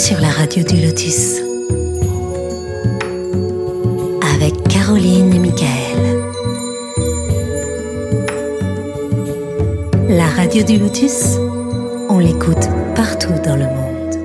sur la radio du Lotus avec Caroline et Michael. La radio du Lotus, on l'écoute partout dans le monde.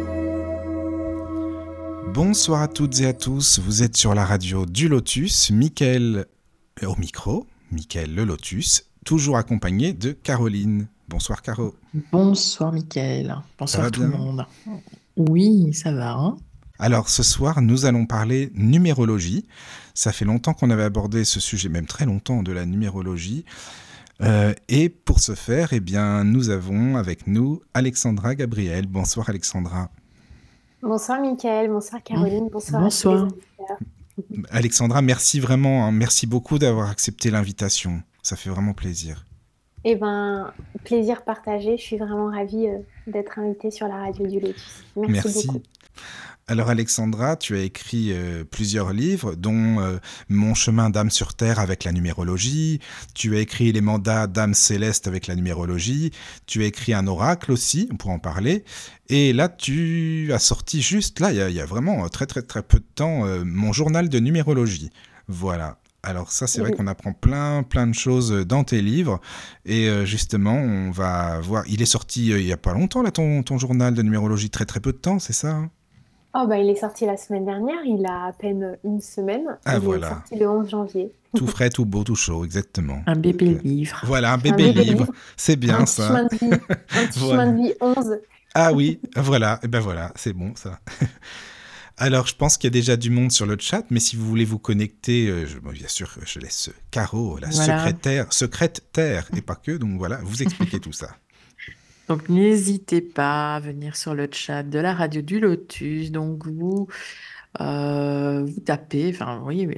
Bonsoir à toutes et à tous, vous êtes sur la radio du Lotus, Michael au micro, Michael le Lotus, toujours accompagné de Caroline. Bonsoir Caro. Bonsoir Michael, Ça bonsoir va tout le bien ? monde. Oui, ça va, hein? Alors ce soir, nous allons parler numérologie. Ça fait longtemps qu'on avait abordé ce sujet, même très longtemps, de la numérologie. Et pour ce faire, eh bien, nous avons avec nous Alexandra Gabriel. Bonsoir Alexandra. Bonsoir Mickaël, bonsoir Caroline, bonsoir à tous les Bonsoir. auditeurs. Alexandra, merci vraiment, hein, merci beaucoup d'avoir accepté l'invitation. Ça fait vraiment plaisir. Eh ben, plaisir partagé, je suis vraiment ravie d'être invitée sur la radio du Lotus. Merci beaucoup. Alors Alexandra, tu as écrit plusieurs livres, dont Mon chemin d'âme sur terre avec la numérologie, tu as écrit Les mandats d'âme céleste avec la numérologie, tu as écrit un oracle aussi, on pourra en parler, et là tu as sorti juste, là il y a vraiment très très très peu de temps, Mon journal de numérologie. Voilà. Alors ça, c'est vrai qu'on apprend plein de choses dans tes livres, et justement, on va voir, il est sorti il n'y a pas longtemps là, ton journal de numérologie, très très peu de temps, c'est ça, hein ? Oh bah il est sorti la semaine dernière, il a à peine une semaine, Ah il est voilà. sorti le 11 janvier. Tout frais, tout beau, tout chaud, exactement. Un bébé livre. Voilà, un bébé livre, c'est bien Un petit ça. chemin de vie, un petit Voilà. chemin de vie 11. Ah oui, voilà, et ben voilà, c'est bon ça. Alors, je pense qu'il y a déjà du monde sur le chat, mais si vous voulez vous connecter, bien sûr, je laisse Caro, la Voilà. secrétaire, et pas que, donc voilà, vous expliquez tout ça. Donc n'hésitez pas à venir sur le chat de la radio du Lotus. Donc vous tapez, enfin oui,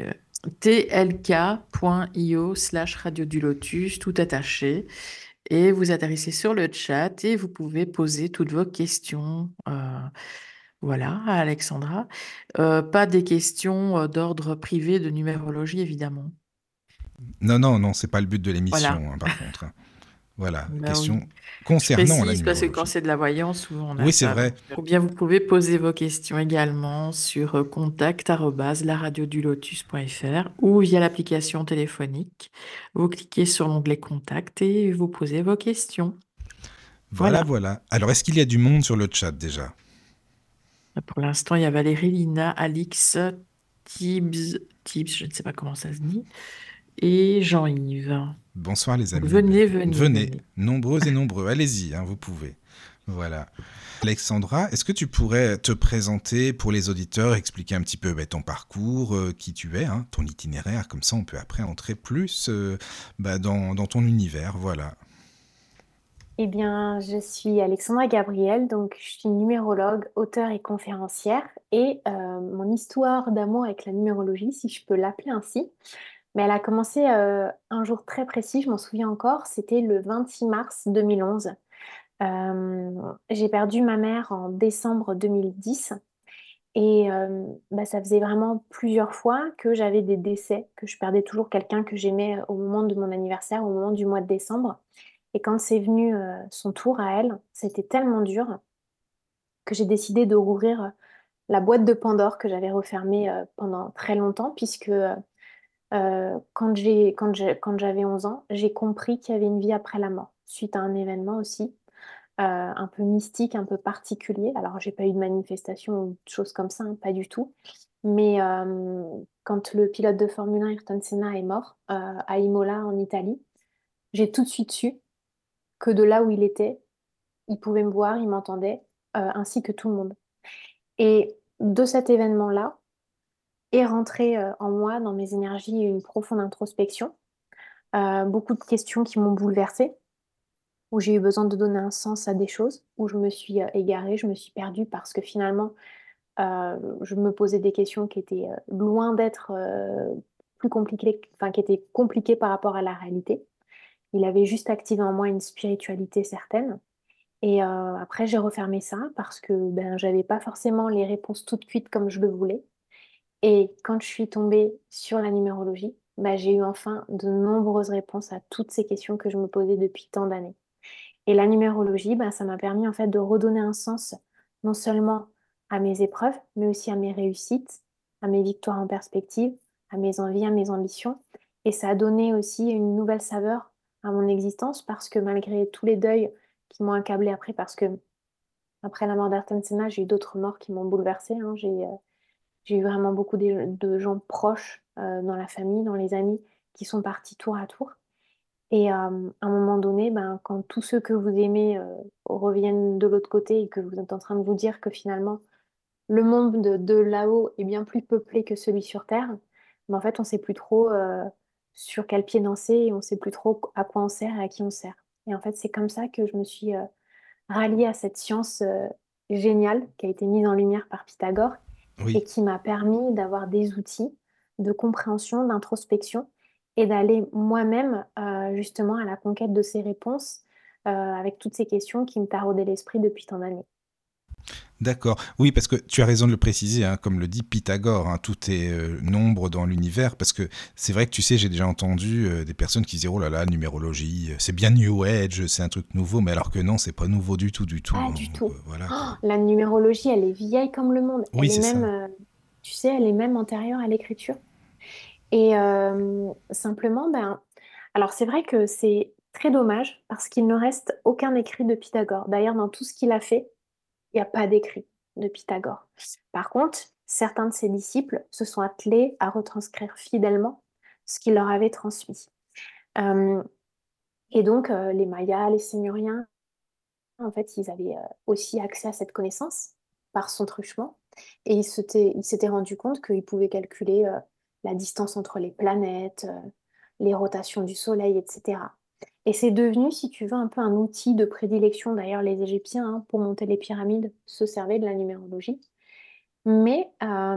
tlk.io/radio du Lotus, tout attaché. Et vous atterrissez sur le chat et vous pouvez poser toutes vos questions. Voilà, à Alexandra. Pas des questions d'ordre privé de numérologie, évidemment. Non, c'est pas le but de l'émission, Voilà. hein, par contre. Voilà, Bah question oui. Je concernant la précise parce que quand numérologie. c'est de la voyance, souvent on a Oui, c'est ça. vrai. Ou bien vous pouvez poser vos questions également sur contact@laradiodulotus.fr ou via l'application téléphonique. Vous cliquez sur l'onglet Contact et vous posez vos questions. Voilà. Alors, est-ce qu'il y a du monde sur le chat déjà ? Pour l'instant, il y a Valérie, Lina, Alix, Tibbs, je ne sais pas comment ça se dit, et Jean-Yves. Bonsoir les Donc, amis. venez. Nombreux et nombreux. Allez-y, hein, vous pouvez. Voilà. Alexandra, est-ce que tu pourrais te présenter pour les auditeurs, expliquer un petit peu ton parcours, qui tu es, hein, ton itinéraire, comme ça on peut après entrer plus dans ton univers, voilà. Eh bien, je suis Alexandra Gabriel, donc je suis numérologue, auteure et conférencière. Et mon histoire d'amour avec la numérologie, si je peux l'appeler ainsi, mais elle a commencé un jour très précis, je m'en souviens encore, c'était le 26 mars 2011. J'ai perdu ma mère en décembre 2010 et ça faisait vraiment plusieurs fois que j'avais des décès, que je perdais toujours quelqu'un que j'aimais au moment de mon anniversaire, au moment du mois de décembre. Et quand c'est venu son tour à elle, c'était tellement dur que j'ai décidé de rouvrir la boîte de Pandore que j'avais refermée pendant très longtemps, puisque quand j'avais 11 ans, j'ai compris qu'il y avait une vie après la mort, suite à un événement aussi, un peu mystique, un peu particulier. Alors, j'ai pas eu de manifestation ou de choses comme ça, hein, pas du tout. Mais quand le pilote de Formule 1, Ayrton Senna, est mort à Imola, en Italie, j'ai tout de suite su que de là où il était, il pouvait me voir, il m'entendait, ainsi que tout le monde. Et de cet événement-là est rentrée en moi, dans mes énergies, une profonde introspection, beaucoup de questions qui m'ont bouleversée, où j'ai eu besoin de donner un sens à des choses, où je me suis égarée, je me suis perdue parce que finalement, je me posais des questions qui étaient loin d'être plus compliquées, enfin qui étaient compliquées par rapport à la réalité. Il avait juste activé en moi une spiritualité certaine. Et après, j'ai refermé ça parce que j'avais pas forcément les réponses toutes cuites comme je le voulais. Et quand je suis tombée sur la numérologie, j'ai eu enfin de nombreuses réponses à toutes ces questions que je me posais depuis tant d'années. Et la numérologie, ça m'a permis en fait de redonner un sens non seulement à mes épreuves, mais aussi à mes réussites, à mes victoires en perspective, à mes envies, à mes ambitions. Et ça a donné aussi une nouvelle saveur à mon existence parce que malgré tous les deuils qui m'ont accablée après, parce que après la mort d'Ayrton Senna, j'ai eu d'autres morts qui m'ont bouleversée, hein. J'ai eu vraiment beaucoup de gens proches dans la famille, dans les amis, qui sont partis tour à tour. Et à un moment donné, ben, quand tous ceux que vous aimez reviennent de l'autre côté et que vous êtes en train de vous dire que finalement, le monde de là-haut est bien plus peuplé que celui sur Terre, mais en fait, on ne sait plus trop sur quel pied danser et on ne sait plus trop à quoi on sert et à qui on sert. Et en fait, c'est comme ça que je me suis ralliée à cette science géniale qui a été mise en lumière par Pythagore et Oui. qui m'a permis d'avoir des outils de compréhension, d'introspection et d'aller moi-même justement à la conquête de ces réponses avec toutes ces questions qui me taraudaient l'esprit depuis tant d'années. D'accord. Oui, parce que tu as raison de le préciser, hein, comme le dit Pythagore, hein, tout est nombre dans l'univers, parce que c'est vrai que tu sais, j'ai déjà entendu des personnes qui disaient, oh là là, numérologie, c'est bien New Age, c'est un truc nouveau, mais alors que non, c'est pas nouveau du tout, du tout, Pas hein. du Donc, tout. voilà, quoi. Oh, la numérologie, elle est vieille comme le monde. Oui, Elle est c'est même, ça. tu sais, elle est même antérieure à l'écriture. Et simplement, ben, alors c'est vrai que c'est très dommage parce qu'il ne reste aucun écrit de Pythagore. D'ailleurs, dans tout ce qu'il a fait, il n'y a pas d'écrit de Pythagore. Par contre, certains de ses disciples se sont attelés à retranscrire fidèlement ce qu'il leur avait transmis. Euh, et donc, les Mayas, les Sémuriens, en fait, ils avaient aussi accès à cette connaissance par son truchement. Et ils s'étaient rendus compte qu'ils pouvaient calculer la distance entre les planètes, les rotations du Soleil, etc. Et c'est devenu, si tu veux, un peu un outil de prédilection. D'ailleurs, les Égyptiens, hein, pour monter les pyramides, se servaient de la numérologie. Mais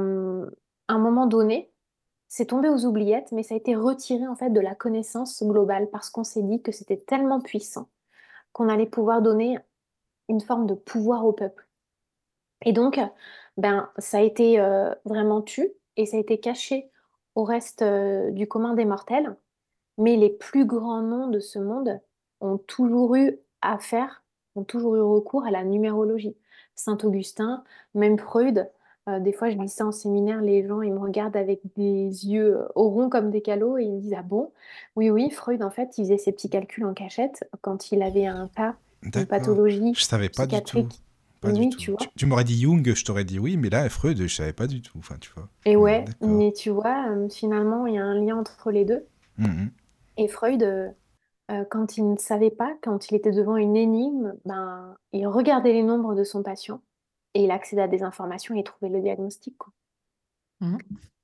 à un moment donné, c'est tombé aux oubliettes, mais ça a été retiré en fait de la connaissance globale parce qu'on s'est dit que c'était tellement puissant qu'on allait pouvoir donner une forme de pouvoir au peuple. Et donc, ben, ça a été vraiment tu et ça a été caché au reste du commun des mortels. Mais les plus grands noms de ce monde ont toujours eu affaire, ont toujours eu recours à la numérologie. Saint-Augustin, même Freud. Des fois, je dis ça en séminaire, les gens, ils me regardent avec des yeux au rond comme des calots et ils me disent, ah bon? Oui, oui, Freud, en fait, il faisait ses petits calculs en cachette quand il avait un cas, une D'accord. pathologie Je savais pas du tout. psychiatrique. Pas du Oui, tout. tu vois. Tu m'aurais dit Jung, je t'aurais dit oui, mais là, Freud, je savais pas du tout. Enfin, tu vois. Et ouais, D'accord. mais tu vois, finalement, il y a un lien entre les deux. Mhm. Et Freud, quand il ne savait pas, quand il était devant une énigme, ben, il regardait les nombres de son patient et il accédait à des informations et il trouvait le diagnostic, quoi. Mhm.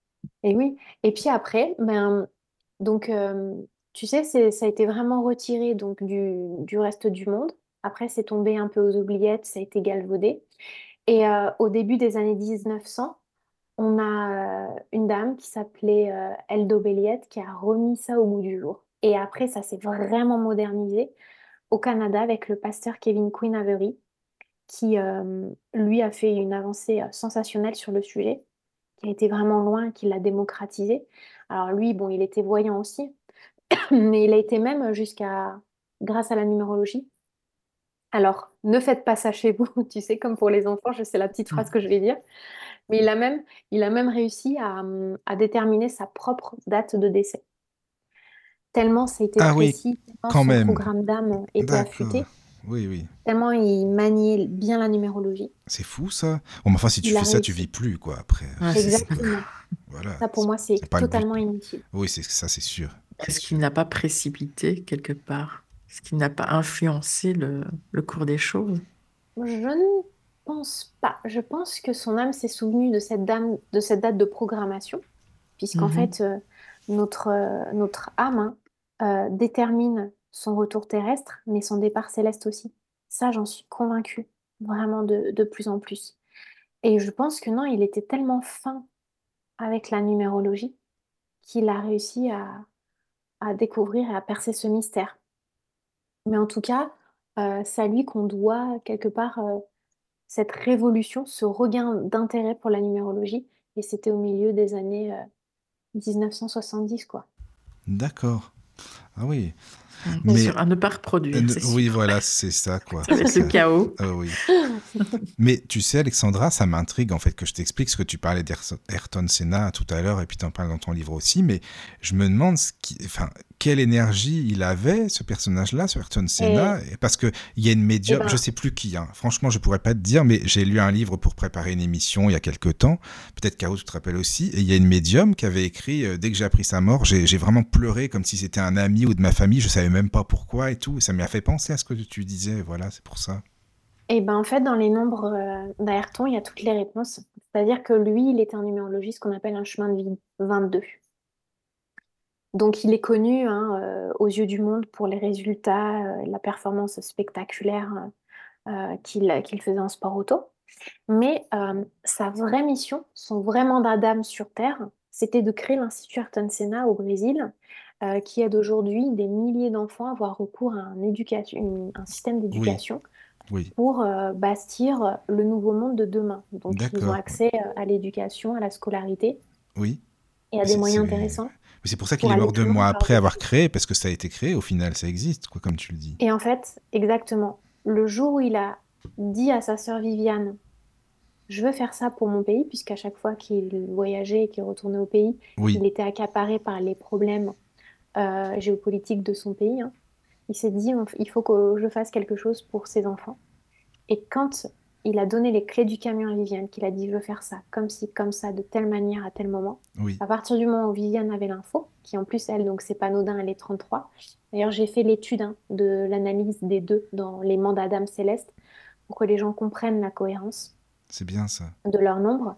Et oui. Et puis après, ben, donc, tu sais, ça a été vraiment retiré donc, du reste du monde. Après, c'est tombé un peu aux oubliettes, ça a été galvaudé. Et au début des années 1900, on a une dame qui s'appelait Eldo Belliette qui a remis ça au goût du jour. Et après, ça s'est vraiment modernisé au Canada avec le pasteur Kevin Quinn Avery, qui lui a fait une avancée sensationnelle sur le sujet, qui a été vraiment loin, qui l'a démocratisé. Alors lui, bon, il était voyant aussi, mais il a été même jusqu'à, grâce à la numérologie. Alors, ne faites pas ça chez vous, tu sais, comme pour les enfants, je sais la petite phrase Mhm. que je vais dire, mais il a même réussi à déterminer sa propre date de décès. Tellement c'était Ah oui, précis, tellement quand son même. programme d'âme était D'accord. affûté, Oui, oui. tellement il maniait bien la numérologie. C'est fou ça. Bon, mais enfin, si tu Il a fais ça, tu vis réussi. plus, quoi, après. Ouais, c'est ça. Donc, Exactement. voilà. Ça, pour moi, c'est C'est pas le but. totalement inutile. Oui, c'est ça, c'est sûr. C'est Est-ce sûr. qu'il n'a pas précipité quelque part? Est-ce qu'il n'a pas influencé le cours des choses? Je ne pense pas. Je pense que son âme s'est souvenue de cette date de programmation, puisqu'en Mhm. fait, notre âme hein, détermine son retour terrestre, mais son départ céleste aussi. Ça, j'en suis convaincue, vraiment de plus en plus. Et je pense que non, il était tellement fin avec la numérologie qu'il a réussi à découvrir et à percer ce mystère. Mais en tout cas, c'est à lui qu'on doit quelque part cette révolution, ce regain d'intérêt pour la numérologie. Et c'était au milieu des années 1970, quoi. D'accord. Ah oui. C'est Mais sûr, à ne pas reproduire, c'est oui, sûr. voilà, c'est ça, quoi. Ça va être le chaos. Oui. Mais tu sais, Alexandra, ça m'intrigue en fait que je t'explique ce que tu parlais d'Ayrton Senna tout à l'heure et puis tu en parles dans ton livre aussi, mais je me demande enfin, quelle énergie il avait, ce personnage-là, ce Ayrton Et, Senna, parce qu'il y a une et médium, je ben, sais plus qui, hein. Franchement, je pourrais pas te dire, mais j'ai lu un livre pour préparer une émission il y a quelques temps, peut-être Caro, tu te rappelles aussi, et il y a une médium qui avait écrit, dès que j'ai appris sa mort, j'ai vraiment pleuré comme si c'était un ami ou de ma famille, je savais même pas pourquoi et tout, et ça m'a fait penser à ce que tu disais, voilà, c'est pour ça. en fait, dans les nombres d'Ayrton, il y a toutes les réponses. C'est-à-dire que lui, il était un numérologie, ce qu'on appelle un chemin de vie 22. Donc, il est connu hein, aux yeux du monde pour les résultats, la performance spectaculaire qu'il faisait en sport auto. Mais sa vraie mission, son vrai mandat d'âme sur Terre, c'était de créer l'Institut Ayrton Senna au Brésil, qui aide aujourd'hui des milliers d'enfants à avoir recours à un système Oui, d'éducation oui, pour bâtir le nouveau monde de demain. Donc, ils ont d'accord, accès à l'éducation, à la scolarité oui. et à Mais des c'est moyens mais intéressants c'est pour ça qu'il pour est aller mort plus deux loin mois dans leurs après avoir études. créé, parce que ça a été créé, au final, ça existe, quoi, comme tu le dis. Et en fait, exactement, le jour où il a dit à sa sœur Viviane, je veux faire ça pour mon pays, puisqu'à chaque fois qu'il voyageait et qu'il retournait au pays, Oui, il était accaparé par les problèmes géopolitiques de son pays, hein. Il s'est dit, il faut que je fasse quelque chose pour ses enfants. Et quand il a donné les clés du camion à Viviane, qu'il a dit, je veux faire ça, comme ci, comme ça, de telle manière, à tel moment, oui, à partir du moment où Viviane avait l'info, qui en plus, elle, donc c'est pas anodin, elle est 33. D'ailleurs, j'ai fait l'étude hein, de l'analyse des deux dans les mandats d'âme céleste pour que les gens comprennent la cohérence c'est bien ça. de leur nombre.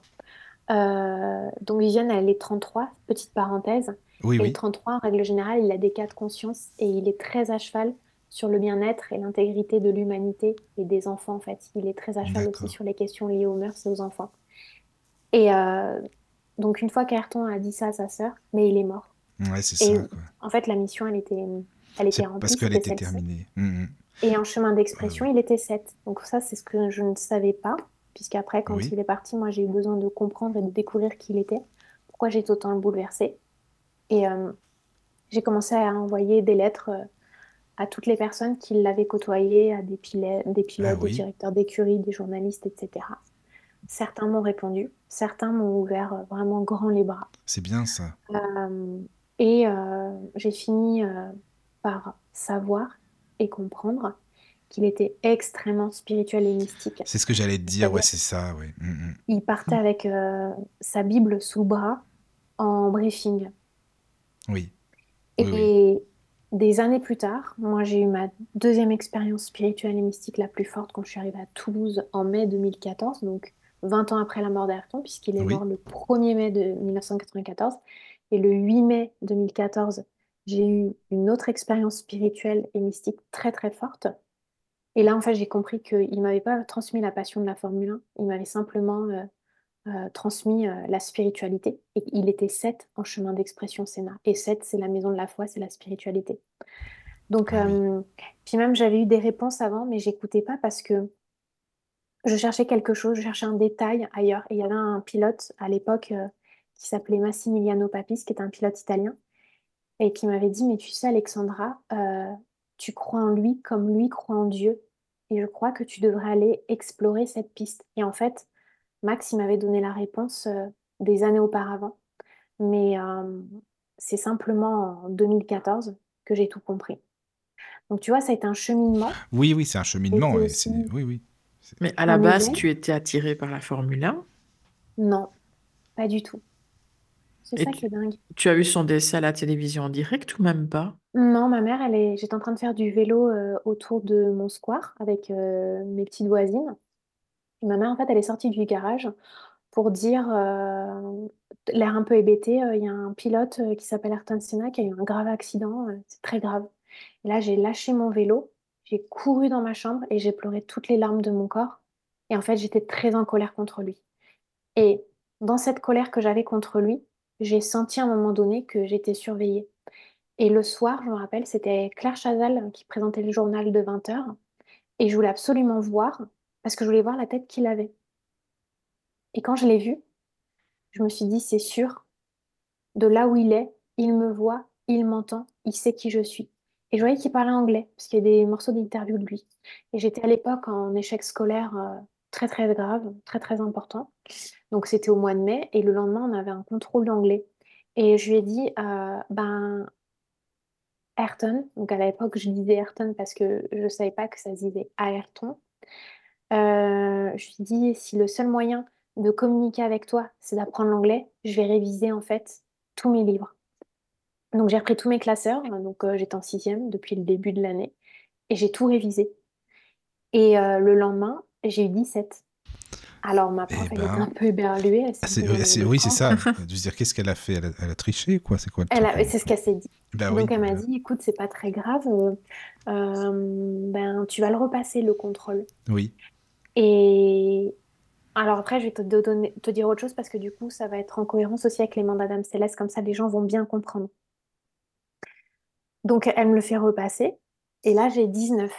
Donc Viviane, elle est 33, petite parenthèse. Oui, Et le oui, 33, en règle générale, il a des cas de conscience et il est très à cheval sur le bien-être et l'intégrité de l'humanité et des enfants, en fait. Il est très à cheval aussi d'accord. sur les questions liées aux mœurs et aux enfants. Et donc, une fois qu'Ayrton a dit ça à sa sœur, mais il est mort. Ouais, c'est Et ça, quoi. en fait, la mission, elle était C'est parce remplie, qu'elle c'était était celle-ci. terminée. Et en chemin Ouais, d'expression, ouais. il était 7. Donc ça, c'est ce que je ne savais pas, puisqu'après, quand Oui, il est parti, moi, j'ai eu besoin de comprendre et de découvrir qui il était, pourquoi j'étais autant bouleversée. Et j'ai commencé à envoyer des lettres à toutes les personnes qui l'avaient côtoyé, à des ah pilotes, des oui, directeurs d'écurie, des journalistes, etc. Certains m'ont répondu, certains m'ont ouvert vraiment grand les bras. c'est bien ça. Euh, et j'ai fini par savoir et comprendre qu'il était extrêmement spirituel et mystique. C'est ce que j'allais te dire, ouais, C'est-à-dire c'est ça, ouais. qu'il partait avec sa Bible sous le bras en briefing. Oui, oui, oui, Et des années plus tard, moi j'ai eu ma deuxième expérience spirituelle et mystique la plus forte quand je suis arrivée à Toulouse en mai 2014, donc 20 ans après la mort d'Ayrton, puisqu'il est oui. mort le 1er mai de 1994. Et le 8 mai 2014, j'ai eu une autre expérience spirituelle et mystique très très forte. Et là, en fait, j'ai compris qu'il ne m'avait pas transmis la passion de la Formule 1, il m'avait simplement transmis la spiritualité. Et il était 7 en chemin d'expression Sénat. Et 7, c'est la maison de la foi, c'est la spiritualité. Donc, Ah oui, puis même, j'avais eu des réponses avant, mais j'écoutais pas parce que je cherchais quelque chose, je cherchais un détail ailleurs. Et il y avait un pilote à l'époque qui s'appelait Massimiliano Papis, qui était un pilote italien, et qui m'avait dit, mais tu sais, Alexandra, tu crois en lui comme lui croit en Dieu. Et je crois que tu devrais aller explorer cette piste. Et en fait, Max, il m'avait donné la réponse des années auparavant. Mais c'est simplement en 2014 que j'ai tout compris. Donc tu vois, ça a été un cheminement. oui, oui, c'est un Ça a été cheminement, et aussi c'est, oui, oui. Mais à la un base, éveil. tu étais attiré par la Formule 1 Non, pas du tout. C'est et ça qui est dingue. tu as eu son décès à la télévision en direct ou même pas? Non, ma mère, j'étais en train de faire du vélo autour de mon square avec mes petites voisines. Et ma mère, en fait, elle est sortie du garage pour dire, l'air un peu hébété, il y a un pilote qui s'appelle Ayrton Senna qui a eu un grave accident, c'est très grave. Et là, j'ai lâché mon vélo, j'ai couru dans ma chambre et j'ai pleuré toutes les larmes de mon corps. Et en fait, j'étais très en colère contre lui. Et dans cette colère que j'avais contre lui, j'ai senti à un moment donné que j'étais surveillée. Et le soir, je me rappelle, c'était Claire Chazal qui présentait le journal de 20 heures. Et je voulais absolument voir, parce que je voulais voir la tête qu'il avait. Et quand je l'ai vu, je me suis dit, c'est sûr, de là où il est, il me voit, il m'entend, il sait qui je suis. Et je voyais qu'il parlait anglais, parce qu'il y a des morceaux d'interview de lui. Et j'étais à l'époque en échec scolaire très très grave, très très important. Donc c'était au mois de mai, et le lendemain, on avait un contrôle d'anglais. Et je lui ai dit, ben, Ayrton, donc à l'époque, je disais Ayrton parce que je ne savais pas que ça se disait Ayrton. Je lui ai dit, si le seul moyen de communiquer avec toi, c'est d'apprendre l'anglais, je vais réviser en fait tous mes livres. Donc j'ai repris tous mes classeurs, donc j'étais en sixième depuis le début de l'année, et j'ai tout révisé. Et le lendemain, j'ai eu 17. Alors ma prof, Eh elle était un ben, peu éberluée, elle s'est dit, non mais il est oui, c'est con, quoi. ça. Je veux dire, qu'est-ce qu'elle a fait? Elle a triché, quoi? C'est quoi le Elle truc? a, c'est ce qu'elle s'est dit. Ben oui, Donc elle m'a voilà. dit, écoute, c'est pas très grave, ben tu vas le repasser le contrôle. Oui. Et alors après, je vais te dire autre chose parce que du coup, ça va être en cohérence aussi avec les mandats d'âme céleste, comme ça les gens vont bien comprendre. Donc elle me le fait repasser, et là j'ai 19.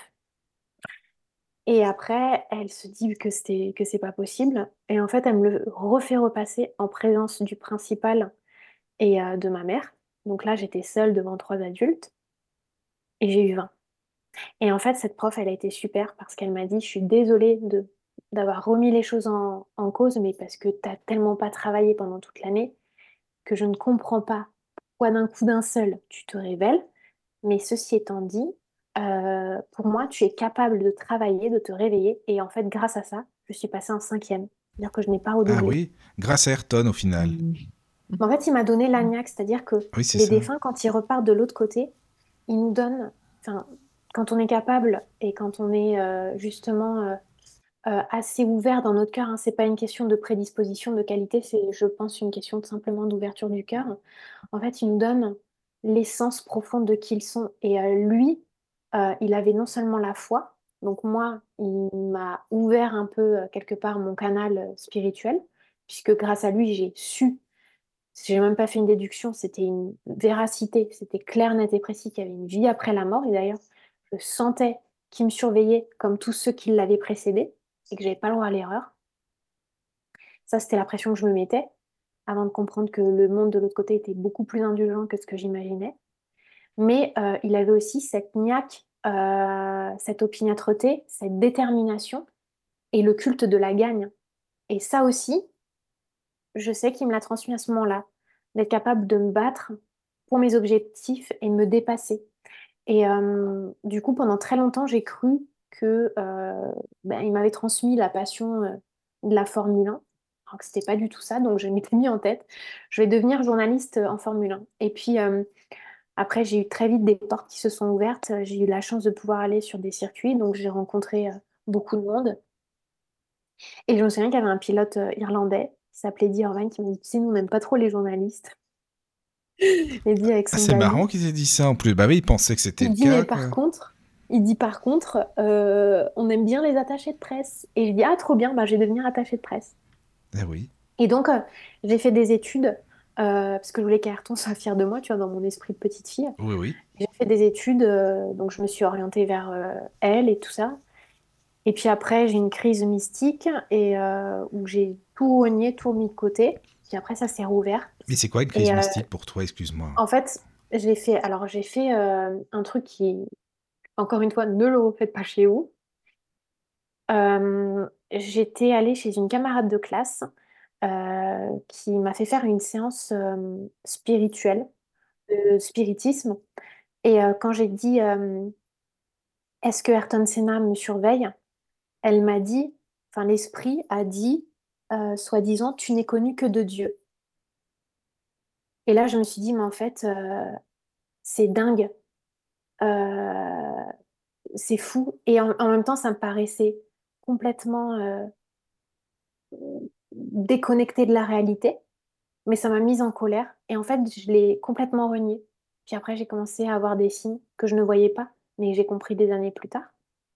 Et après, elle se dit que c'est pas possible. Et en fait, elle me le refait repasser en présence du principal et de ma mère. Donc là, j'étais seule devant trois adultes et j'ai eu 20. Et en fait, cette prof, elle a été super parce qu'elle m'a dit, je suis désolée d'avoir remis les choses en cause, mais parce que t'as tellement pas travaillé pendant toute l'année que je ne comprends pas pourquoi d'un coup d'un seul, tu te révèles. Mais ceci étant dit, pour moi, tu es capable de travailler, de te réveiller. Et en fait, grâce à ça, je suis passée en cinquième. C'est-à-dire que je n'ai pas Ah redoublé. oui, grâce à Ayrton au final. Mhm. Mais en fait, il m'a donné l'agnac, c'est-à-dire que Oui, c'est les ça. défunts, quand ils repartent de l'autre côté, ils nous donnent, enfin, quand on est capable et quand on est justement assez ouvert dans notre cœur, hein, c'est pas une question de prédisposition, de qualité, c'est, je pense, une question de simplement d'ouverture du cœur. En fait, il nous donne l'essence profonde de qui ils sont. Et lui, il avait non seulement la foi, donc moi, il m'a ouvert un peu, quelque part, mon canal spirituel, puisque grâce à lui, j'ai su, j'ai même pas fait une déduction, c'était une véracité, c'était clair, net et précis qu'il y avait une vie après la mort. Et d'ailleurs, je sentais qu'il me surveillait comme tous ceux qui l'avaient précédé et que j'avais pas le droit à l'erreur. Ça, c'était la pression que je me mettais avant de comprendre que le monde de l'autre côté était beaucoup plus indulgent que ce que j'imaginais. Mais il avait aussi cette niaque, cette opiniâtreté, cette détermination et le culte de la gagne. Et ça aussi, je sais qu'il me l'a transmis à ce moment-là, d'être capable de me battre pour mes objectifs et de me dépasser. Et du coup, pendant très longtemps, j'ai cru que ben, il m'avait transmis la passion de la Formule 1, alors que c'était pas du tout ça. Donc, je m'étais mis en tête, je vais devenir journaliste en Formule 1. Et puis, après, j'ai eu très vite des portes qui se sont ouvertes. J'ai eu la chance de pouvoir aller sur des circuits, donc j'ai rencontré beaucoup de monde. Et je me souviens qu'il y avait un pilote irlandais qui s'appelait Eddie Irvine qui m'a dit, tu sais, nous, on n'aime pas trop les journalistes. Eddie avec Ah, son c'est marrant bazou. qu'ils aient dit ça en plus. Bah oui, ils pensaient que c'était Il le dit, mais cas, par quoi. contre, on aime bien les attachés de presse. Et je dis, ah, trop bien, bah, je vais devenir attachée de presse. Ah oui. Et donc, j'ai fait des études, parce que je voulais qu'Ayrton soit fier de moi, tu vois, dans mon esprit de petite fille. Oui, oui. J'ai fait des études, donc je me suis orientée vers elle et tout ça. Et puis après, j'ai eu une crise mystique et où j'ai tout renié, tout mis de côté. Puis après, ça s'est rouvert. Mais c'est quoi une crise Et mystique pour toi, excuse-moi? en fait, j'ai fait un truc qui, encore une fois, ne le refaites pas chez vous. J'étais allée chez une camarade de classe qui m'a fait faire une séance spirituelle, de spiritisme. Et quand j'ai dit est-ce que Ayrton Senna me surveille? Elle m'a dit, enfin l'esprit a dit, soi-disant, tu n'es connu que de Dieu. Et là, je me suis dit, mais en fait, c'est dingue, euh, c'est fou. Et en même temps, ça me paraissait complètement déconnecté de la réalité. Mais ça m'a mise en colère. Et en fait, je l'ai complètement renié. Puis après, j'ai commencé à avoir des signes que je ne voyais pas, mais j'ai compris des années plus tard.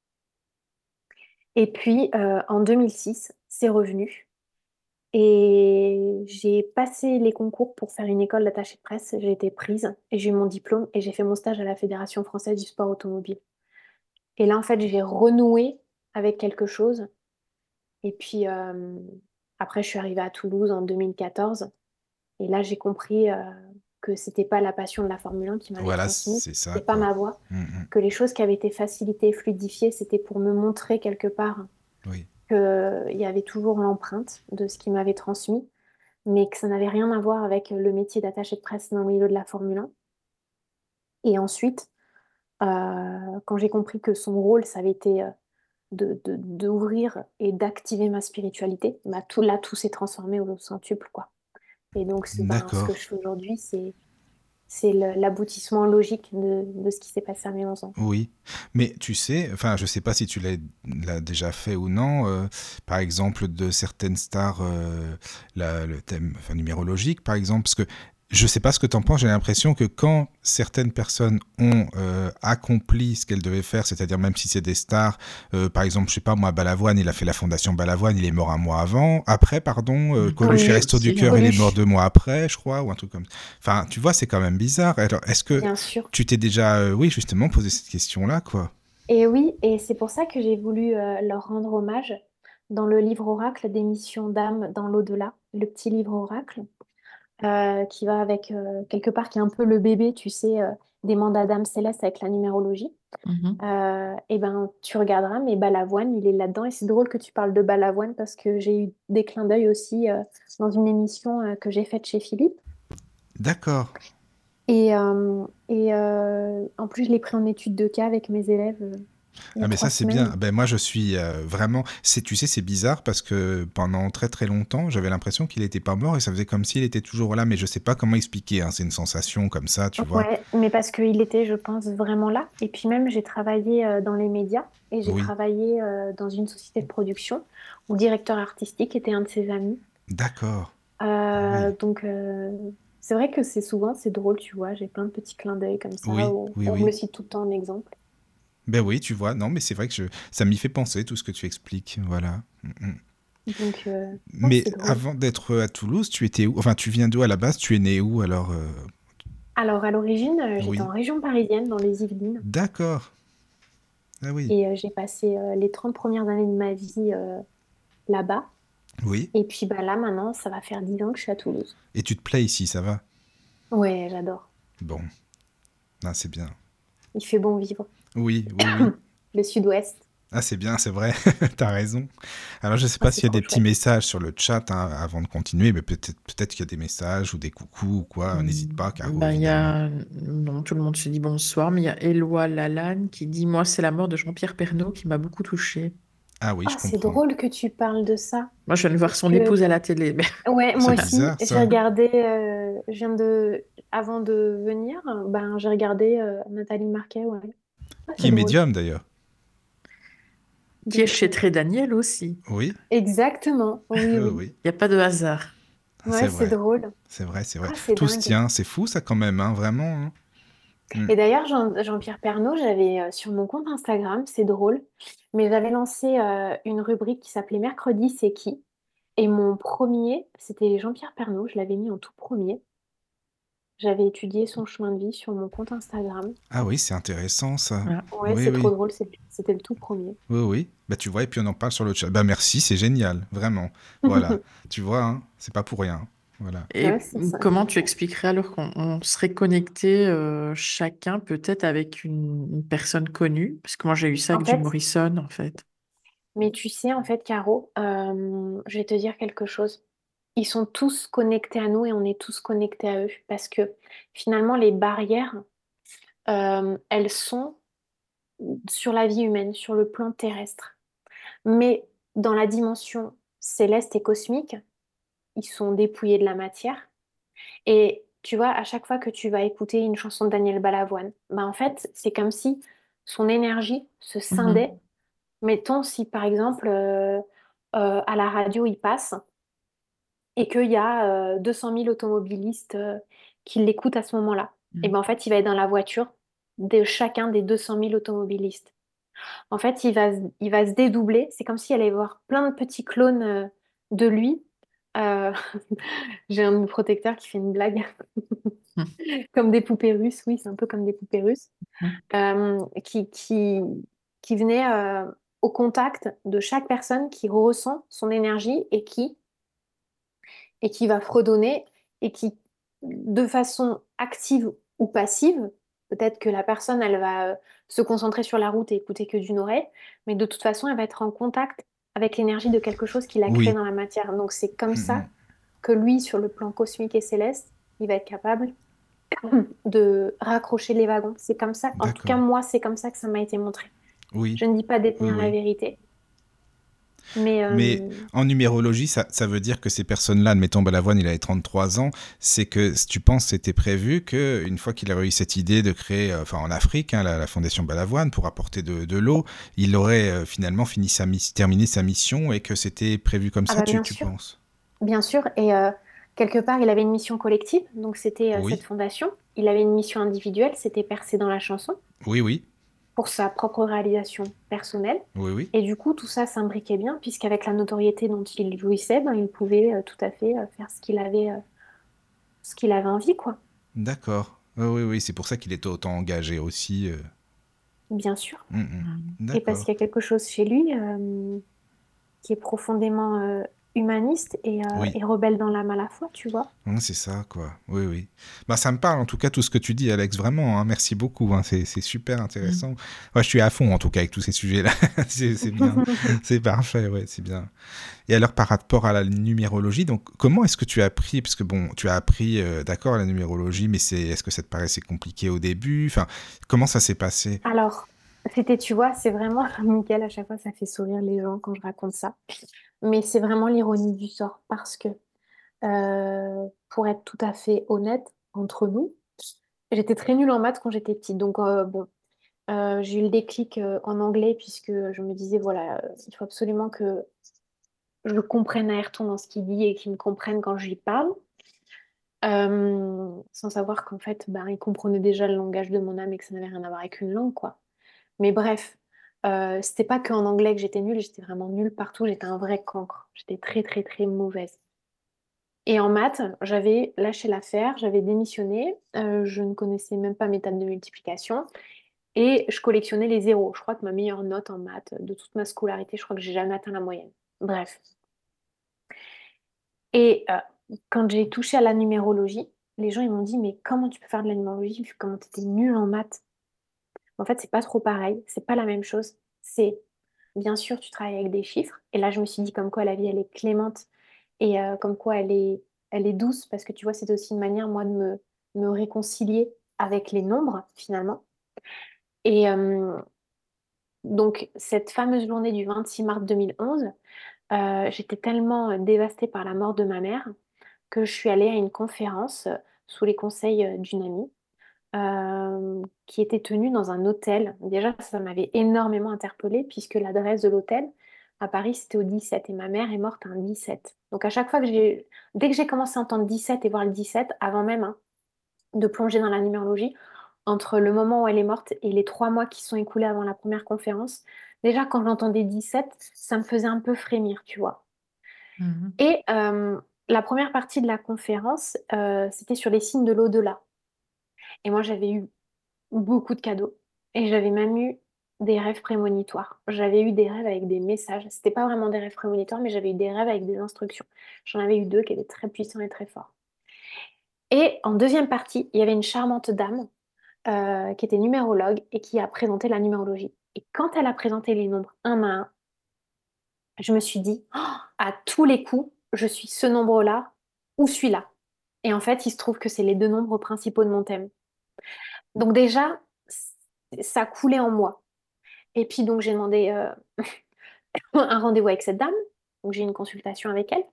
Et puis, en 2006, c'est revenu. Et j'ai passé les concours pour faire une école d'attaché de presse. J'ai été prise et j'ai eu mon diplôme et j'ai fait mon stage à la Fédération française du sport automobile. Et là, en fait, j'ai renoué avec quelque chose. Et puis, après, je suis arrivée à Toulouse en 2014. Et là, j'ai compris que c'était pas la passion de la Formule 1 qui m'avait Voilà, transmis, c'est ça, c'était pas quoi. ma voie, Mm. que les choses qui avaient été facilitées, fluidifiées, c'était pour me montrer quelque part Oui, qu'il y avait toujours l'empreinte de ce qui m'avait transmis, mais que ça n'avait rien à voir avec le métier d'attaché de presse dans le milieu de la Formule 1. Et ensuite, quand j'ai compris que son rôle, ça avait été d'ouvrir et d'activer ma spiritualité, bah, tout s'est transformé au centuple, quoi. Et donc, ben, ce que d'accord. je fais aujourd'hui, c'est l'aboutissement logique de ce qui s'est passé à mes 11 ans. Oui, mais tu sais, enfin, je sais pas si tu l'as déjà fait ou non, par exemple, de certaines stars, le thème enfin, numérologique, par exemple, parce que je sais pas ce que tu en penses, j'ai l'impression que quand certaines personnes ont accompli ce qu'elles devaient faire, c'est-à-dire même si c'est des stars, par exemple, je sais pas, moi, Balavoine, il a fait la fondation Balavoine, il est mort un mois après, pardon, Coluche et Coluche Oui, Resto du aussi, hein. Cœur, il est mort Coluche, 2 mois après, je crois, ou un truc comme ça. Enfin, tu vois, c'est quand même bizarre. Alors, est-ce que bien sûr. tu t'es déjà, oui, justement, posé cette question-là, quoi. Et oui, et c'est pour ça que j'ai voulu leur rendre hommage dans le livre oracle des missions d'âme dans l'au-delà, le petit livre oracle, qui va avec, quelque part, qui est un peu le bébé, tu sais, des mandats d'âme céleste avec la numérologie. Mhm. Et ben, tu regarderas, mais Balavoine, il est là-dedans. Et c'est drôle que tu parles de Balavoine parce que j'ai eu des clins d'œil aussi dans une émission que j'ai faite chez Philippe. D'accord. En plus, je l'ai pris en étude de cas avec mes élèves il y Ah a mais trois ça c'est bien. semaines. Ben moi je suis vraiment. Tu sais c'est bizarre parce que pendant très très longtemps j'avais l'impression qu'il était pas mort et ça faisait comme s'il était toujours là mais je sais pas comment expliquer. Hein. C'est une sensation comme ça tu vois. Ouais, mais parce qu'il était, je pense, vraiment là. Et puis même, j'ai travaillé dans les médias et j'ai Oui. travaillé dans une société de production où le directeur artistique était un de ses amis. D'accord. Ah oui. Donc, c'est vrai que c'est drôle, tu vois. J'ai plein de petits clins d'œil comme ça Oui où oui on me oui. le cite tout le temps en exemple. Ben oui tu vois. Non mais c'est vrai que ça m'y fait penser tout ce que tu expliques. Voilà. Mm. Donc, non, Mais c'est drôle. avant d'être à Toulouse tu étais où? Enfin tu viens d'où à la base? Tu es né où alors Alors, à l'origine, j'étais en Oui. région parisienne, dans les Yvelines. D'accord. Ah oui. Et j'ai passé les 30 premières années de ma vie là-bas. Oui. Et puis bah, là, maintenant, ça va faire 10 ans que je suis à Toulouse. Et tu te plais ici ça va? Ouais, j'adore. Bon. Ah, c'est bien. Il fait bon vivre. Oui oui oui. Le sud-ouest, Ah, c'est bien, c'est vrai, t'as raison. Alors, je sais ah, pas c'est s'il y a trop des petits chouette. messages sur le chat hein, avant de continuer, mais peut-être qu'il y a des messages ou des coucous ou quoi. N'hésite pas, Caro, Ben, il y évidemment. a... Non, tout le monde se dit bonsoir, mais il y a Éloi Lalanne qui dit, moi, c'est la mort de Jean-Pierre Pernaut qui m'a beaucoup touchée. Ah oui, je Ah, c'est comprends. drôle que tu parles de ça. Moi, je viens de voir Parce son que, épouse à la télé. Mais... ouais, moi C'est aussi, bizarre, j'ai ça. regardé, avant de venir, ben, j'ai regardé Nathalie Marquet, ouais. Ah, Qui c'est est drôle. médium, d'ailleurs. Qui est Donc, chez Très Daniel aussi. Oui, exactement, oui, oui, oui. oui. Il n'y a pas de hasard. C'est Ouais, c'est vrai. drôle. C'est vrai, c'est vrai. Ah, c'est Tout se dingue. tient, c'est fou, ça, quand même, hein, vraiment. Hein. Mm. Et d'ailleurs, Jean-Pierre Pernaut, j'avais sur mon compte Instagram, c'est drôle, mais j'avais lancé une rubrique qui s'appelait Mercredi, c'est qui? Et mon premier, c'était Jean-Pierre Pernaut, je l'avais mis en tout premier. J'avais étudié son chemin de vie sur mon compte Instagram. Ah oui, c'est intéressant, ça. Voilà. Ouais, Oui, c'est trop oui. drôle, c'était le tout premier. Oui, oui. Bah, tu vois, et puis on en parle sur le chat. Bah, merci, c'est génial, vraiment. Voilà. Tu vois, hein, c'est pas pour rien. Voilà. Ouais, Et c'est ça. comment tu expliquerais alors qu'on serait connecté chacun peut-être avec une personne connue? Parce que moi, j'ai eu ça En avec Jim fait, Morrison, en fait. mais tu sais, en fait, Caro, je vais te dire quelque chose. Ils sont tous connectés à nous et on est tous connectés à eux parce que finalement, les barrières, elles sont sur la vie humaine, sur le plan terrestre. Mais dans la dimension céleste et cosmique, ils sont dépouillés de la matière. Et tu vois, à chaque fois que tu vas écouter une chanson de Daniel Balavoine, bah en fait, c'est comme si son énergie se scindait. Mhm. Mettons si par exemple à la radio il passe et qu'il y a 200 000 automobilistes qui l'écoutent à ce moment-là. Et ben en fait, il va être dans la voiture de chacun des 200 000 automobilistes. En fait, il va se dédoubler. C'est comme s'il allait voir plein de petits clones de lui. Euh, J'ai un de mes protecteurs qui fait une blague, Mhm. comme des poupées russes. Oui, c'est un peu comme des poupées russes. Mhm. Euh, qui, qui, qui venait au contact de chaque personne qui ressent son énergie et qui va fredonner et qui de façon active ou passive. Peut-être que la personne, elle va se concentrer sur la route et écouter que d'une oreille, mais de toute façon, elle va être en contact avec l'énergie de quelque chose qu'il a créé Oui. dans la matière. Donc c'est comme Mm, ça mm. que lui, sur le plan cosmique et céleste, il va être capable de raccrocher les wagons. C'est comme ça, en tout cas D'accord. moi, c'est comme ça que ça m'a été montré. Oui. Je ne dis pas Oui, détenir la oui. vérité, mais Mais en numérologie, ça veut dire que ces personnes-là, admettons Balavoine, il avait 33 ans, c'est que tu penses c'était prévu qu'une fois qu'il aurait eu cette idée de créer, enfin en Afrique, hein, la fondation Balavoine, pour apporter de l'eau, il aurait finalement terminé sa mission et que c'était prévu comme ah ça, bah tu penses? bien sûr, et quelque part, il avait une mission collective, donc c'était cette Oui, fondation. Il avait une mission individuelle, c'était percer dans la chanson oui, oui, pour sa propre réalisation personnelle. oui, oui. Et du coup, tout ça s'imbriquait bien, puisqu'avec la notoriété dont il jouissait, ben, il pouvait tout à fait faire ce qu'il avait envie, quoi. D'accord. Oui, oui, oui, c'est pour ça qu'il était autant engagé aussi. Bien sûr. Mm, mm. Mhm. Et parce D'accord. qu'il y a quelque chose chez lui qui est profondément humaniste Oui. et rebelle dans l'âme à la fois, tu vois. C'est ça, quoi. Oui, oui. Bah, ça me parle, en tout cas, tout ce que tu dis, Alex, vraiment. Hein. Merci beaucoup. Hein. C'est super intéressant. Moi, je suis à fond, en tout cas, avec tous ces sujets-là. C'est bien. C'est parfait, ouais, c'est bien. Et alors, par rapport à la numérologie, donc, comment est-ce que tu as appris, parce que bon, tu as appris, d'accord, la numérologie, mais est-ce que ça te paraissait compliqué au début? Enfin, comment ça s'est passé? Alors, tu vois, c'est vraiment, Mickaël, à chaque fois, ça fait sourire les gens quand je raconte ça. Mais c'est vraiment l'ironie du sort parce que, pour être tout à fait honnête entre nous, j'étais très nulle en maths quand j'étais petite. Donc, bon, j'ai eu le déclic en anglais puisque je me disais, voilà, il faut absolument que je comprenne Ayrton dans ce qu'il dit et qu'il me comprenne quand je lui parle. Sans savoir qu'en fait, ben, il comprenait déjà le langage de mon âme et que ça n'avait rien à voir avec une langue, quoi. Mais bref, c'était pas qu'en anglais que j'étais nulle, j'étais vraiment nulle partout, j'étais un vrai cancre. J'étais très très très mauvaise. Et en maths, j'avais lâché l'affaire, j'avais démissionné, je ne connaissais même pas mes tables de multiplication et je collectionnais les zéros. Je crois que ma meilleure note en maths de toute ma scolarité, je crois que j'ai jamais atteint la moyenne. Bref. Et quand j'ai touché à la numérologie, les gens ils m'ont dit mais comment tu peux faire de la numérologie vu comment tu étais nulle en maths? En fait, c'est pas trop pareil, c'est pas la même chose. C'est bien sûr, tu travailles avec des chiffres. Et là, je me suis dit comme quoi la vie, elle est clémente et comme quoi elle est douce parce que tu vois, c'est aussi une manière, moi, de me réconcilier avec les nombres, finalement. Et donc, cette fameuse journée du 26 mars 2011, j'étais tellement dévastée par la mort de ma mère que je suis allée à une conférence sous les conseils d'une amie qui était tenue dans un hôtel. Déjà, ça m'avait énormément interpellée puisque l'adresse de l'hôtel à Paris, c'était au 17 et ma mère est morte un 17. Donc à chaque fois dès que j'ai commencé à entendre 17 et voir le 17, avant même hein, de plonger dans la numérologie, entre le moment où elle est morte et les 3 mois qui sont écoulés avant la première conférence, déjà quand j'entendais 17, ça me faisait un peu frémir, tu vois. Mhm. Et la première partie de la conférence, c'était sur les signes de l'au-delà. Et moi, j'avais eu beaucoup de cadeaux. Et j'avais même eu des rêves prémonitoires. J'avais eu des rêves avec des messages. C'était pas vraiment des rêves prémonitoires, mais j'avais eu des rêves avec des instructions. J'en avais eu 2 qui étaient très puissants et très forts. Et en deuxième partie, il y avait une charmante dame qui était numérologue et qui a présenté la numérologie. Et quand elle a présenté les nombres un à un, je me suis dit, oh, à tous les coups, je suis ce nombre-là ou celui-là. Et en fait, il se trouve que c'est les 2 nombres principaux de mon thème. Donc déjà, ça coulait en moi. Et puis donc j'ai demandé un rendez-vous avec cette dame. Donc j'ai eu une consultation avec elle.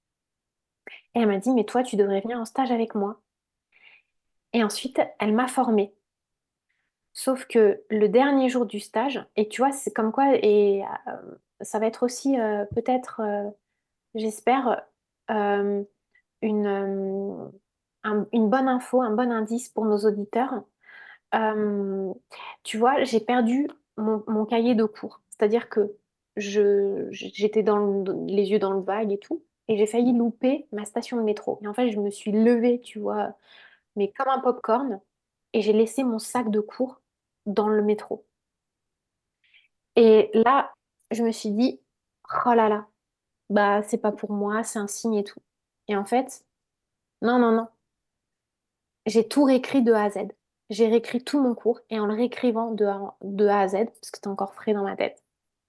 Et elle m'a dit, mais toi, tu devrais venir en stage avec moi. Et ensuite, elle m'a formée. Sauf que le dernier jour du stage, et tu vois, c'est comme quoi, et ça va être aussi peut-être, j'espère, euh, une bonne info, un bon indice pour nos auditeurs. Euh, Tu vois, j'ai perdu mon cahier de cours. C'est-à-dire que j'étais les yeux dans le vague et tout, et j'ai failli louper ma station de métro. Et en fait, je me suis levée, tu vois, mais comme un popcorn, et j'ai laissé mon sac de cours dans le métro. Et là, je me suis dit, oh là là, bah c'est pas pour moi, c'est un signe et tout. Et en fait, non, non, non. J'ai tout réécrit de A à Z. J'ai réécrit tout mon cours et en le réécrivant de A à Z, parce que c'était encore frais dans ma tête,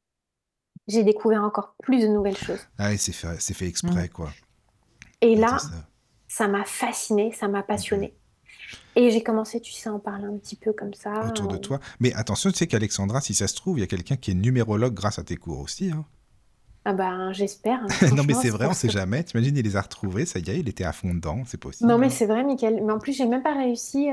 j'ai découvert encore plus de nouvelles choses. Ah oui, c'est fait exprès, quoi. Et C'est là, ça. ça m'a fascinée, ça m'a Mhm. passionnée. Et j'ai commencé, tu sais, à en parler un petit peu comme ça. Autour de toi. Mais attention, tu sais qu'Alexandra, si ça se trouve, il y a quelqu'un qui est numérologue grâce à tes cours aussi, hein. Ah ben, j'espère, hein, Non, mais franchement, c'est c'est vrai, on pour sait ça. jamais. T'imagines, il les a retrouvés, ça y est, il était à fond dedans, c'est Non, possible, mais hein. c'est vrai, Mickaël. Mais en plus, j'ai même pas réussi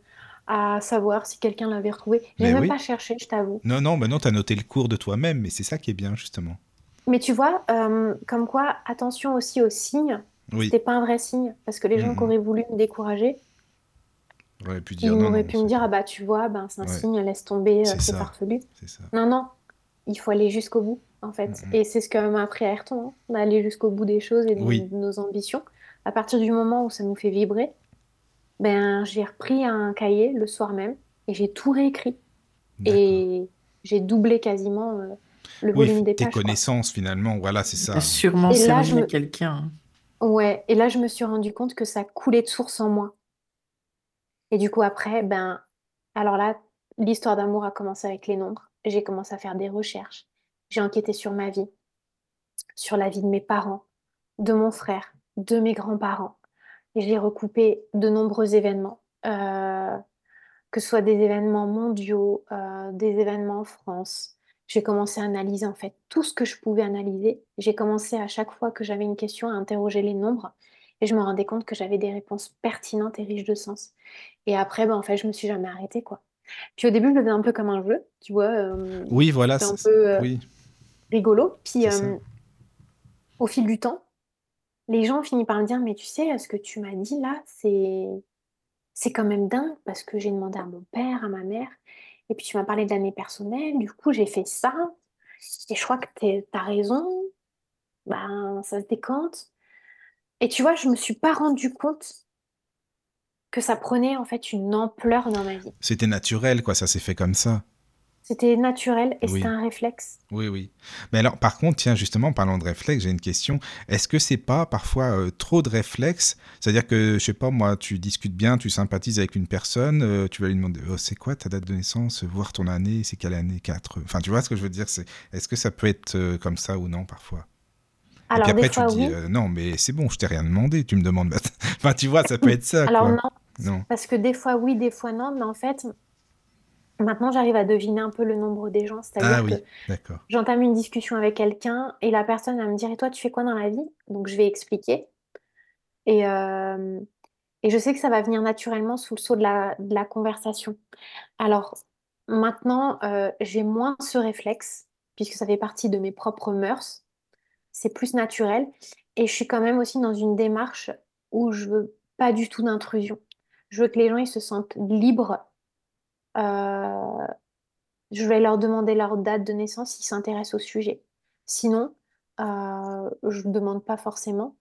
à savoir si quelqu'un l'avait retrouvé. J'ai Mais même oui. pas cherché, je t'avoue. Non, non, maintenant t'as noté le cours de toi-même, mais c'est ça qui est bien, justement. Mais tu vois, comme quoi, attention aussi aux signes. Oui. C'était pas un vrai signe, parce que les gens qui Mhm. auraient voulu me décourager, J'aurais pu dire ils non, m'auraient non, pu me c'est dire, pas. ah bah tu vois, ben, c'est un Ouais, signe, laisse tomber, c'est c'est ça. farfelu. C'est ça. Non, non, il faut aller jusqu'au bout, en fait. Mhm. Et c'est ce que m'a appris Ayrton, hein, d'aller jusqu'au bout des choses et Oui, de nos ambitions. À partir du moment où ça nous fait vibrer, ben, j'ai repris un cahier le soir même et j'ai tout réécrit. d'accord. Et j'ai doublé quasiment le Oui, volume des tes pages, quoi. connaissances, finalement, voilà, c'est Il a ça. sûrement Et là, servi à quelqu'un, hein. ouais, et là, je me suis rendu compte que ça coulait de source en moi. Et du coup, après, ben, alors là, l'histoire d'amour a commencé avec les nombres. J'ai commencé à faire des recherches. J'ai enquêté sur ma vie, sur la vie de mes parents, de mon frère, de mes grands-parents. Et j'ai recoupé de nombreux événements, que ce soit des événements mondiaux, des événements en France. J'ai commencé à analyser en fait tout ce que je pouvais analyser. J'ai commencé à chaque fois que j'avais une question à interroger les nombres et je me rendais compte que j'avais des réponses pertinentes et riches de sens. Et après, ben, en fait, je me suis jamais arrêtée, quoi. Puis au début, je le faisais un peu comme un jeu, tu vois, Oui, voilà, c'était un peu oui, rigolo. Puis c'est ça. au fil du temps, les gens ont fini par me dire, mais tu sais, ce que tu m'as dit là, c'est quand même dingue parce que j'ai demandé à mon père, à ma mère, et puis tu m'as parlé d'années personnelles, du coup j'ai fait ça, et je crois que t'as raison, ben ça se décante. Et tu vois, je me suis pas rendu compte que ça prenait en fait une ampleur dans ma vie. C'était naturel, quoi, ça s'est fait comme ça. C'était naturel et c'était Oui. un réflexe. Oui, oui. Mais alors, par contre, tiens, justement, en parlant de réflexe, j'ai une question. Est-ce que c'est pas parfois trop de réflexe? C'est-à-dire que, je sais pas, moi, tu discutes bien, tu sympathises avec une personne, tu vas lui demander, oh, c'est quoi ta date de naissance, voir ton année, c'est quelle année, 4. Enfin, tu vois ce que je veux dire, est-ce que ça peut être comme ça ou non, parfois? Et puis Alors des après, tu te fois dis, oui, non, mais c'est bon, je t'ai rien demandé, tu me demandes. Enfin, tu vois, ça peut être ça, alors quoi. non, Non. parce que des fois oui, des fois non, mais en fait, maintenant j'arrive à deviner un peu le nombre des gens, Ah c'est-à-dire que oui, d'accord. j'entame une discussion avec quelqu'un et la personne va me dire, et toi tu fais quoi dans la vie? Donc je vais expliquer. Et, euh, Et je sais que ça va venir naturellement sous le sceau de la conversation. Alors maintenant, j'ai moins ce réflexe, puisque ça fait partie de mes propres mœurs. C'est plus naturel. Et je suis quand même aussi dans une démarche où je veux pas du tout d'intrusion. Je veux que les gens ils se sentent libres. Euh, je vais leur demander leur date de naissance s'ils s'intéressent au sujet. Sinon, je ne demande pas forcément.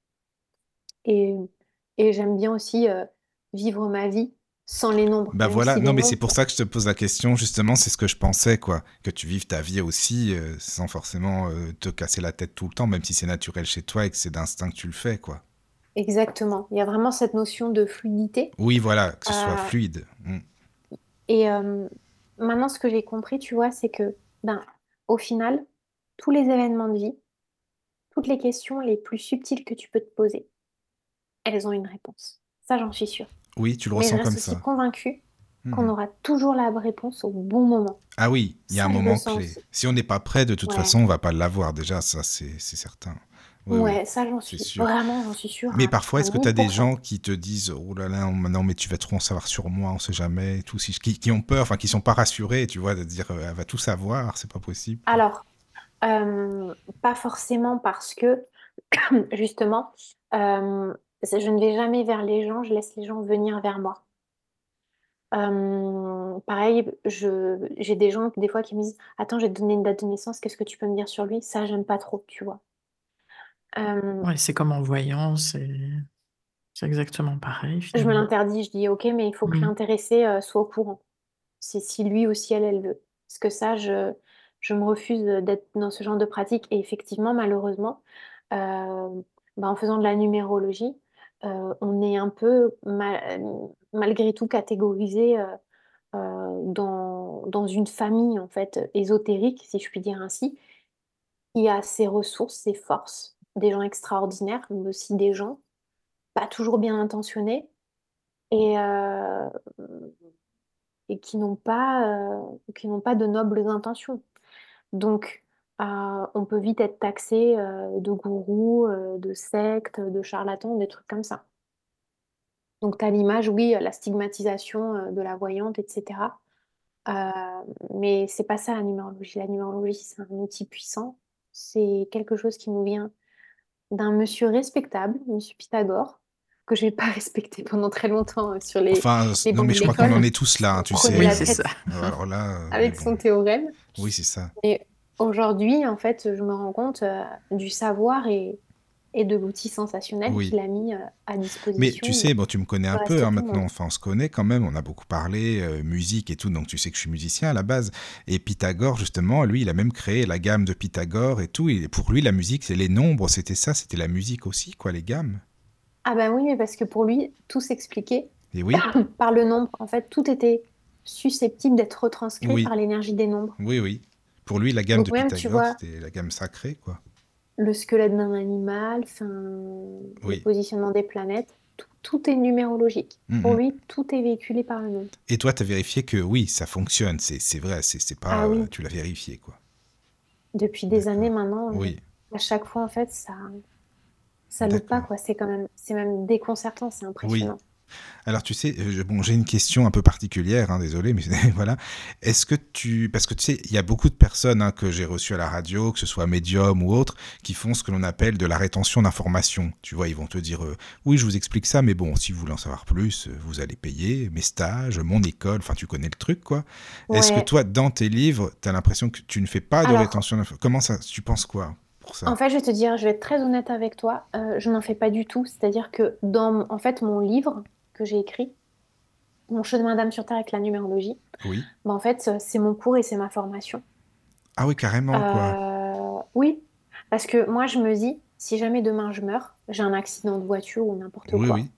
Et, et j'aime bien aussi vivre ma vie sans les nombres, Bah même voilà, si non les mais c'est nombres, pour ça que je te pose la question, justement, c'est ce que je pensais, quoi. Que tu vives ta vie aussi sans forcément te casser la tête tout le temps, même si c'est naturel chez toi et que c'est d'instinct que tu le fais, quoi. exactement. Il y a vraiment cette notion de fluidité. Oui, voilà, que ce soit Euh, fluide. Mm. et maintenant, ce que j'ai compris, tu vois, c'est que, ben, au final, tous les événements de vie, toutes les questions les plus subtiles que tu peux te poser, elles ont une réponse. Ça, j'en suis sûre. Oui, tu le Mais je ressens reste comme aussi ça. convaincue qu'on Mhm. aura toujours la réponse au bon moment. Ah oui, il y a un Ça, je le moment sens clé. aussi. Si on n'est pas prêt, de toute Ouais. façon, on va pas l'avoir, déjà, ça c'est certain. Oui, oui, Ouais, ça, j'en c'est suis sûr. vraiment, j'en suis sûre Mais parfois, à est-ce que tu as des 1000%. gens qui te disent oh là là, non, mais tu vas trop en savoir sur moi, on sait jamais, et tout, qui ont peur, enfin, qui sont pas rassurés, tu vois, de dire elle va tout savoir, c'est pas possible, quoi. Alors, pas forcément parce que, justement, je ne vais jamais vers les gens, je laisse les gens venir vers moi. Pareil, j'ai des gens des fois qui me disent, attends, je vais te donner une date de naissance, qu'est-ce que tu peux me dire sur lui? Ça, j'aime pas trop, tu vois. Euh, Ouais, c'est comme en voyant, c'est exactement pareil je me finalement. l'interdis, je dis, ok, mais il faut que Mm. l'intéressé soit au courant. C'est si lui ou si elle veut. Parce que ça, je me refuse d'être dans ce genre de pratique. Et effectivement, malheureusement, euh, bah, en faisant de la numérologie, on est un peu malgré tout catégorisé dans une famille en fait ésotérique, si je puis dire ainsi, qui a ses ressources, ses forces, des gens extraordinaires, mais aussi des gens pas toujours bien intentionnés et, euh, et qui n'ont pas de nobles intentions. Donc, on peut vite être taxé de gourou, de secte, de charlatan, des trucs comme ça. Donc, tu as l'image, oui, la stigmatisation de la voyante, etc. Euh, mais c'est pas ça la numérologie. La numérologie, c'est un outil puissant. C'est quelque chose qui nous vient d'un monsieur respectable, monsieur Pythagore, que j'ai pas respecté pendant très longtemps sur Enfin, les non, bancs mais de je crois qu'on en l'école. est tous là, hein, On tu prenait sais. Oui, la c'est ça. tête Alors là, mais avec bon. son théorème. Oui, c'est ça. Et aujourd'hui, en fait, je me rends compte du savoir et de l'outil sensationnel Oui. qu'il a mis à Mais tu disposition sais, bon, tu me connais du un reste peu de hein, tout le maintenant, monde. enfin on se connaît quand même, on a beaucoup parlé, musique et tout, donc tu sais que je suis musicien à la base. Et Pythagore, justement, lui, il a même créé la gamme de Pythagore et tout. Et pour lui, la musique, c'est les nombres, c'était ça, c'était la musique aussi, quoi, les gammes. Ah ben oui, mais parce que pour lui, tout s'expliquait Et oui, par le nombre. En fait, tout était susceptible d'être retranscrit oui, par l'énergie des nombres. oui, oui. Pour lui, la gamme de Donc même, tu Pythagore, vois, c'était la gamme sacrée, quoi. le squelette d'un animal, enfin, le Oui. positionnement des planètes, tout est numérologique. Pour Mhm. lui, tout est véhiculé par le nombre. Et toi, tu as vérifié que oui, ça fonctionne, c'est vrai, c'est pas... Ah oui, tu l'as vérifié, quoi. depuis des années D'accord. maintenant, Oui, à chaque fois, en fait, ça loupe pas, d'accord. quoi. C'est même déconcertant, c'est Oui. impressionnant. Alors tu sais, bon, j'ai une question un peu particulière, hein, désolé, mais voilà. Est-ce que parce que tu sais, il y a beaucoup de personnes hein, que j'ai reçues à la radio, que ce soit médium ou autre, qui font ce que l'on appelle de la rétention d'informations. Tu vois, ils vont te dire, oui, je vous explique ça, mais bon, si vous voulez en savoir plus, vous allez payer mes stages, mon école, enfin tu connais le truc, quoi. Est-ce que Ouais. toi, dans tes livres, tu as l'impression que tu ne fais pas de Alors, rétention d'informations? Comment ça, tu penses quoi pour en ça? fait, je vais te dire, je vais être très honnête avec toi, je n'en fais pas du tout. C'est-à-dire que en fait, mon livre que j'ai écrit, Mon chemin d'âme sur Terre avec la numérologie, Oui. bah, en fait, c'est mon cours et c'est ma formation. Ah oui, carrément, quoi. Oui, parce que moi, je me dis, si jamais demain je meurs, j'ai un accident de voiture ou n'importe Oui, quoi, oui.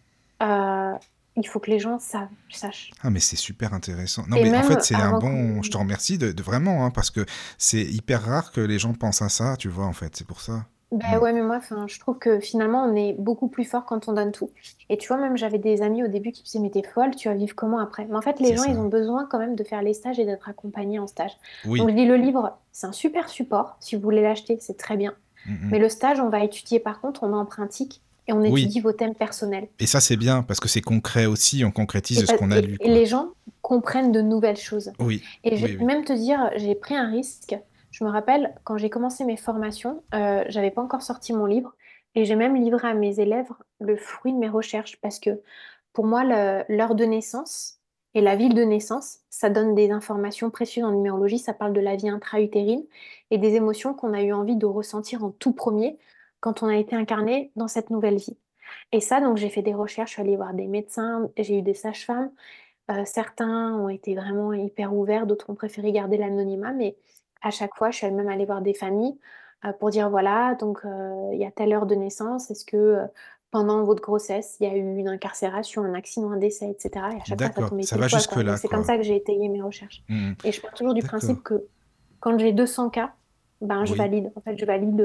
euh, il faut que les gens sachent. Ah mais c'est super intéressant. Non Et mais en fait même c'est un avant bon... Je qu'on... te remercie de vraiment, hein, parce que c'est hyper rare que les gens pensent à ça, tu vois, en fait, c'est pour ça. Ben Mm. ouais, mais moi, enfin, je trouve que finalement, on est beaucoup plus fort quand on donne tout. Et tu vois, même j'avais des amis au début qui me disaient, mais t'es folle, tu vas vivre comment après? Mais en fait, les C'est gens, ils ont ça. besoin quand même de faire les stages et d'être accompagnés en stage. Donc, Oui. je dis, le livre, c'est un super support. Si vous voulez l'acheter, c'est très bien. Mm, mm. Mais le stage, on va étudier par contre, on est en pratique et on Oui. étudie vos thèmes personnels. Et ça c'est bien, parce que c'est concret aussi, on concrétise ce qu'on a lu, Et quoi. les gens comprennent de nouvelles choses. Oui. Et je Oui, vais oui. même te dire, j'ai pris un risque. Je me rappelle, quand j'ai commencé mes formations, j'avais pas encore sorti mon livre et j'ai même livré à mes élèves le fruit de mes recherches parce que pour moi, l'heure de naissance et la ville de naissance, ça donne des informations précieuses en numérologie. Ça parle de la vie intra-utérine et des émotions qu'on a eu envie de ressentir en tout premier quand on a été incarné dans cette nouvelle vie. Et ça, donc j'ai fait des recherches, je suis allée voir des médecins, j'ai eu des sages-femmes. Certains ont été vraiment hyper ouverts, d'autres ont préféré garder l'anonymat, mais à chaque fois, je suis même allée voir des familles pour dire voilà, donc il y a telle heure de naissance, est-ce que pendant votre grossesse, il y a eu une incarcération, un accident, un décès, etc. Et à chaque fois, ça D'accord. tombait Ça pile va poil, jusque quoi. Donc là, c'est comme quoi. ça que j'ai étayé mes recherches. Mm, mm. Et je pars toujours du D'accord. principe que quand j'ai 200 cas, ben je Oui. valide. En fait, je valide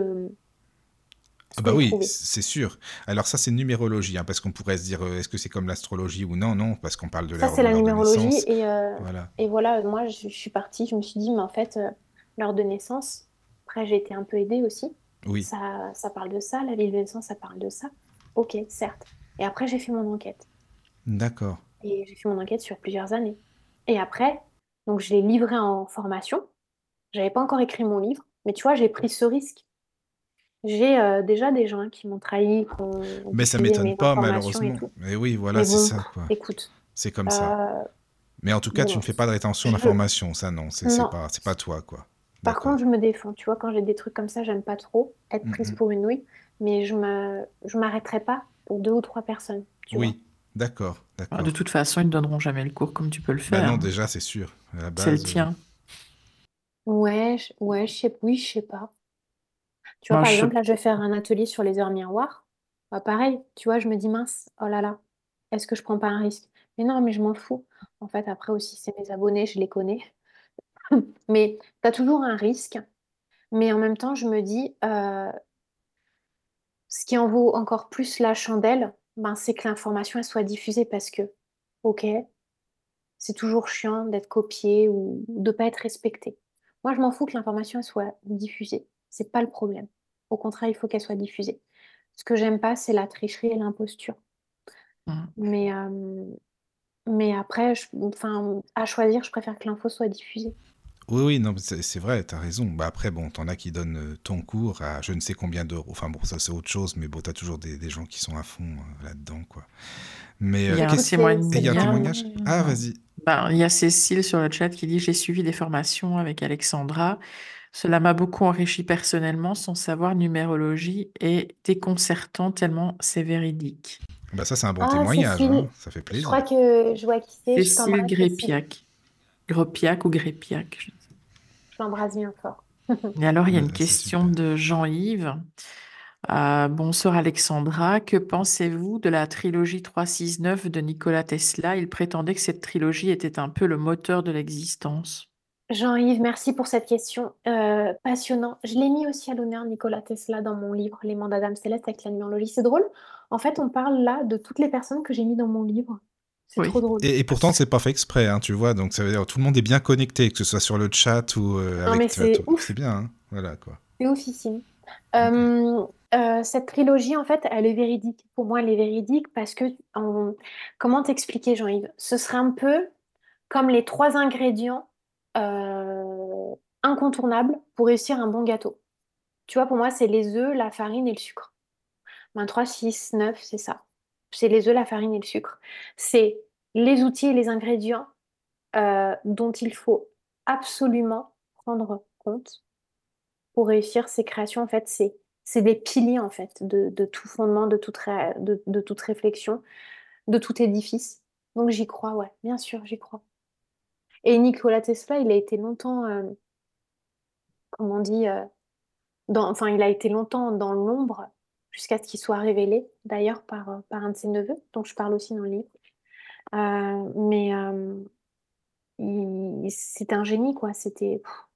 Ah ce que bah j'ai oui, trouvé. c'est sûr. Alors ça c'est numérologie, hein, parce qu'on pourrait se dire, est-ce que c'est comme l'astrologie ou non? Non, parce qu'on parle de Ça, c'est la l'heure de numérologie. naissance. Voilà. Et voilà, moi, je suis partie, je me suis dit, mais en fait, l'heure de naissance, après, j'ai été un peu aidée aussi. Oui. Ça parle de ça, la ville de naissance, ça parle de ça. Ok, certes. Et après, j'ai fait mon enquête. D'accord. Et j'ai fait mon enquête sur plusieurs années. Et après, donc, je l'ai livré en formation. J'avais pas encore écrit mon livre, mais tu vois, j'ai pris ce risque. J'ai déjà des gens qui m'ont trahi, qui ont Mais ça diffusé m'étonne mes pas, informations et malheureusement. tout. Mais oui, voilà, Mais c'est bon, ça, quoi. écoute, C'est comme ça. euh, Mais en tout cas, tu ne bon, fais pas de rétention je, d'informations, ça non, non. c'est pas toi, quoi. Par contre, D'accord. je me défends. Tu vois, quand j'ai des trucs comme ça, j'aime pas trop être Mm, prise mm. pour une nouille, mais je m'arrêterai pas pour deux ou trois personnes, tu vois. Oui, d'accord, Enfin, de d'accord. toute façon, ils ne donneront jamais le cours comme tu peux le Bah faire, non, hein. déjà, c'est sûr. À la C'est le base, tien. Ouais, oui, je sais pas. Tu vois, Moi, par je... exemple, là, je vais faire un atelier sur les heures miroirs. Bah, pareil, tu vois, je me dis, mince, oh là là, est-ce que je prends pas un risque? Mais non, mais je m'en fous. En fait, après aussi, c'est mes abonnés, je les connais. Mais tu as toujours un risque. Mais en même temps, je me dis, ce qui en vaut encore plus la chandelle, ben, c'est que l'information elle soit diffusée parce que, ok, c'est toujours chiant d'être copié ou de pas être respecté. Moi, je m'en fous que l'information elle soit diffusée. C'est pas le problème. Au contraire, il faut qu'elle soit diffusée. Ce que j'aime pas, c'est la tricherie et l'imposture. Mm. Mais, après, enfin, à choisir, je préfère que l'info soit diffusée. Oui, oui, non, c'est vrai, t'as raison. Bah après, bon, t'en as qui donnent ton cours à je ne sais combien d'euros. Enfin bon, ça c'est autre chose, mais bon, t'as toujours des gens qui sont à fond là-dedans, quoi. Mais Il y a un Écoute, qu'est-ce... Et il y a un témoignage. témoignage? Ah, Non. vas-y. Ben, il y a Cécile sur le chat qui dit, j'ai suivi des formations avec Alexandra. Cela m'a beaucoup enrichi personnellement. Son savoir numérologie est déconcertant tellement c'est véridique. Bah ça, c'est un bon ah, témoignage, hein. Cécile, Ça fait je crois plaisir. que je vois qui c'est. Je Cécile t'embrasse, Cécile. Grépiac. Gropiac ou Grépiac. Je l'embrasse bien fort. Et alors, il y a Bah, une c'est question super. de Jean-Yves. Bonsoir Alexandra, que pensez-vous de la trilogie 369 de Nikola Tesla? Il prétendait que cette trilogie était un peu le moteur de l'existence. Jean-Yves, merci pour cette question. Passionnant. Je l'ai mis aussi à l'honneur, Nikola Tesla, dans mon livre Les mandats d'âme céleste avec la numérologie. C'est drôle. En fait, on parle là de toutes les personnes que j'ai mis dans mon livre. C'est trop Oui. drôle. Et pourtant, c'est pas fait exprès, hein, tu vois. Donc ça veut dire que tout le monde est bien connecté, que ce soit sur le chat ou Non, avec mais toi. c'est C'est ouf. bien, hein. Voilà, quoi. C'est oufissime. Ok. Cette trilogie, en fait, elle est véridique. Pour moi, elle est véridique parce que, comment t'expliquer, Jean-Yves? Ce serait un peu comme les trois ingrédients euh, incontournables pour réussir un bon gâteau. Tu vois, pour moi, c'est les œufs, la farine et le sucre. 3, 6, 9, c'est ça. C'est les œufs, la farine et le sucre. C'est les outils et les ingrédients dont il faut absolument prendre compte pour réussir ces créations. En fait, c'est des piliers en fait de tout fondement, de toute réflexion, de tout édifice. Donc j'y crois, ouais, bien sûr, j'y crois. Et Nikola Tesla, il a été longtemps, comment on dit, enfin, il a été longtemps dans l'ombre jusqu'à ce qu'il soit révélé, d'ailleurs, par un de ses neveux, dont je parle aussi dans le livre. Mais c'était un génie, quoi. C'était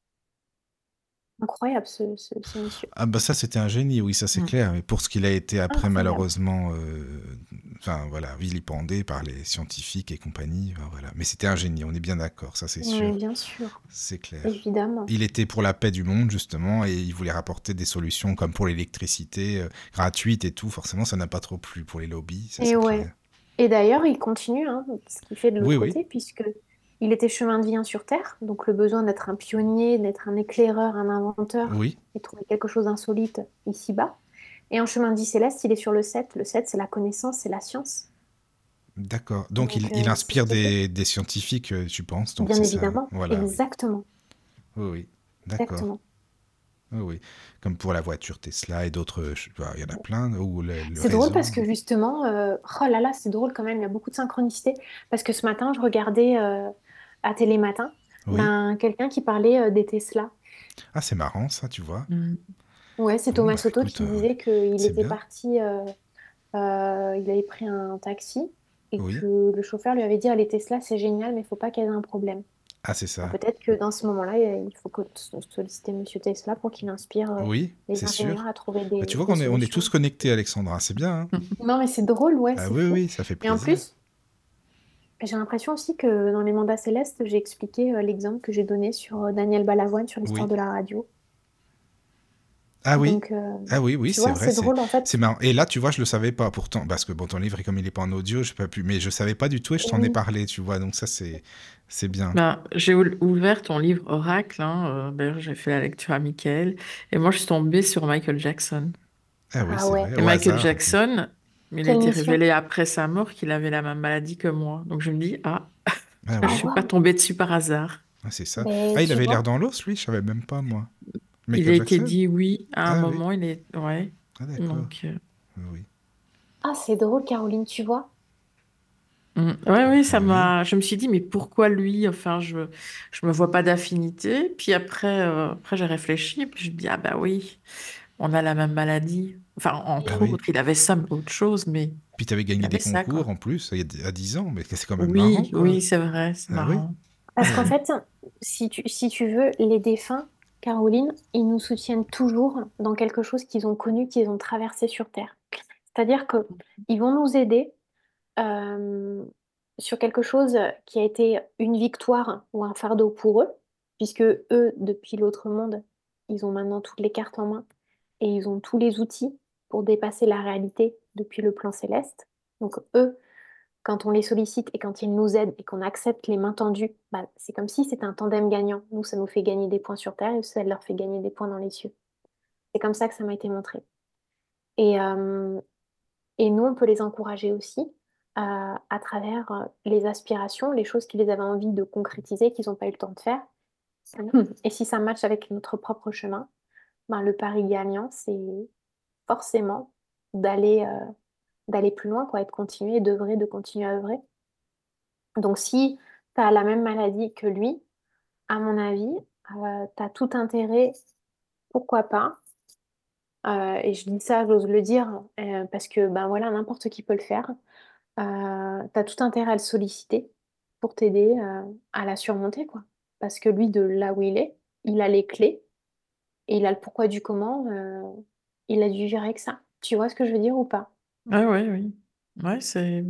incroyable, ce monsieur. Ah bah ça, c'était un génie, oui, ça c'est Mm. clair. Mais pour ce qu'il a été après, Incroyable. malheureusement, enfin voilà, vilipendé par les scientifiques et compagnie, ben, voilà. Mais c'était un génie, on est bien d'accord, ça c'est Mais sûr, bien sûr, c'est clair. évidemment. Il était pour la paix du monde, justement, et il voulait rapporter des solutions comme pour l'électricité gratuite et tout. Forcément, ça n'a pas trop plu pour les lobbies, ça Et c'est ouais. clair. Et d'ailleurs, il continue, hein, ce qu'il fait de Oui, l'autre oui, côté, puisque il était chemin de vie hein, sur Terre, donc le besoin d'être un pionnier, d'être un éclaireur, un inventeur, oui, et trouver quelque chose d'insolite ici-bas. Et en chemin de vie céleste, il est sur le 7. Le 7, c'est la connaissance, c'est la science. d'accord. Donc Donc, il c'est ce inspire qu'il fait. des scientifiques, tu penses, donc Bien c'est ça. évidemment. Voilà, oui. Exactement. Oui, oui, d'accord. Exactement. Oui, oui. Comme pour la voiture Tesla et d'autres, il y en a plein, ou le C'est drôle réseau. parce que justement, oh là là, c'est drôle quand même, il y a beaucoup de synchronicité. Parce que ce matin, je regardais à Télématin, Oui. ben, quelqu'un qui parlait des Tesla. Ah, c'est marrant ça, tu vois. Mm. Ouais, c'est Bon, Thomas bah Soto écoute, qui disait qu'il c'est était bien. parti, il avait pris un taxi et Oui. que le chauffeur lui avait dit, ah, les Tesla, c'est génial, mais il faut pas qu'elles aient un problème. Ah, c'est Alors, ça. peut-être que dans ce moment-là, il faut solliciter Monsieur Tesla pour qu'il inspire Oui, les c'est ingénieurs sûr. à trouver Bah, tu vois des on est tous solutions. connectés, Alexandra, c'est bien, hein. Non, mais c'est drôle, ouais, Ah c'est oui, fou. oui, ça fait Et en plaisir. plus, j'ai l'impression aussi que dans les mandats célestes, j'ai expliqué l'exemple que j'ai donné sur Daniel Balavoine sur l'histoire Oui. de la radio. Ah oui. Donc, Ah oui, oui, tu c'est vois, vrai, c'est drôle en c'est fait. marrant. Et là, tu vois, je le savais pas pourtant, parce que bon, ton livre, comme il est pas en audio, j'ai pas pu, mais je savais pas du tout et je t'en ai Oui, parlé, tu vois, donc ça, c'est bien. Ben, j'ai ouvert ton livre Oracle, hein, d'ailleurs, j'ai fait la lecture à Michael, et moi, je suis tombée sur Michael Jackson. Ah oui, ah c'est ouais, vrai, Et au Michael hasard en plus. Jackson, il a quelle été mission. révélé après sa mort qu'il avait la même maladie que moi. Donc, je me dis, ah, Ah je Ah oui, suis pas waouh, tombée dessus par hasard. ah, c'est ça. mais Ah, il tu avait l'air vois. dans l'os, lui, je savais même pas, moi. Il a Michael été Jackson? dit oui à un Ah oui, moment, il est... Ouais. ah d'accord. Donc, Oui. Ah, c'est drôle, Caroline, tu vois. ouais, oui, ça Oui. m'a. Je me suis dit, mais pourquoi lui? Enfin, je me vois pas d'affinité. Puis après, j'ai réfléchi, puis je me dis, ah bah oui. on a la même maladie. Enfin, Bah entre oui. autres, il avait ça, mais autre chose, mais Puis tu avais il gagné des avait ça, concours quoi. en plus, à 10 ans, mais c'est quand même marrant, Oui, quoi. oui, c'est vrai, c'est Ah oui. marrant. Parce qu'en Ouais. fait, si tu veux, les défunts, Caroline, ils nous soutiennent toujours dans quelque chose qu'ils ont connu, qu'ils ont traversé sur Terre. C'est-à-dire que ils vont nous aider euh, sur quelque chose qui a été une victoire ou un fardeau pour eux, puisque eux, depuis l'autre monde, ils ont maintenant toutes les cartes en main et ils ont tous les outils pour dépasser la réalité depuis le plan céleste. Donc eux, quand on les sollicite et quand ils nous aident et qu'on accepte les mains tendues, bah, c'est comme si c'était un tandem gagnant. Nous, ça nous fait gagner des points sur Terre et ça leur fait gagner des points dans les cieux. C'est comme ça que ça m'a été montré. Et, euh, et nous, on peut les encourager aussi à travers les aspirations, les choses qu'ils avaient envie de concrétiser, qu'ils n'ont pas eu le temps de faire. Et si ça matche avec notre propre chemin, ben, le pari gagnant, c'est forcément d'aller plus loin, quoi, et de continuer, d'œuvrer, de continuer à œuvrer. Donc si tu as la même maladie que lui, à mon avis, tu as tout intérêt, pourquoi pas, et je dis ça, j'ose le dire, parce que ben voilà, n'importe qui peut le faire. Tu as tout intérêt à le solliciter pour t'aider à la surmonter, quoi. Parce que lui, de là où il a les clés et il a le pourquoi du comment, il a dû gérer avec ça. Tu vois ce que je veux dire ou pas? Ouais, ouais, oui. Ouais, c'est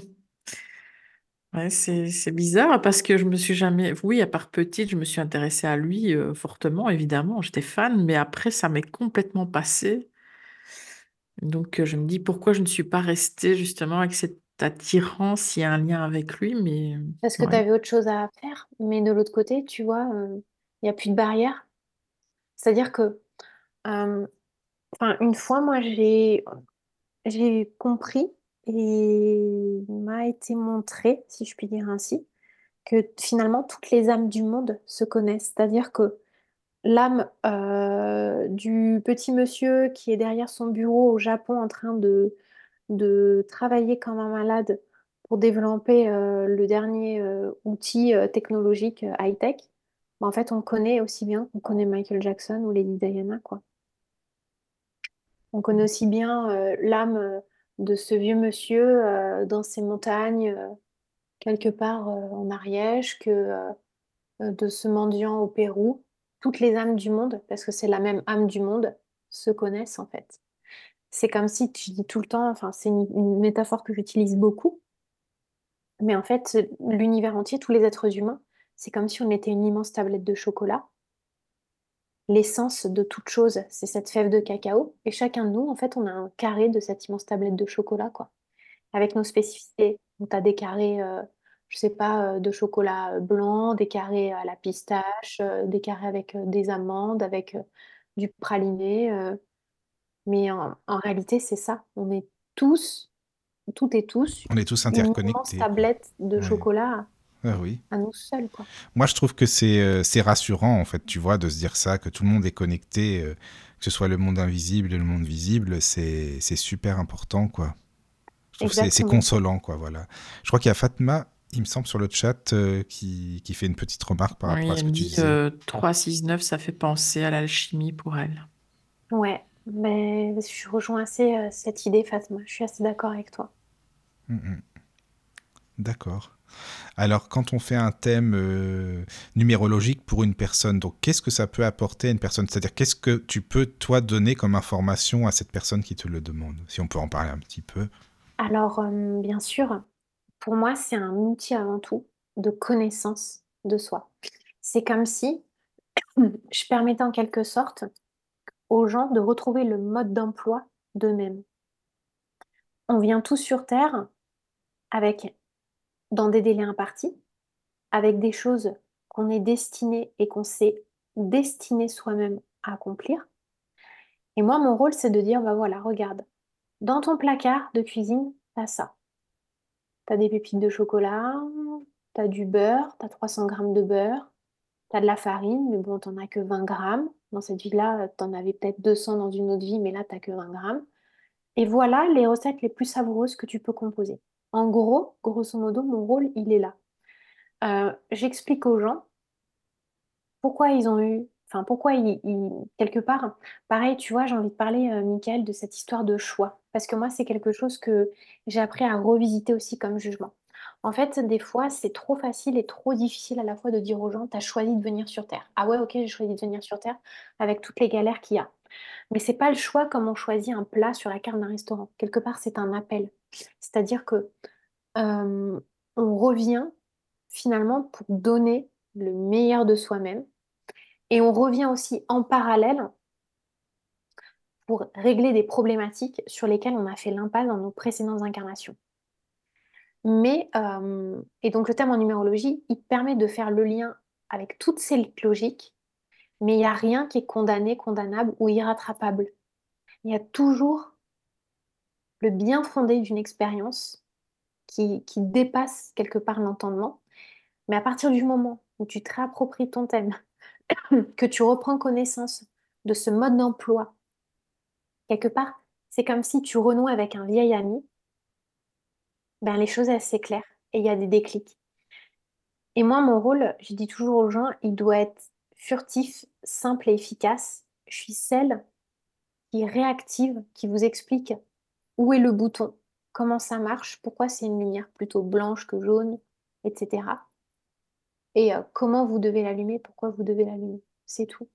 ouais, c'est bizarre parce que je me suis jamais. Oui, à part petite, je me suis intéressée à lui fortement, évidemment. J'étais fan, mais après, ça m'est complètement passé. Donc, je me dis pourquoi je ne suis pas restée justement avec cette attirance, il y a un lien avec lui, mais Parce que tu ouais. avais autre chose à faire, mais de l'autre côté, tu vois, il n'y a plus de barrière. C'est-à-dire que, euh, enfin, une fois, moi, j'ai compris et il m'a été montré, si je puis dire ainsi, que finalement, toutes les âmes du monde se connaissent. C'est-à-dire que l'âme du petit monsieur qui est derrière son bureau au Japon en train de travailler comme un malade pour développer le dernier outil technologique high-tech, bah, en fait, on connaît aussi bien qu'on connaît Michael Jackson ou Lady Diana, quoi. On connaît aussi bien l'âme de ce vieux monsieur dans ces montagnes, quelque part en Ariège, que de ce mendiant au Pérou. Toutes les âmes du monde, parce que c'est la même âme du monde, se connaissent en fait. C'est comme si tu dis tout le temps, enfin, c'est une métaphore que j'utilise beaucoup, mais en fait, l'univers entier, tous les êtres humains, c'est comme si on était une immense tablette de chocolat. L'essence de toute chose, c'est cette fève de cacao. Et chacun de nous, en fait, on a un carré de cette immense tablette de chocolat, quoi. Avec nos spécificités. Donc, tu as des carrés, je sais pas, de chocolat blanc, des carrés à la pistache, des carrés avec des amandes, avec du praliné. Mais en réalité, c'est ça. On est tous, toutes et tous, On est tous une immense interconnectés, quoi. tablette de Ouais. chocolat Ah oui. à nous seuls, quoi. Moi, je trouve que c'est rassurant, en fait, tu vois, de se dire ça, que tout le monde est connecté, que ce soit le monde invisible et le monde visible, c'est super important, quoi. Je trouve que c'est Exactement. consolant, quoi, voilà. Je crois qu'il y a Fatma, il me semble, sur le chat, qui fait une petite remarque par rapport Oui, à ce elle que me tu dit disais. 3, 6, 9, ça fait penser à l'alchimie pour elle. Ouais, mais je rejoins assez cette idée, Fatma. Je suis assez d'accord avec toi. Mhm. D'accord. Alors, quand on fait un thème numérologique pour une personne, donc qu'est-ce que ça peut apporter à une personne? C'est-à-dire, qu'est-ce que tu peux, toi, donner comme information à cette personne qui te le demande? Si on peut en parler un petit peu. Alors, bien sûr, pour moi, c'est un outil avant tout de connaissance de soi. C'est comme si je permettais en quelque sorte aux gens de retrouver le mode d'emploi d'eux-mêmes. On vient tous sur Terre avec, dans des délais impartis, avec des choses qu'on est destiné et qu'on s'est destiné soi-même à accomplir. Et moi, mon rôle, c'est de dire, bah voilà, regarde, dans ton placard de cuisine, t'as ça. T'as des pépites de chocolat, t'as du beurre, t'as 300 grammes de beurre, t'as de la farine, mais bon, t'en as que 20 grammes. Dans cette vie-là, t'en avais peut-être 200 dans une autre vie, mais là, t'as que 20 grammes. Et voilà les recettes les plus savoureuses que tu peux composer. En gros, grosso modo, mon rôle, il est là. J'explique aux gens pourquoi ils ont eu Enfin, pourquoi quelque part, pareil, tu vois, j'ai envie de parler, Michael, de cette histoire de choix. Parce que moi, c'est quelque chose que j'ai appris à revisiter aussi comme jugement. En fait, des fois, c'est trop facile et trop difficile à la fois de dire aux gens, t'as choisi de venir sur Terre. Ah ouais, ok, j'ai choisi de venir sur Terre avec toutes les galères qu'il y a. Mais c'est pas le choix comme on choisit un plat sur la carte d'un restaurant. Quelque part, c'est un appel. C'est-à-dire que euh, on revient finalement pour donner le meilleur de soi-même. Et on revient aussi en parallèle pour régler des problématiques sur lesquelles on a fait l'impasse dans nos précédentes incarnations. Et donc le terme en numérologie, il permet de faire le lien avec toute ces logiques, mais il n'y a rien qui est condamné, condamnable ou irrattrapable. Il y a toujours le bien fondé d'une expérience qui dépasse quelque part l'entendement. Mais à partir du moment où tu te réappropries ton thème, que tu reprends connaissance de ce mode d'emploi, quelque part, c'est comme si tu renoues avec un vieil ami, ben les choses elles s'éclairent et il y a des déclics. Et moi, mon rôle, je dis toujours aux gens, il doit être furtif, simple et efficace. Je suis celle qui est réactive, qui vous explique où est le bouton, comment ça marche, pourquoi c'est une lumière plutôt blanche que jaune, etc. Et comment vous devez l'allumer, pourquoi vous devez l'allumer. C'est tout.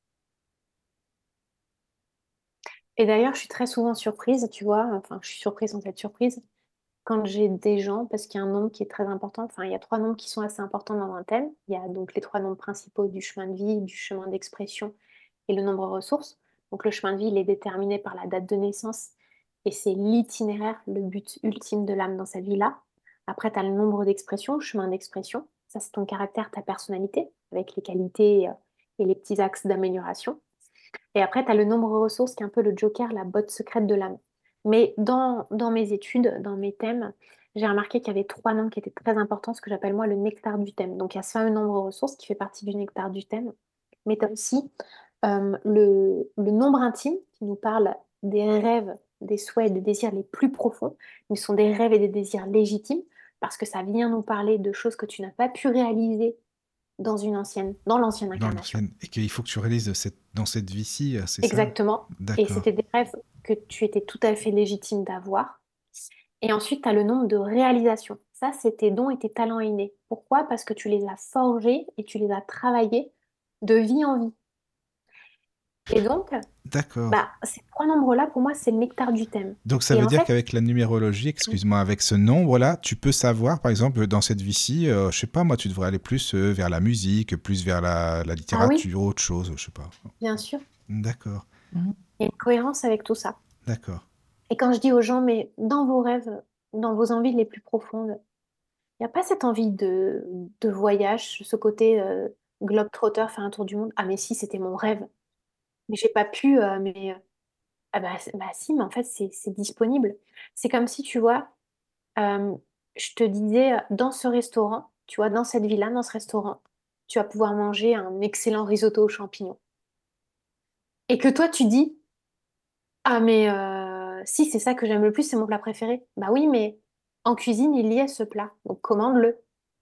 Et d'ailleurs, je suis très souvent surprise, tu vois, enfin, je suis surprise sans être surprise, quand j'ai des gens, parce qu'il y a un nombre qui est très important, enfin, il y a trois nombres qui sont assez importants dans un thème. Il y a donc les trois nombres principaux du chemin de vie, du chemin d'expression et le nombre ressources. Donc le chemin de vie, il est déterminé par la date de naissance et c'est l'itinéraire, le but ultime de l'âme dans cette vie-là. Après, tu as le nombre d'expression, le chemin d'expression. Ça, c'est ton caractère, ta personnalité, avec les qualités et les petits axes d'amélioration. Et après, tu as le nombre ressources qui est un peu le joker, la botte secrète de l'âme. Mais dans mes études, dans mes thèmes, j'ai remarqué qu'il y avait trois nombres qui étaient très importants, ce que j'appelle moi le nectar du thème. Donc il y a ce fameux nombre ressources qui fait partie du nectar du thème. Mais tu as aussi le nombre intime qui nous parle des rêves, des souhaits et des désirs les plus profonds. Ils sont des rêves et des désirs légitimes parce que ça vient nous parler de choses que tu n'as pas pu réaliser dans l'ancienne Dans incarnation. l'ancienne. Et qu'il faut que tu réalises dans cette vie-ci, c'est ça? Exactement. Et D'accord. c'était des rêves que tu étais tout à fait légitime d'avoir. Et ensuite, tu as le nombre de réalisations. Ça, c'est tes dons et tes talents innés. Pourquoi? Parce que tu les as forgés et tu les as travaillés de vie en vie. Et donc, D'accord. bah, ces trois nombres-là, pour moi, c'est le nectar du thème. Donc ça Et veut en dire fait, qu'avec la numérologie, excuse-moi, avec ce nombre-là, tu peux savoir, par exemple, dans cette vie-ci, je sais pas, moi, tu devrais aller plus vers la musique, plus vers la ah oui, littérature, autre chose, je sais pas. bien sûr, D'accord, Mhm. il y a une cohérence avec tout ça. d'accord. Et quand je dis aux gens, mais dans vos rêves, dans vos envies les plus profondes, il n'y a pas cette envie de voyage, ce côté globe-trotter, faire un tour du monde. Ah mais si, c'était mon rêve. Mais j'ai pas pu, ah bah si, mais en fait, c'est disponible. C'est comme si, tu vois, euh, je te disais, dans ce restaurant, tu vois, dans cette villa, dans ce restaurant, tu vas pouvoir manger un excellent risotto aux champignons. Et que toi, tu dis, ah mais si, c'est ça que j'aime le plus, c'est mon plat préféré. Bah oui, mais en cuisine, il y a ce plat, donc commande-le.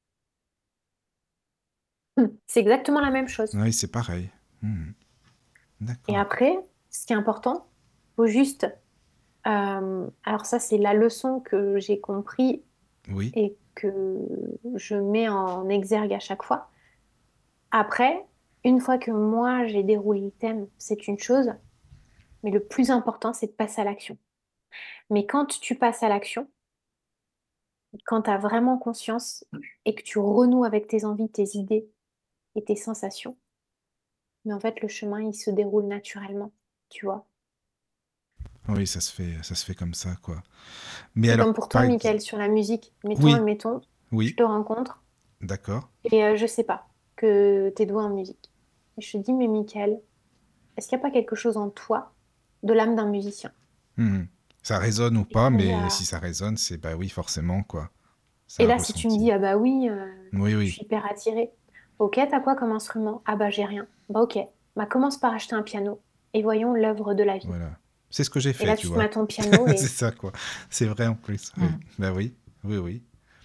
C'est exactement la même chose. Oui, c'est pareil. Mhm. Et D'accord. après, ce qui est important, faut juste, alors ça, c'est la leçon que j'ai compris Oui, et que je mets en exergue à chaque fois. Après, une fois que moi j'ai déroulé le thème, c'est une chose, mais le plus important, c'est de passer à l'action. Mais quand tu passes à l'action, quand tu as vraiment conscience et que tu renoues avec tes envies, tes idées et tes sensations, mais en fait, le chemin, il se déroule naturellement, tu vois. oui, ça se fait comme ça, quoi. Mais C'est alors, comme pour toi, Michael, sur la musique. Mettons, oui, admettons, je oui, te rencontre d'accord. et je sais pas que t'es doué en musique. Et je te dis, mais Michael, est-ce qu'il n'y a pas quelque chose en toi de l'âme d'un musicien? Mhm. Ça résonne ou Et pas, tu me dis, mais ah. si ça résonne, c'est bah oui, forcément, quoi. C'est Et un là, si tu me ressenti. dis, ah bah oui, Oui, je oui, suis hyper attirée. Ok, t'as quoi comme instrument? Ah bah j'ai rien. Bah ok, bah commence par acheter un piano et voyons l'œuvre de la vie. voilà. C'est ce que j'ai Et fait, là, tu tu te mets vois. à ton piano C'est et ça, quoi. C'est vrai en plus. Oui. Mhm. Bah oui, oui, oui.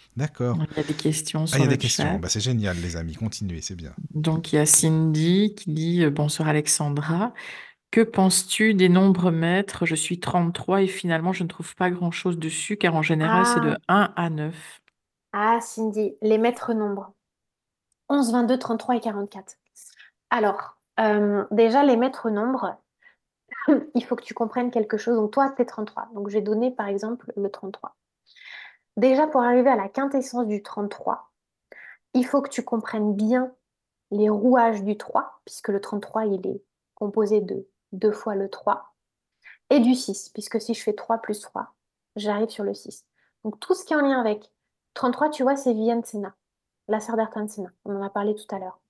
D'accord. Il y a des questions Ah, il y sur a le des questions. chat. Bah, c'est génial, les amis. Continuez, c'est bien. Donc, il y a Cindy qui dit bonsoir Alexandra. Que penses-tu des nombres maîtres? Je suis 33 et finalement, je ne trouve pas grand-chose dessus car en général, c'est de Ah, 1 à 9. Cindy, les maîtres nombres. 11, 22, 33 et 44. Alors, déjà, les maîtres nombres, il faut que tu comprennes quelque chose. Donc, toi, tu es 33. Donc, j'ai donné, par exemple, le 33. Déjà, pour arriver à la quintessence du 33, il faut que tu comprennes bien les rouages du 3, puisque le 33, il est composé de 2 fois le 3, et du 6, puisque si je fais 3 plus 3, j'arrive sur le 6. Donc, tout ce qui est en lien avec 33, tu vois, c'est Viviane Senna, la sœur d'Ayrton Senna. On en a parlé tout à l'heure.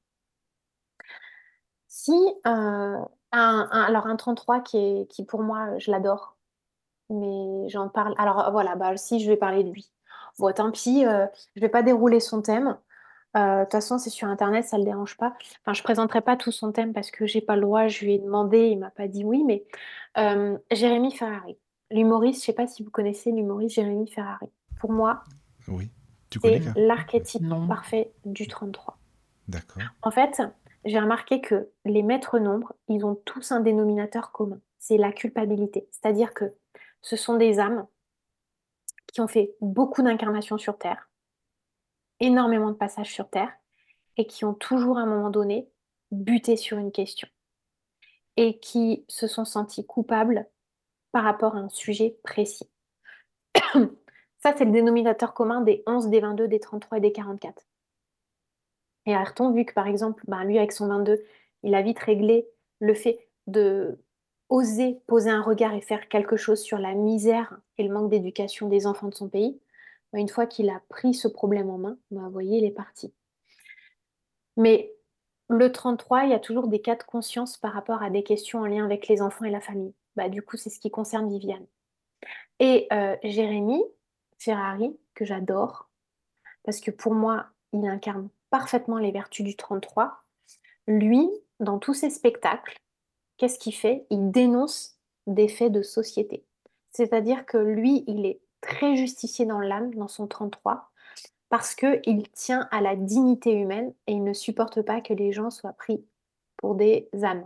Si, alors un 33 qui pour moi, je l'adore, mais j'en parle. Alors voilà, bah, si je vais parler de lui. Bon, tant pis, je vais pas dérouler son thème. De toute façon, c'est sur Internet, ça le dérange pas. Enfin, je présenterai pas tout son thème parce que j'ai pas le droit. Je lui ai demandé, il m'a pas dit oui, mais Jérémy Ferrari, l'humoriste, je sais pas si vous connaissez l'humoriste Jérémy Ferrari. Pour moi, Oui. Tu connais c'est Mm. l'archétype Non. parfait du 33. D'accord. En fait, j'ai remarqué que les maîtres nombres, ils ont tous un dénominateur commun. C'est la culpabilité. C'est-à-dire que ce sont des âmes qui ont fait beaucoup d'incarnations sur Terre, énormément de passages sur Terre, et qui ont toujours à un moment donné buté sur une question, et qui se sont sentis coupables par rapport à un sujet précis. Ça, c'est le dénominateur commun des 11, des 22, des 33 et des 44. Et Ayrton, vu que par exemple, ben, lui avec son 22, il a vite réglé le fait de oser poser un regard et faire quelque chose sur la misère et le manque d'éducation des enfants de son pays, ben, une fois qu'il a pris ce problème en main, ben, vous voyez, il est parti. Mais le 33, il y a toujours des cas de conscience par rapport à des questions en lien avec les enfants et la famille. Bah, du coup, c'est ce qui concerne Viviane. Et Jérémy Ferrari, que j'adore, parce que pour moi, il incarne parfaitement les vertus du 33. Lui, dans tous ses spectacles, qu'est-ce qu'il fait? Il dénonce des faits de société. C'est-à-dire que lui, il est très justicier dans l'âme, dans son 33, parce qu'il tient à la dignité humaine et il ne supporte pas que les gens soient pris pour des ânes.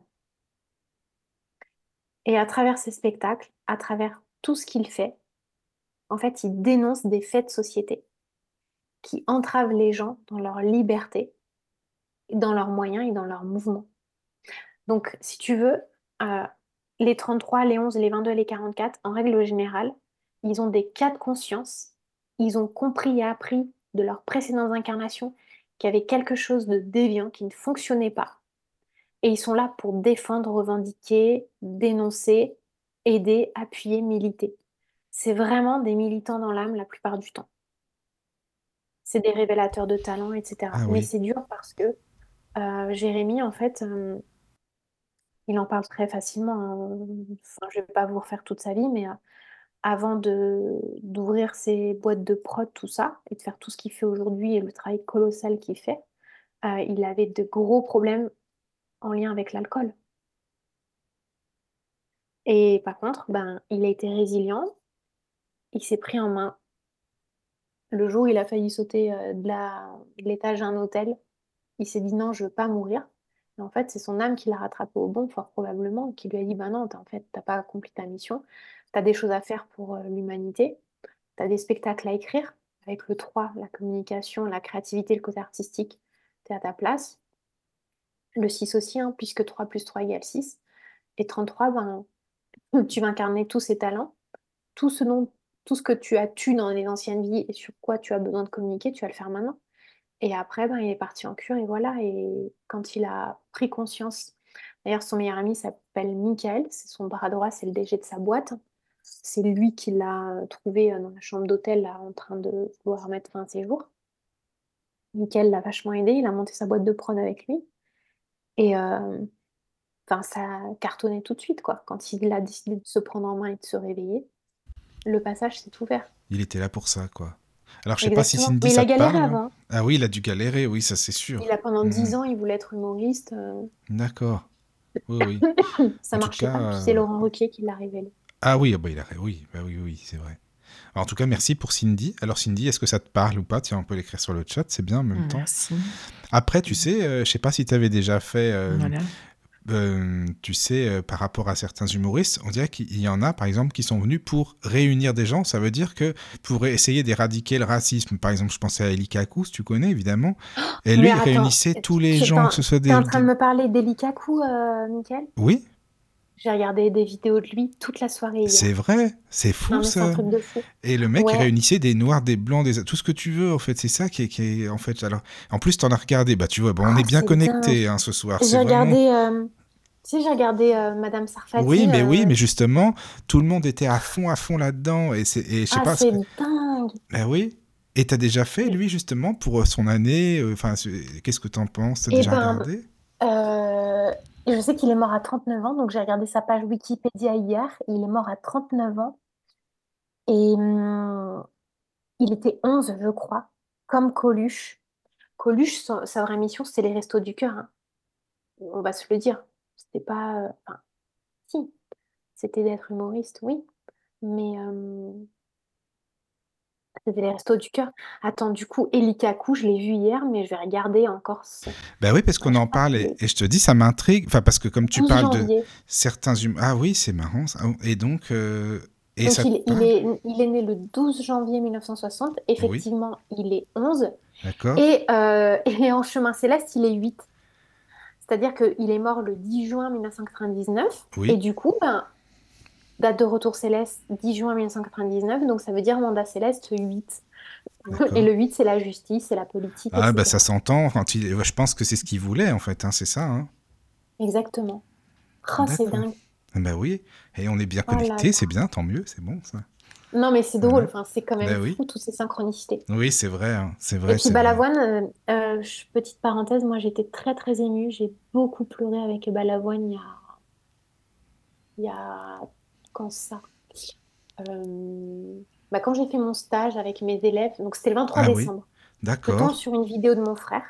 Et à travers ses spectacles, à travers tout ce qu'il fait, en fait, il dénonce des faits de société qui entravent les gens dans leur liberté, dans leurs moyens et dans leurs mouvements. Donc, si tu veux, euh, les 33, les 11, les 22 et les 44, en règle générale, ils ont des cas de conscience. Ils ont compris et appris de leurs précédentes incarnations qu'il y avait quelque chose de déviant qui ne fonctionnait pas. Et ils sont là pour défendre, revendiquer, dénoncer, aider, appuyer, militer. C'est vraiment des militants dans l'âme la plupart du temps. C'est des révélateurs de talent, etc. Ah Mais oui. c'est dur parce que Jérémy, en fait, il en parle très facilement, hein. Enfin, je vais pas vous refaire toute sa vie, mais avant d'ouvrir ses boîtes de prod, tout ça, et de faire tout ce qu'il fait aujourd'hui et le travail colossal qu'il fait, il avait de gros problèmes en lien avec l'alcool. Et par contre, ben, il a été résilient, il s'est pris en main. Le jour où il a failli sauter de l'étage d'un hôtel, il s'est dit non, je veux pas mourir. Et en fait, c'est son âme qui l'a rattrapé au bon, fort probablement, qui lui a dit bah non, en fait, t'as pas accompli ta mission, t'as des choses à faire pour l'humanité, t'as des spectacles à écrire. Avec le 3, la communication, la créativité, le côté artistique, t'es à ta place. Le 6 aussi, hein, puisque 3 plus 3 égale 6. Et 33, ben, tu vas incarner tous ces talents, tout ce dont, tout ce que tu as tu dans les anciennes vies et sur quoi tu as besoin de communiquer, tu vas le faire maintenant. Et après, ben, il est parti en cure et voilà. Et quand il a pris conscience, d'ailleurs, son meilleur ami s'appelle Michael, c'est son bras droit, c'est le DG de sa boîte. C'est lui qui l'a trouvé dans la chambre d'hôtel là, en train de vouloir mettre fin à ses jours. Michael l'a vachement aidé, il a monté sa boîte de prod avec lui. Et enfin, ça a cartonné tout de suite, quoi. Quand il a décidé de se prendre en main et de se réveiller, le passage s'est ouvert. Il était là pour ça, quoi. Alors, je sais pas si Exactement. Cindy, Mais il ça a te galéré parle. avant. Ah oui, il a dû galérer, oui, ça c'est Il sûr. a pendant Mhm. 10 ans, il voulait être humoriste. D'accord. Oui, oui. Ça En tout marchait cas, pas. Puis c'est Laurent Ruquier qui l'a révélé. ah oui, ah bah, oui, bah oui, oui, c'est vrai. En tout cas, merci pour Cindy. Alors Cindy, est-ce que ça te parle ou pas? Tiens, on peut l'écrire sur le chat, c'est bien en même temps. Merci. Après, tu sais, je sais pas si tu avais déjà fait, Voilà. tu sais, par rapport à certains humoristes, on dirait qu'il y en a, par exemple, qui sont venus pour réunir des gens. Ça veut dire que pour essayer d'éradiquer le racisme. Par exemple, je pensais à Eli Kakou, si tu connais, évidemment. Et lui, Mais il attends, réunissait tous les gens, que ce soit t'es en train de me parler d'Eli Kakou, Mickaël? Oui, J'ai regardé des vidéos de lui toute la soirée c'est hier. vrai, c'est Non, fou mais c'est un ça. truc de fou. Et le mec, il Ouais, réunissait des noirs, des blancs, tout ce que tu veux, en fait. C'est ça qui est en fait. Alors, en plus, t'en as regardé. Bah, tu vois, bon, on oh, est bien c'est dingue. connectés hein, ce soir. J'ai C'est vraiment. regardé, tu sais, j'ai regardé Madame Oui, Sarfati. mais justement, tout le monde était à fond là-dedans. Et je sais Ah, pas. c'est dingue. Ben oui. Et t'as déjà fait, lui, justement, pour son année. Enfin, qu'est-ce que t'en penses? T'as Eh déjà ben, regardé? euh, je sais qu'il est mort à 39 ans, donc j'ai regardé sa page Wikipédia hier. Il est mort à 39 ans et il était 11, je crois, comme Coluche. Coluche, sa vraie mission, c'était les Restos du Cœur, hein. On va se le dire. C'était pas. Enfin, si, c'était d'être humoriste, oui. Mais c'était les Restos du Cœur. Attends, du coup, Eli Kakou, je l'ai vu hier, mais je vais regarder encore. Ben oui, parce Ouais, qu'on je en crois parle qu'il et, est et je te dis, ça m'intrigue. Enfin, parce que comme tu 11 parles de janvier. certains humains. Ah oui, c'est marrant. Ça. Et donc. Et Donc, ça te parle? il est né le 12 janvier 1960. Oui, Effectivement, il est 11. d'accord. Et en chemin céleste, il est 8. C'est-à-dire qu'il est mort le 10 juin 1999. Et Oui, du coup, ben, date de retour céleste, 10 juin 1999. Donc, ça veut dire mandat céleste 8. Et d'accord. le 8, c'est la justice, c'est la politique, Ah, bah ça etc. s'entend. Je pense que c'est ce qu'il voulait, en fait. Hein, c'est ça. Hein. Exactement. Oh, c'est D'accord. dingue. Ben oui. Et on est bien Oh là connectés, c'est là. bien, tant mieux, c'est bon, ça. Non, mais c'est drôle. Voilà. Enfin, c'est quand même Ben oui. fou, toutes ces synchronicités. Oui, c'est vrai. Hein. C'est Et vrai, puis c'est vrai. Balavoine, petite parenthèse, moi j'étais très très émue. J'ai beaucoup pleuré avec Balavoine il y a quand ça? Euh, Bah, quand j'ai fait mon stage avec mes élèves, donc c'était le 23 Ah oui, décembre. Je tombe d'accord. sur une vidéo de mon frère.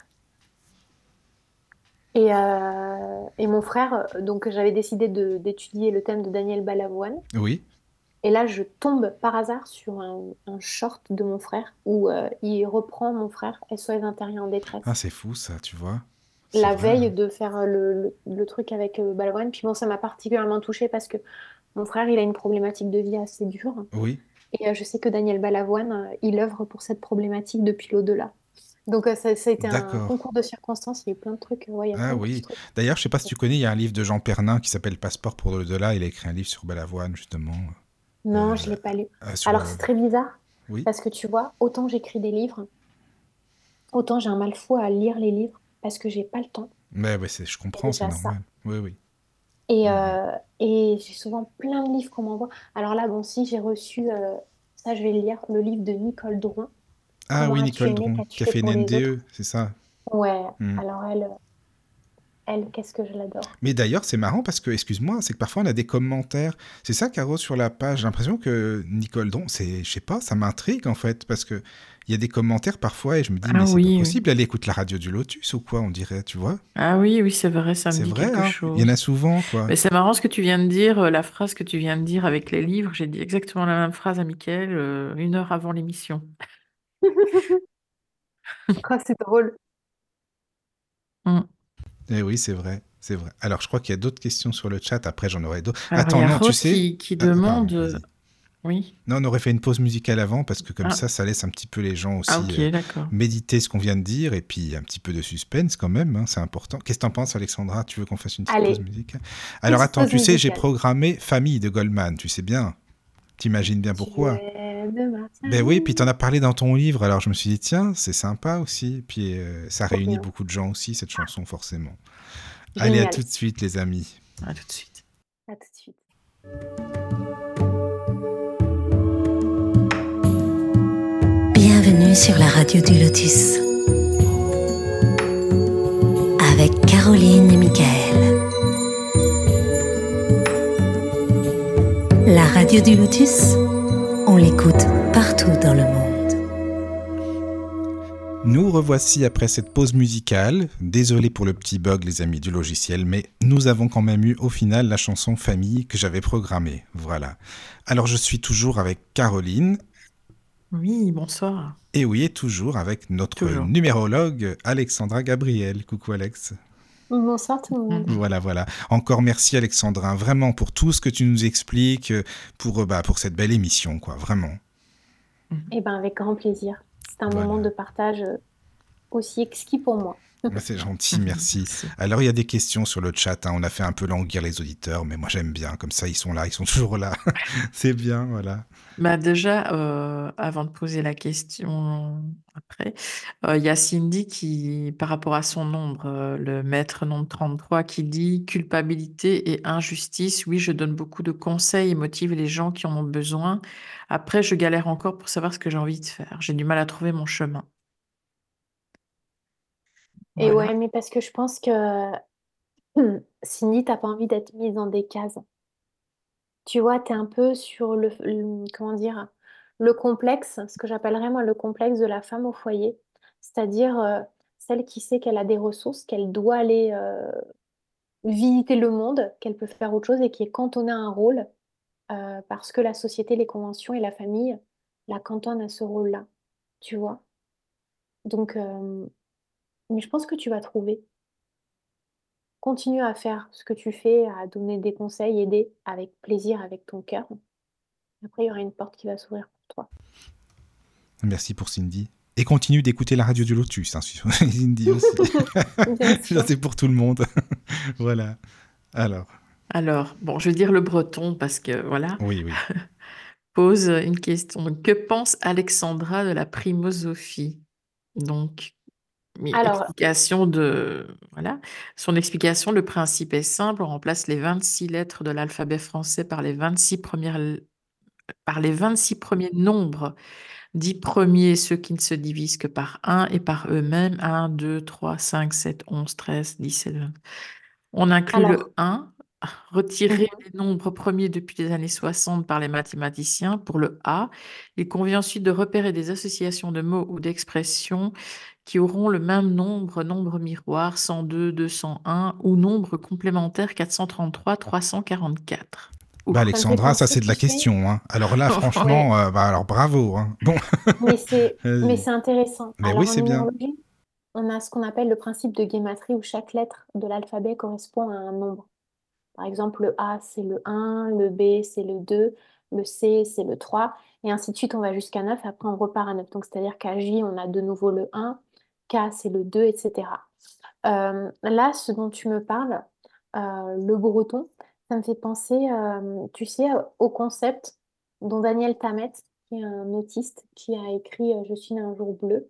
Et mon frère, donc j'avais décidé d'étudier le thème de Daniel Balavoine. Oui. Et là, je tombe par hasard sur un short de mon frère où il reprend mon frère SOS Intérieur en Ah, détresse. c'est fou, ça, tu vois. C'est La vrai. veille Hein. de faire le truc avec Balavoine. Puis bon, ça m'a particulièrement touchée parce que mon frère, il a une problématique de vie assez dure. Oui, Et je sais que Daniel Balavoine, il œuvre pour cette problématique depuis l'au-delà. Donc ça a été un d'accord. concours de circonstances. Il y a eu plein de trucs. Ouais, il y a Ah plein de petits oui. trucs. D'ailleurs, je sais pas si tu connais, il y a un livre de Jean Pernin qui s'appelle Passeport pour l'au-delà. Il a écrit un livre sur Balavoine, justement. Non, je Euh, l'ai pas lu. sur. Alors c'est très bizarre Oui. parce que tu vois, autant j'écris des livres, autant j'ai un mal fou à lire les livres parce que j'ai pas le temps. Mais ouais, je C'est comprends, c'est déjà ça. normal. Oui, oui. Et, Mhm. euh, et j'ai souvent plein de livres qu'on m'envoie. Alors là, bon, si j'ai reçu, ça je vais le lire, le livre de Nicole Dron. Ah Comment oui, as-tu Nicole aimé, Dron, qu'as-tu qui a fait fait une pour les NDE, autres? c'est ça. Ouais, Hmm. alors elle, qu'est-ce que je l'adore. Mais d'ailleurs, c'est marrant parce que, excuse-moi, c'est que parfois on a des commentaires. C'est ça, Caro, sur la page. J'ai l'impression que Nicole Dron, je sais pas, ça m'intrigue en fait, parce que il y a des commentaires parfois et je me dis, mais Ah c'est pas oui, oui. possible, elle écoute la radio du Lotus ou quoi, on dirait, tu vois. Ah oui, oui, c'est vrai, ça me C'est dit vrai, quelque hein, il y en a chose. souvent, quoi. Mais c'est marrant ce que tu viens de dire, la phrase que tu viens de dire avec les livres. J'ai dit exactement la même phrase à Mickaël 1 heure avant l'émission. Oh, c'est drôle. Mm. Eh oui, c'est vrai, c'est vrai. Alors, je crois qu'il y a d'autres questions sur le chat, après j'en aurai d'autres. Alors, il y Attends, a non, tu Rose sais. qui Ah, pardon, demande. vas-y. Oui. Non, on aurait fait une pause musicale avant parce que comme Ah, ça laisse un petit peu les gens ah, aussi ok, d'accord. méditer ce qu'on vient de dire et puis un petit peu de suspense quand même, hein, c'est important. Qu'est-ce que t'en penses, Alexandra? Tu veux qu'on fasse une petite pause Allez, musicale? Alors petite attends, pause tu sais, j'ai musicale. programmé Famille de Goldman, tu sais bien. T'imagines bien Tu pourquoi? es de ma Ben oui, puis t'en famille. as parlé dans ton livre, alors je me suis dit, tiens, c'est sympa aussi. Puis ça Trop réunit bien. beaucoup de gens aussi, cette chanson, forcément. Allez, à Génial. tout de suite, les amis. À tout de suite. À tout de suite. Bienvenue sur la radio du Lotus avec Caroline et Michael. La radio du Lotus, on l'écoute partout dans le monde. Nous revoici après cette pause musicale. Désolé pour le petit bug, les amis du logiciel, mais nous avons quand même eu au final la chanson Famille que j'avais programmée. Voilà. Alors je suis toujours avec Caroline. Oui, bonsoir. Et oui, et toujours avec notre Toujours. numérologue Alexandra Gabriel. Coucou Alex. Bonsoir tout le monde. Voilà, voilà. Encore merci Alexandra, hein, vraiment pour tout ce que tu nous expliques, pour cette belle émission, quoi, vraiment. Mhm. Eh ben, avec grand plaisir. C'est un moment de Voilà. partage aussi exquis pour moi. Ah, c'est gentil, Mhm. merci. Merci. Alors il y a des questions sur le chat, hein, on a fait un peu languir les auditeurs, mais moi j'aime bien, comme ça ils sont là, ils sont toujours là. C'est bien, voilà. Bah déjà, avant de poser la question après, il y a Cindy qui, par rapport à son nombre, le maître nombre 33, qui dit culpabilité et injustice. Oui, je donne beaucoup de conseils et motive les gens qui en ont besoin. Après, je galère encore pour savoir ce que j'ai envie de faire. J'ai du mal à trouver mon chemin. Et Voilà. ouais, mais parce que je pense que Cindy, t'as pas envie d'être mise dans des cases. Tu vois, t'es un peu sur comment dire, le complexe, ce que j'appellerais moi le complexe de la femme au foyer. C'est-à-dire celle qui sait qu'elle a des ressources, qu'elle doit aller visiter le monde, qu'elle peut faire autre chose et qui est cantonnée à un rôle parce que la société, les conventions et la famille la cantonnent à ce rôle-là. Tu vois? Donc, mais je pense que tu vas trouver. Continue à faire ce que tu fais, à donner des conseils, aider avec plaisir, avec ton cœur. Après, il y aura une porte qui va s'ouvrir pour toi. Merci pour Cindy. Et continue d'écouter la radio du Lotus, hein, Cindy aussi. Bien Ça sûr. c'est pour tout le monde. Voilà. Alors, Alors, bon, je vais dire le breton parce que voilà, oui, oui. pose une question. Donc, que pense Alexandra de la primosophie? Donc, Alors, explication de, voilà. Son explication, le principe est simple. On remplace les 26 lettres de l'alphabet français par les 26 premiers nombres. 10 premiers, ceux qui ne se divisent que par un et par eux-mêmes. Un, 2, 3, 5, 7, 11, 13, 17, 20. On inclut alors, le un. Retirer mhm. les nombres premiers depuis les années 60 par les mathématiciens pour le A. Il convient ensuite de repérer des associations de mots ou d'expressions qui auront le même nombre, nombre miroir 102, 201 ou nombre complémentaire 433, 344. Bah Ouf. Ça me fait Alexandra, ça penser, c'est de tu la sais, question, hein. Alors là, ouais, franchement, alors bravo, hein. Bon, mais vas-y. c'est intéressant. Mais oui, Alors, en c'est bien. numérologie, on a ce qu'on appelle le principe de guématrie où chaque lettre de l'alphabet correspond à un nombre. Par exemple, le A, c'est le 1, le B, c'est le 2, le C, c'est le 3, et ainsi de suite, on va jusqu'à 9, après on repart à 9. Donc, c'est-à-dire qu'à J, on a de nouveau le 1, K, c'est le 2, etc. Là, ce dont tu me parles, le breton, ça me fait penser, tu sais, au concept dont Daniel Tammet, qui est un autiste, qui a écrit Je suis né un jour bleu,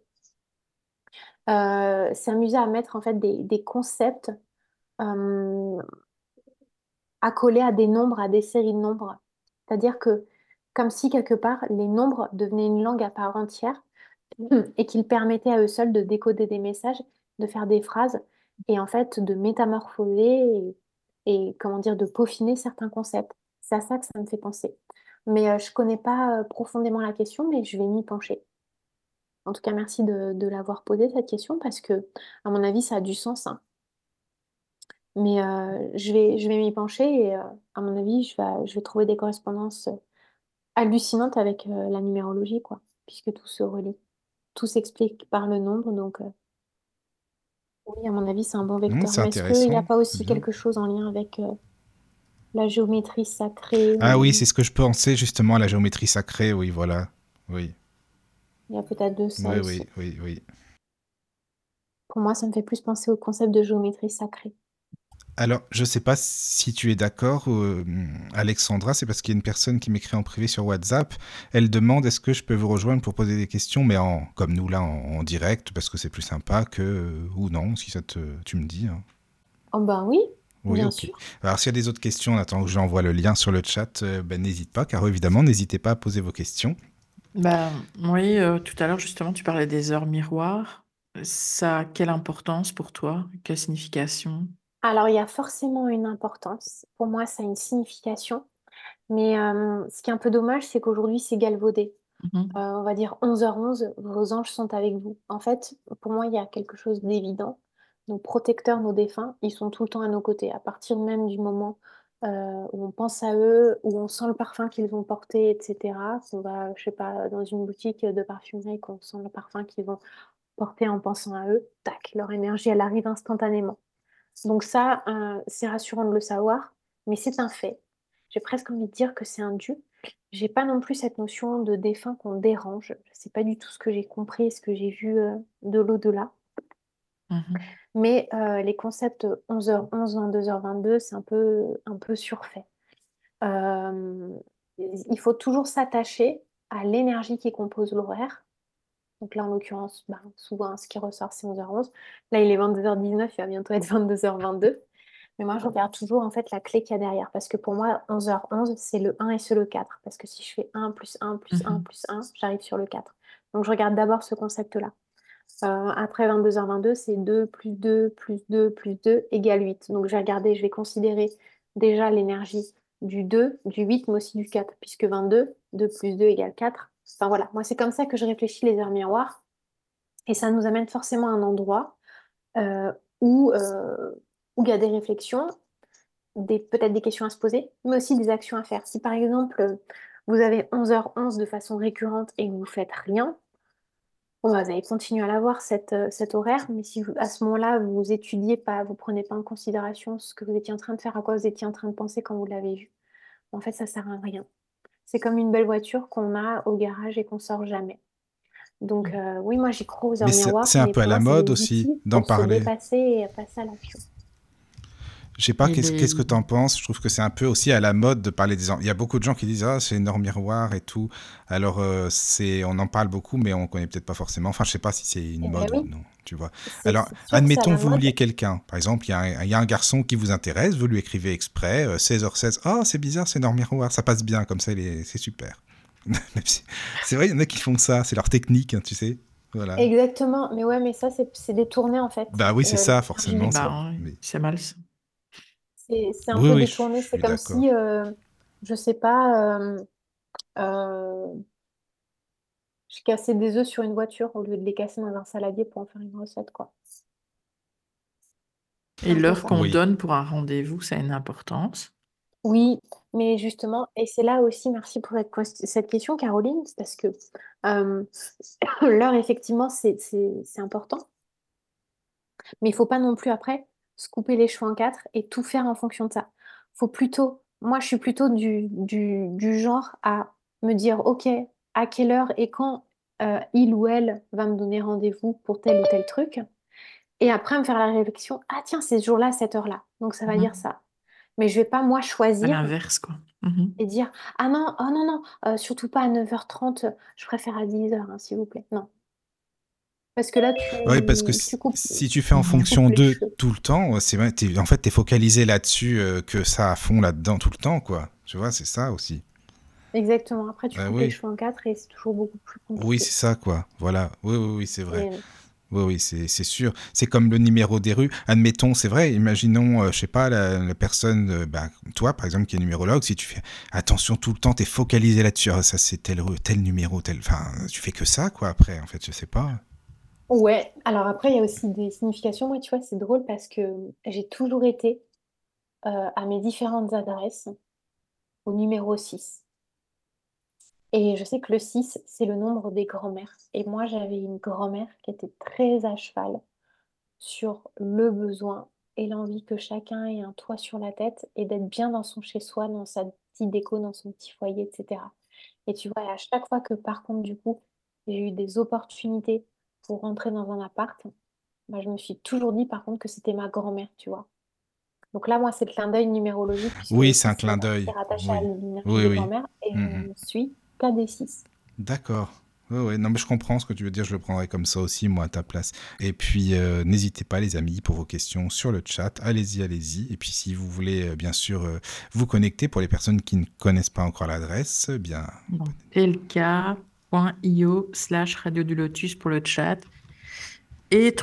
s'est amusé à mettre en fait des concepts euh, accolés à des nombres, à des séries de nombres. C'est-à-dire que, comme si quelque part, les nombres devenaient une langue à part entière et qu'ils permettaient à eux seuls de décoder des messages, de faire des phrases et en fait de métamorphoser et comment dire, de peaufiner certains concepts. C'est à ça que ça me fait penser. Mais je connais pas profondément la question, mais je vais m'y pencher. En tout cas, merci de l'avoir posée cette question parce que, à mon avis, ça a du sens, hein. Mais je vais m'y pencher et à mon avis, je vais trouver des correspondances hallucinantes avec la numérologie, quoi, puisque tout se relie. Tout s'explique par le nombre, donc oui, à mon avis, c'est un bon vecteur. C'est Mais est-ce qu'il n'y a intéressant, pas c'est aussi bien. quelque chose en lien avec la géométrie sacrée Ah oui, ou c'est ce que je pensais justement à la géométrie sacrée, oui, voilà. Oui, il y a peut-être de ça oui, aussi? oui, oui, oui. Pour moi, ça me fait plus penser au concept de géométrie sacrée. Alors, je ne sais pas si tu es d'accord, Alexandra, c'est parce qu'il y a une personne qui m'écrit en privé sur WhatsApp. Elle demande est-ce que je peux vous rejoindre pour poser des questions, mais comme nous là, en direct, parce que c'est plus sympa que ou non, si tu me dis, hein. Oh ben oui, Oui, bien ok. sûr. Alors, s'il y a des autres questions, en attendant que j'envoie le lien sur le chat, ben, n'hésite pas, car évidemment, n'hésitez pas à poser vos questions. Bah, oui, tout à l'heure, justement, tu parlais des heures miroirs. Ça a quelle importance pour toi? Quelle signification? Alors, il y a forcément une importance. Pour moi, ça a une signification. Mais ce qui est un peu dommage, c'est qu'aujourd'hui, c'est galvaudé. Mhm. On va dire 11h11, vos anges sont avec vous. En fait, pour moi, il y a quelque chose d'évident. Nos protecteurs, nos défunts, ils sont tout le temps à nos côtés. À partir même du moment où on pense à eux, où on sent le parfum qu'ils vont porter, etc. Qu'on va, je sais pas, dans une boutique de parfumerie, qu'on sent le parfum qu'ils vont porter en pensant à eux, tac, leur énergie, elle arrive instantanément. Donc ça, c'est rassurant de le savoir, mais c'est un fait. J'ai presque envie de dire que c'est un dû. J'ai pas non plus cette notion de défunt qu'on dérange. C'est pas du tout ce que j'ai compris, ce que j'ai vu de l'au-delà. Mhm. Mais les concepts 11h11, 22h22, c'est un peu surfait. Euh, il faut toujours s'attacher à l'énergie qui compose l'horaire. Donc là, en l'occurrence, ben, souvent, ce qui ressort, c'est 11h11. Là, il est 22h19, il va bientôt être 22h22. Mais moi, je regarde toujours en fait la clé qu'il y a derrière. Parce que pour moi, 11h11, c'est le 1 et c'est le 4. Parce que si je fais 1 plus 1 plus 1 Mhm. plus 1, j'arrive sur le 4. Donc, je regarde d'abord ce concept-là. Après 22h22, c'est 2 plus 2 plus 2 plus 2 égale 8. Donc, je vais considérer déjà l'énergie du 2, du 8, mais aussi du 4. Puisque 22, 2 plus 2 égale 4. Enfin voilà, moi, c'est comme ça que je réfléchis les heures miroirs. Et ça nous amène forcément à un endroit euh, où où il y a des réflexions, peut-être des questions à se poser, mais aussi des actions à faire. Si par exemple, vous avez 11h11 de façon récurrente et que vous ne faites rien, bon, bah, vous allez continuer à l'avoir cet horaire, mais si à ce moment-là, vous étudiez pas, vous prenez pas en considération ce que vous étiez en train de faire, à quoi vous étiez en train de penser quand vous l'avez vu, en fait, ça sert à rien. C'est comme une belle voiture qu'on a au garage et qu'on sort jamais. Donc oui, moi j'y crois aux Mais heures miroirs, c'est un mais peu à pour la moi, c'est mode des aussi outils d'en pour se parler. dépasser et passer à l'action. Je sais pas, Et les... qu'est-ce que t'en penses? Je trouve que c'est un peu aussi à la mode de parler des... Il y a beaucoup de gens qui disent, ah, c'est une heure miroir et tout. Alors, on en parle beaucoup, mais on connaît peut-être pas forcément. Enfin, je sais pas si c'est une Eh bien mode ou oui, non, tu vois. c'est Alors, c'est sûr que c'est à admettons, la vous vouliez mode. quelqu'un. Par exemple, il y a un garçon qui vous intéresse, vous lui écrivez exprès, 16h16. Ah, c'est bizarre, c'est une heure miroir. Ça passe bien, comme ça, c'est super. C'est vrai, il y en a qui font ça. C'est leur technique, hein, tu sais. Voilà. Exactement, mais ouais, mais ça, c'est détourné en fait. Bah oui, c'est ça, L'énergie du forcément. couple. Bah, oui, Mais... c'est mal ça. C'est un Oui, peu oui, détourné. je C'est suis comme d'accord. si, je sais pas, euh, je cassais des œufs sur une voiture au lieu de les casser dans un saladier pour en faire une recette, quoi. C'est Et un peu l'heure ça. qu'on Oui. donne pour un rendez-vous, ça a une importance. Oui, mais justement, et c'est là aussi, merci pour cette question, Caroline, c'est parce que euh, l'heure, effectivement, c'est important, mais il faut pas non plus après se couper les cheveux en quatre et tout faire en fonction de ça. Faut plutôt, moi, je suis plutôt du genre à me dire, OK, à quelle heure et quand il ou elle va me donner rendez-vous pour tel ou tel truc, et après me faire la réflexion, ah tiens, c'est ce jour-là, à cette heure-là, donc ça va dire Mhm. ça. Mais je vais pas, moi, À choisir l'inverse, quoi. Mhm. et dire, ah non, oh non, non, surtout pas à 9h30, je préfère à 10h, hein, s'il vous plaît. Non. Parce que là, Oui, parce que si tu fais en Mhm. tu coupes fonction les d'eux cheveux. tout le temps, c'est vrai, en fait, t'es focalisé là-dessus, que ça à fond là-dedans tout le temps, quoi. Tu vois, c'est ça aussi. Exactement. Après, tu coupes les Oui, cheveux en quatre et c'est toujours beaucoup plus oui, compliqué. c'est ça, quoi. Voilà. Oui, oui, oui, c'est vrai. Et- Oui, oui, c'est sûr. C'est comme le numéro des rues. Admettons, c'est vrai, imaginons, je sais pas, la personne, bah, toi, par exemple, qui est numérologue, si tu fais attention tout le temps, t'es focalisé là-dessus, ah, ça c'est telle rue, tel numéro, tel. Enfin, tu fais que ça, quoi, après, en fait, je sais pas. Ouais, alors après, il y a aussi des significations. Moi, tu vois, c'est drôle parce que j'ai toujours été à mes différentes adresses au numéro 6. Et je sais que le 6 c'est le nombre des grands-mères. Et moi, j'avais une grand-mère qui était très à cheval sur le besoin et l'envie que chacun ait un toit sur la tête et d'être bien dans son chez-soi, dans sa petite déco, dans son petit foyer, etc. Et tu vois, à chaque fois que par contre, du coup, j'ai eu des opportunités pour rentrer dans un appart, bah, je me suis toujours dit par contre que c'était ma grand-mère, tu vois. Donc là, moi, c'est le clin d'œil numérologique puisque le Oui, c'est 6 un clin c'est d'œil. rattaché à Oui, l'énergie oui, des oui. grands-mères et je Mhm. ne suis qu'à des 6. D'accord. Ouais, ouais. Non, mais je comprends ce que tu veux dire. Je le prendrais comme ça aussi, moi, à ta place. Et puis, n'hésitez pas, les amis, pour vos questions sur le chat. Allez-y, allez-y. Et puis, si vous voulez, bien sûr, vous connecter pour les personnes qui ne connaissent pas encore l'adresse, eh bien. Donc, tlk.io/radio du lotus pour le chat et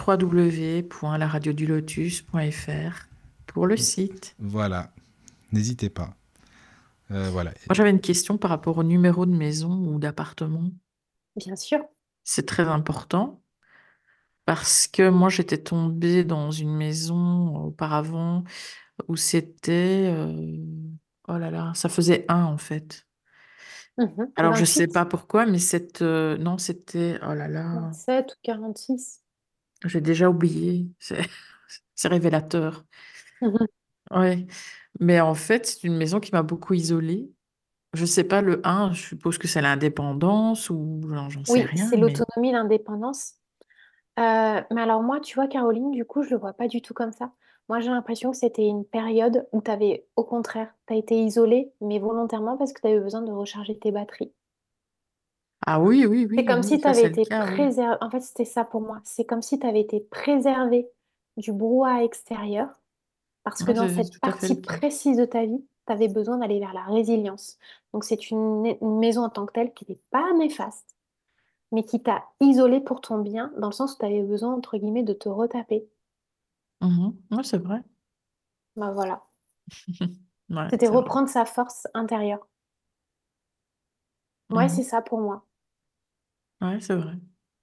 www.laradiodulotus.fr pour le site. Voilà. N'hésitez pas. Voilà. Moi, j'avais une question par rapport au numéro de maison ou d'appartement. Bien sûr. C'est très important parce que moi, j'étais tombée dans une maison auparavant où c'était... oh là là, ça faisait un en fait. Mhm. Alors, je sais 28, pas pourquoi, mais non, c'était... Oh là là, 27 ou 46. j'ai déjà oublié. C'est révélateur. Mhm. Ouais. Mais en fait, c'est une maison qui m'a beaucoup isolée. Je sais pas, le un, je suppose que c'est l'indépendance ou j'en sais Oui, rien, c'est mais... l'autonomie, l'indépendance. Mais alors moi, tu vois, Caroline, du coup, je le vois pas du tout comme ça. Moi, j'ai l'impression que c'était une période où tu avais, au contraire, tu as été isolée, mais volontairement parce que tu avais besoin de recharger tes batteries. Ah oui, oui, C'est oui, comme oui, si tu ça avais c'est le été cas, oui. préservé. En fait, c'était ça pour moi. C'est comme si tu avais été préservé du brouhaha extérieur parce que Ouais, dans c'est cette tout à fait le partie cas. précise de ta vie, tu avais besoin d'aller vers la résilience. Donc, c'est une maison en tant que telle qui n'est pas néfaste, mais qui t'a isolé pour ton bien, dans le sens où tu avais besoin, entre guillemets, de te retaper. Mhm. Ouais, c'est vrai. Ben voilà. Ouais, C'était c'est vrai. reprendre sa force intérieure. Ouais, c'est Mhm. ça pour moi. Ouais, c'est vrai.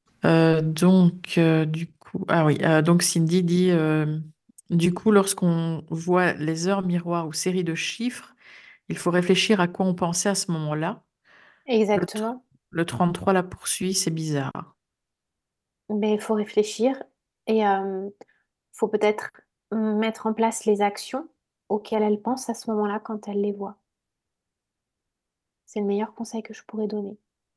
Du coup, ah oui, donc Cindy dit, du coup, lorsqu'on voit les heures miroirs ou séries de chiffres, il faut réfléchir à quoi on pensait à ce moment-là. Le, tr- Exactement. le 33 la poursuit, c'est bizarre. Mais il faut réfléchir et faut peut-être mettre en place les actions auxquelles elle pense à ce moment-là quand elle les voit. C'est le meilleur conseil que je pourrais donner.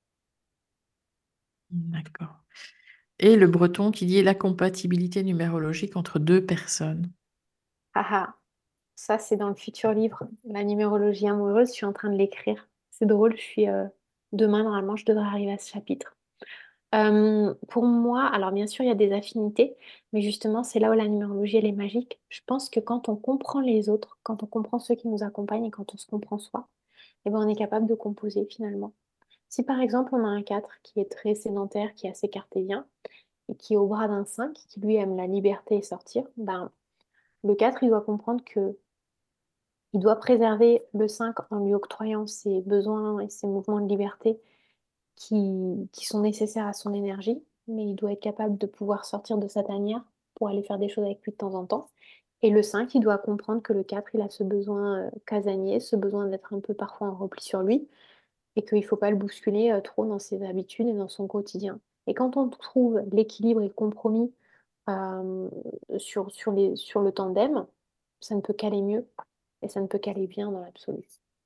D'accord. Et le breton qui dit la compatibilité numérologique entre deux personnes. Haha, ça c'est dans le futur livre, la numérologie amoureuse, je suis en train de l'écrire. C'est drôle, demain normalement je devrais arriver à ce chapitre. Pour moi, alors bien sûr il y a des affinités, mais justement c'est là où la numérologie elle est magique. Je pense que quand on comprend les autres, quand on comprend ceux qui nous accompagnent et quand on se comprend soi, eh ben, on est capable de composer finalement. Si par exemple on a un 4 qui est très sédentaire, qui est assez cartésien, et qui est au bras d'un 5 qui lui aime la liberté et sortir, ben, le 4 il doit comprendre que il doit préserver le 5 en lui octroyant ses besoins et ses mouvements de liberté qui sont nécessaires à son énergie, mais il doit être capable de pouvoir sortir de sa tanière pour aller faire des choses avec lui de temps en temps. Et le 5 il doit comprendre que le 4 il a ce besoin casanier, ce besoin d'être un peu parfois en repli sur lui, et qu'il ne faut pas le bousculer trop dans ses habitudes et dans son quotidien. Et quand on trouve l'équilibre et le compromis euh, sur le tandem, ça ne peut qu'aller mieux et ça ne peut qu'aller bien dans l'absolu.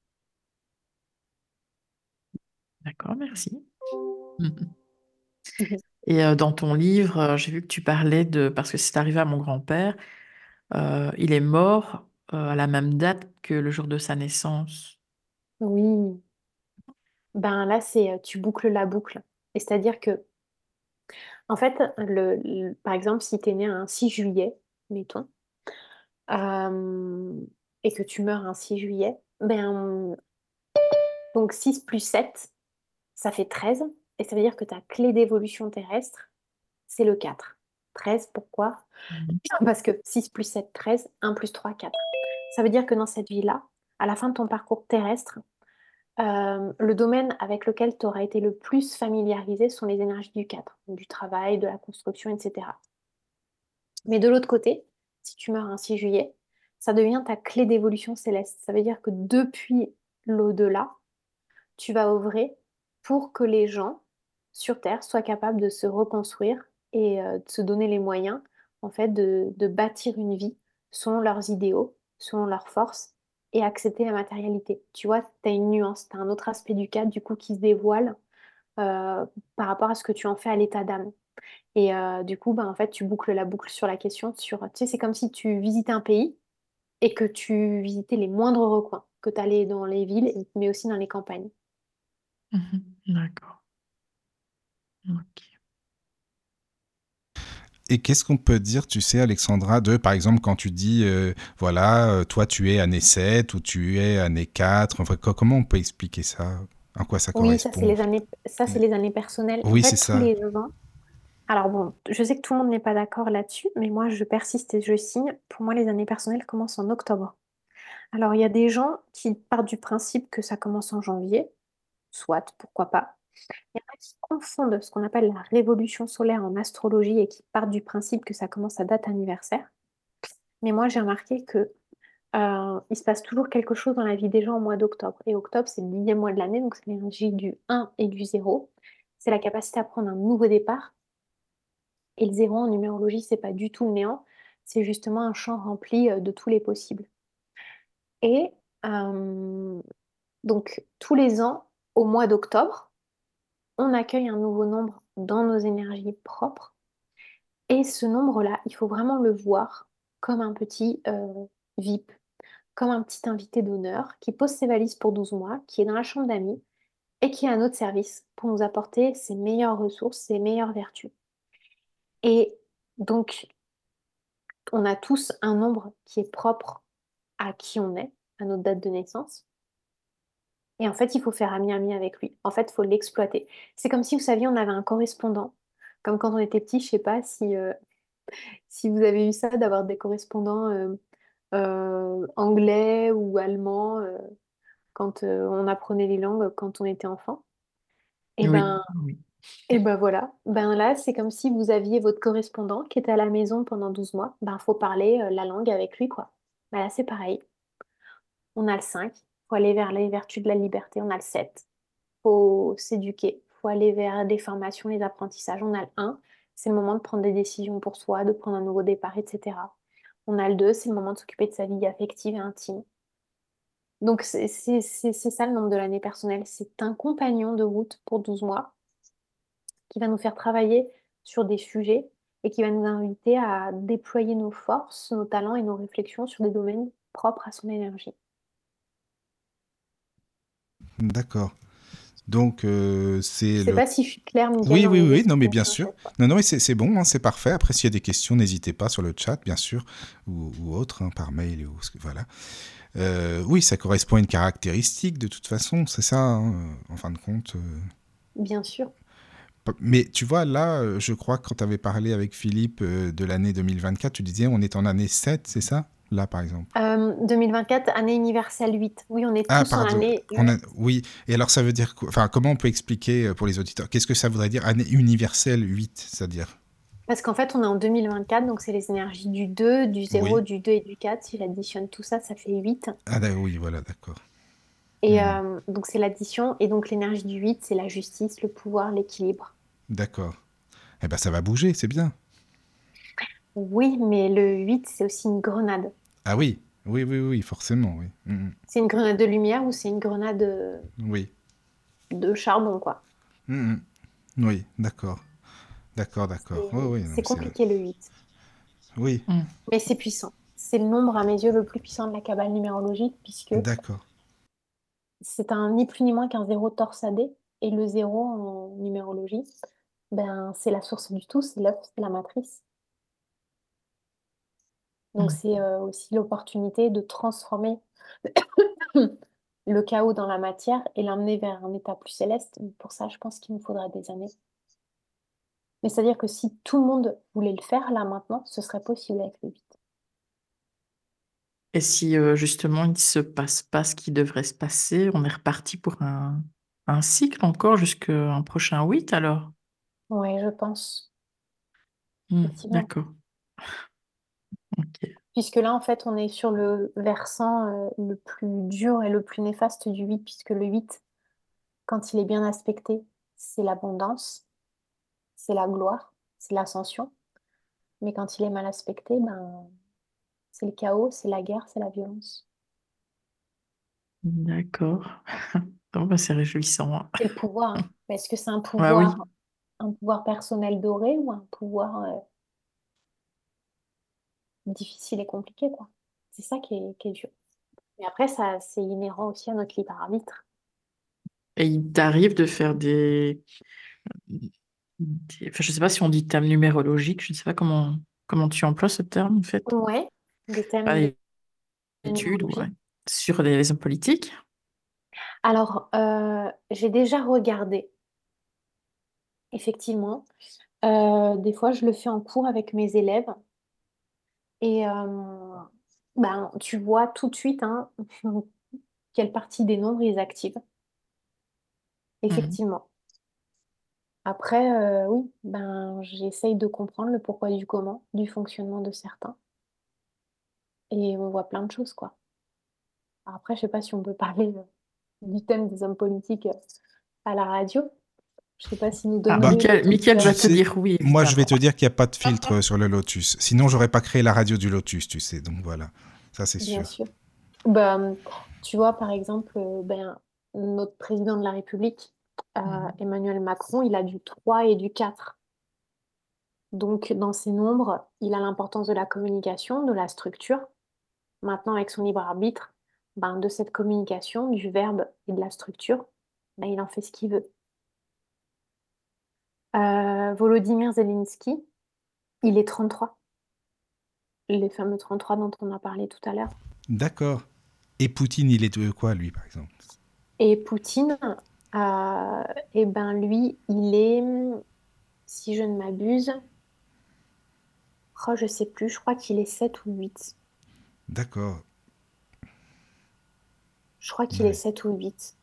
D'accord, merci. Mhm. Et dans ton livre, j'ai vu que tu parlais de, parce que c'est arrivé à mon grand-père, il est mort à la même date que le jour de sa naissance. Oui, ben là, tu boucles la boucle. Et c'est-à-dire que, en fait, par exemple, si tu es né un 6 juillet, mettons, euh, et que tu meurs un 6 juillet, ben, donc 6 plus 7 ça fait 13. Et ça veut dire que ta clé d'évolution terrestre, c'est le 4. 13, pourquoi? Mhm. Parce que 6 plus 7, 13, 1 plus 3, 4. Ça veut dire que dans cette vie-là, à la fin de ton parcours terrestre, le domaine avec lequel tu auras été le plus familiarisé sont les énergies du 4, du travail, de la construction, etc. Mais de l'autre côté, si tu meurs un 6 juillet, ça devient ta clé d'évolution céleste. Ça veut dire que depuis l'au-delà, tu vas œuvrer pour que les gens sur Terre soient capables de se reconstruire et de se donner les moyens, en fait, de bâtir une vie selon leurs idéaux, selon leurs forces et accepter la matérialité. Tu vois, tu as une nuance, tu as un autre aspect du cadre, du coup, qui se dévoile par rapport à ce que tu en fais à l'état d'âme. Et du coup, bah, en fait, tu boucles la boucle sur la question sur, tu sais, c'est comme si tu visitais un pays et que tu visitais les moindres recoins, que tu allais dans les villes, mais aussi dans les campagnes. Mhm. D'accord. Ok. Et qu'est-ce qu'on peut dire, tu sais, Alexandra, de, par exemple, quand tu dis, voilà, toi tu es année 7 ou tu es année 4, enfin, comment on peut expliquer ça? À quoi ça Oui, correspond? ça, c'est les années personnelles. En Oui, c'est fait, tous ça. les ans. Alors bon, je sais que tout le monde n'est pas d'accord là-dessus, mais moi, je persiste et je signe. Pour moi, les années personnelles commencent en octobre. Alors, il y a des gens qui partent du principe que ça commence en janvier, soit, pourquoi pas. Il y en a qui confondent ce qu'on appelle la révolution solaire en astrologie et qui partent du principe que ça commence à date anniversaire. Mais moi, j'ai remarqué que il se passe toujours quelque chose dans la vie des gens au mois d'octobre. Et octobre, c'est le 10e mois de l'année, donc c'est l'énergie du 1 et du 0. C'est la capacité à prendre un nouveau départ. Et le 0 en numérologie, c'est pas du tout le néant, c'est justement un champ rempli de tous les possibles. Et euh, donc, tous les ans, au mois d'octobre, on accueille un nouveau nombre dans nos énergies propres. Et ce nombre-là, il faut vraiment le voir comme un petit VIP, comme un petit invité d'honneur qui pose ses valises pour 12 mois, qui est dans la chambre d'amis et qui est à notre service pour nous apporter ses meilleures ressources, ses meilleures vertus. Et donc, on a tous un nombre qui est propre à qui on est, à notre date de naissance. Et en fait, il faut faire ami-ami avec lui. En fait, il faut l'exploiter. C'est comme si, vous saviez, on avait un correspondant. Comme quand on était petit, je sais pas si vous avez eu ça, d'avoir des correspondants anglais ou allemands quand on apprenait les langues quand on était enfant. Et Oui, ben, oui. et ben voilà. Ben là, c'est comme si vous aviez votre correspondant qui était à la maison pendant 12 mois. Ben, faut parler la langue avec lui, quoi. Ben là, c'est pareil. On a le 5, faut aller vers les vertus de la liberté. On a le 7, faut s'éduquer, faut aller vers des formations, les apprentissages. On a le 1, c'est le moment de prendre des décisions pour soi, de prendre un nouveau départ, etc. On a le 2, c'est le moment de s'occuper de sa vie affective et intime. Donc c'est ça le nombre de l'année personnelle. C'est un compagnon de route pour 12 mois qui va nous faire travailler sur des sujets et qui va nous inviter à déployer nos forces, nos talents et nos réflexions sur des domaines propres à son énergie. D'accord. Donc, Je c'est sais le... pas si je suis claire, Miguel, Oui, dans oui, mes oui, non, mais bien explications à sûr. chaque fois. Non, non, mais c'est bon, hein, c'est parfait. Après, s'il y a des questions, n'hésitez pas sur le chat, bien sûr, ou autre, hein, par mail, voilà. Oui, ça correspond à une caractéristique, de toute façon, c'est ça, hein, en fin de compte. Bien sûr. Mais tu vois, là, je crois que quand tu avais parlé avec Philippe de l'année 2024, tu disais on est en année 7, c'est ça? Là, par exemple. 2024, année universelle 8. Oui, on est Ah, tous en pardon. année 8. Oui, et alors ça veut dire quoi? Enfin, comment on peut expliquer pour les auditeurs? Qu'est-ce que ça voudrait dire année universelle 8, c'est-à-dire? Parce qu'en fait, on est en 2024, donc c'est les énergies du 2, du 0, Oui. du 2 et du 4. Si j'additionne tout ça, ça fait 8. Ah, oui, voilà, d'accord. Et Hmm, donc c'est l'addition. Et donc l'énergie du 8, c'est la justice, le pouvoir, l'équilibre. d'accord. Eh ben, ça va bouger, c'est bien. Oui, mais le 8, c'est aussi une grenade. Ah oui, oui, oui, oui, forcément, oui. C'est une grenade de lumière ou c'est une grenade Oui. de charbon, quoi. Hmm, oui, d'accord. D'accord, d'accord. Oui, oui, non, C'est c'est... compliqué le 8. Oui, Mm. Mais c'est puissant. C'est le nombre, à mes yeux, le plus puissant de la cabale numérologique, puisque d'accord. c'est un ni plus ni moins qu'un zéro torsadé. Et le zéro en numérologie, ben, c'est la source du tout, c'est l'œuf, c'est la matrice. Donc Mm. c'est aussi l'opportunité de transformer le chaos dans la matière et l'amener vers un état plus céleste. Pour ça, je pense qu'il nous faudra des années. Mais c'est-à-dire que si tout le monde voulait le faire là maintenant, ce serait possible avec le 8. Et si justement il ne se passe pas ce qui devrait se passer, on est reparti pour un cycle encore jusqu'à un prochain 8 alors? Oui, je pense, effectivement. D'accord. Ok. Puisque là, en fait, on est sur le versant le plus dur et le plus néfaste du 8, puisque le 8, quand il est bien aspecté, c'est l'abondance, c'est la gloire, c'est l'ascension. Mais quand il est mal aspecté, ben, c'est le chaos, c'est la guerre, c'est la violence. D'accord. Bon, bah, c'est réjouissant, hein. C'est le pouvoir, hein. Mais est-ce que c'est Ah oui. un pouvoir personnel doré ou un pouvoir difficile et compliqué, quoi? C'est ça qui est dur. Mais après, ça, c'est inhérent aussi à notre libre arbitre. Et il t'arrive de faire enfin, je ne sais pas si on dit terme numérologique, je ne sais pas comment tu emploies ce terme en fait. Ouais, des Pas thèmes de des études ou numérologie. ouais, sur les hommes politiques. Alors, j'ai déjà regardé, effectivement. Des fois, je le fais en cours avec mes élèves. Et ben, tu vois tout de suite hein, quelle partie des nombres ils activent. Mhm. Effectivement. Après, oui, ben, j'essaye de comprendre le pourquoi du comment, du fonctionnement de certains. Et on voit plein de choses, quoi. Après, je sais pas si on peut parler du thème des hommes politiques à la radio. Je sais pas s'ils nous Ah, donneraient Bah, Mickaël peut-être. va tu te sais, dire oui, moi je vais évidemment. te dire qu'il n'y a pas de filtre sur le Lotus. Sinon, j'aurais pas créé la radio du Lotus, tu sais. Donc voilà, ça c'est Bien sûr. sûr. Bah, tu vois, par exemple, ben, notre président de la République, Mhm. Emmanuel Macron, il a du 3 et du 4. Donc, dans ces nombres, il a l'importance de la communication, de la structure. Maintenant, avec son libre arbitre, ben, de cette communication, du verbe et de la structure, ben, il en fait ce qu'il veut. Volodymyr Zelensky, il est 33, les fameux 33 dont on a parlé tout à l'heure. D'accord. Et Poutine, il est de quoi, lui, par exemple? Et Poutine, eh ben lui, il est, si je ne m'abuse, oh, je sais plus, je crois qu'il est 7 ou 8. D'accord. Je crois qu'il est Ouais. 7 ou 8.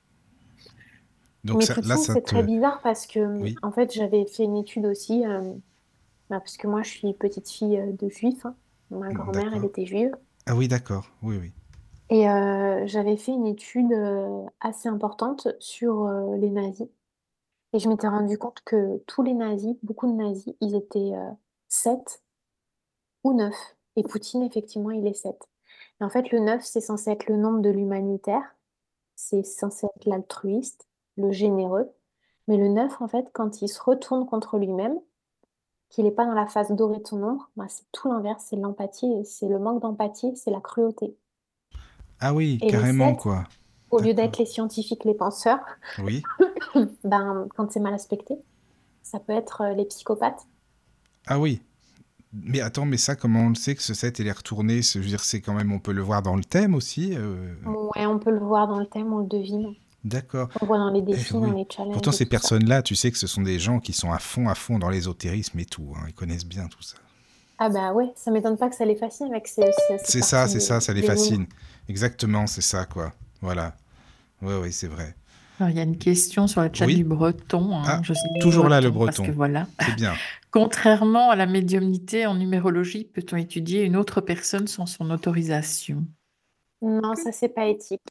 Donc Mais ça, là, Poutine, ça c'est très te... bizarre parce que, Oui, en fait, j'avais fait une étude aussi, bah, parce que moi, je suis petite fille de juif, hein. Ma grand-mère, elle d'accord. était juive. Ah oui, d'accord. Oui, oui. Et j'avais fait une étude assez importante sur les nazis. Et je m'étais rendu compte que tous les nazis, beaucoup de nazis, ils étaient 7 ou 9. Et Poutine, effectivement, il est 7. Et en fait, le 9, c'est censé être le nombre de l'humanitaire, c'est censé être l'altruiste, le généreux. Mais le 9, en fait, quand il se retourne contre lui-même, qu'il n'est pas dans la phase dorée de son ombre, bah, c'est tout l'inverse, c'est l'empathie, c'est le manque d'empathie, c'est la cruauté. Ah oui, Et les carrément, 7, quoi. au lieu D'accord. d'être les scientifiques, les penseurs, Oui. ben, quand c'est mal aspecté, ça peut être les psychopathes. Ah oui. Mais attends, mais ça, comment on le sait que ce set, il est retourné? Je veux dire, c'est quand même... On peut le voir dans le thème aussi. Ouais, on peut le voir dans le thème, on le devine. D'accord. On le voit dans les Eh défis, dans oui. les Pourtant, challenges et ces tout ça. personnes-là, tu sais que ce sont des gens qui sont à fond dans l'ésotérisme et tout, hein. Ils connaissent bien tout ça. Ah bah ouais, ça m'étonne pas que ça les fascine avec cette partie C'est ça, ça les des fascine. ombres. Exactement, c'est ça, quoi. Voilà. Oui, oui, c'est vrai. Alors, il y a une question sur le chat du Oui. breton, hein. Ah, Je sais du toujours là, le breton parce que breton. voilà. C'est bien. Contrairement à la médiumnité en numérologie, peut-on étudier une autre personne sans son autorisation? Non, ça c'est pas éthique.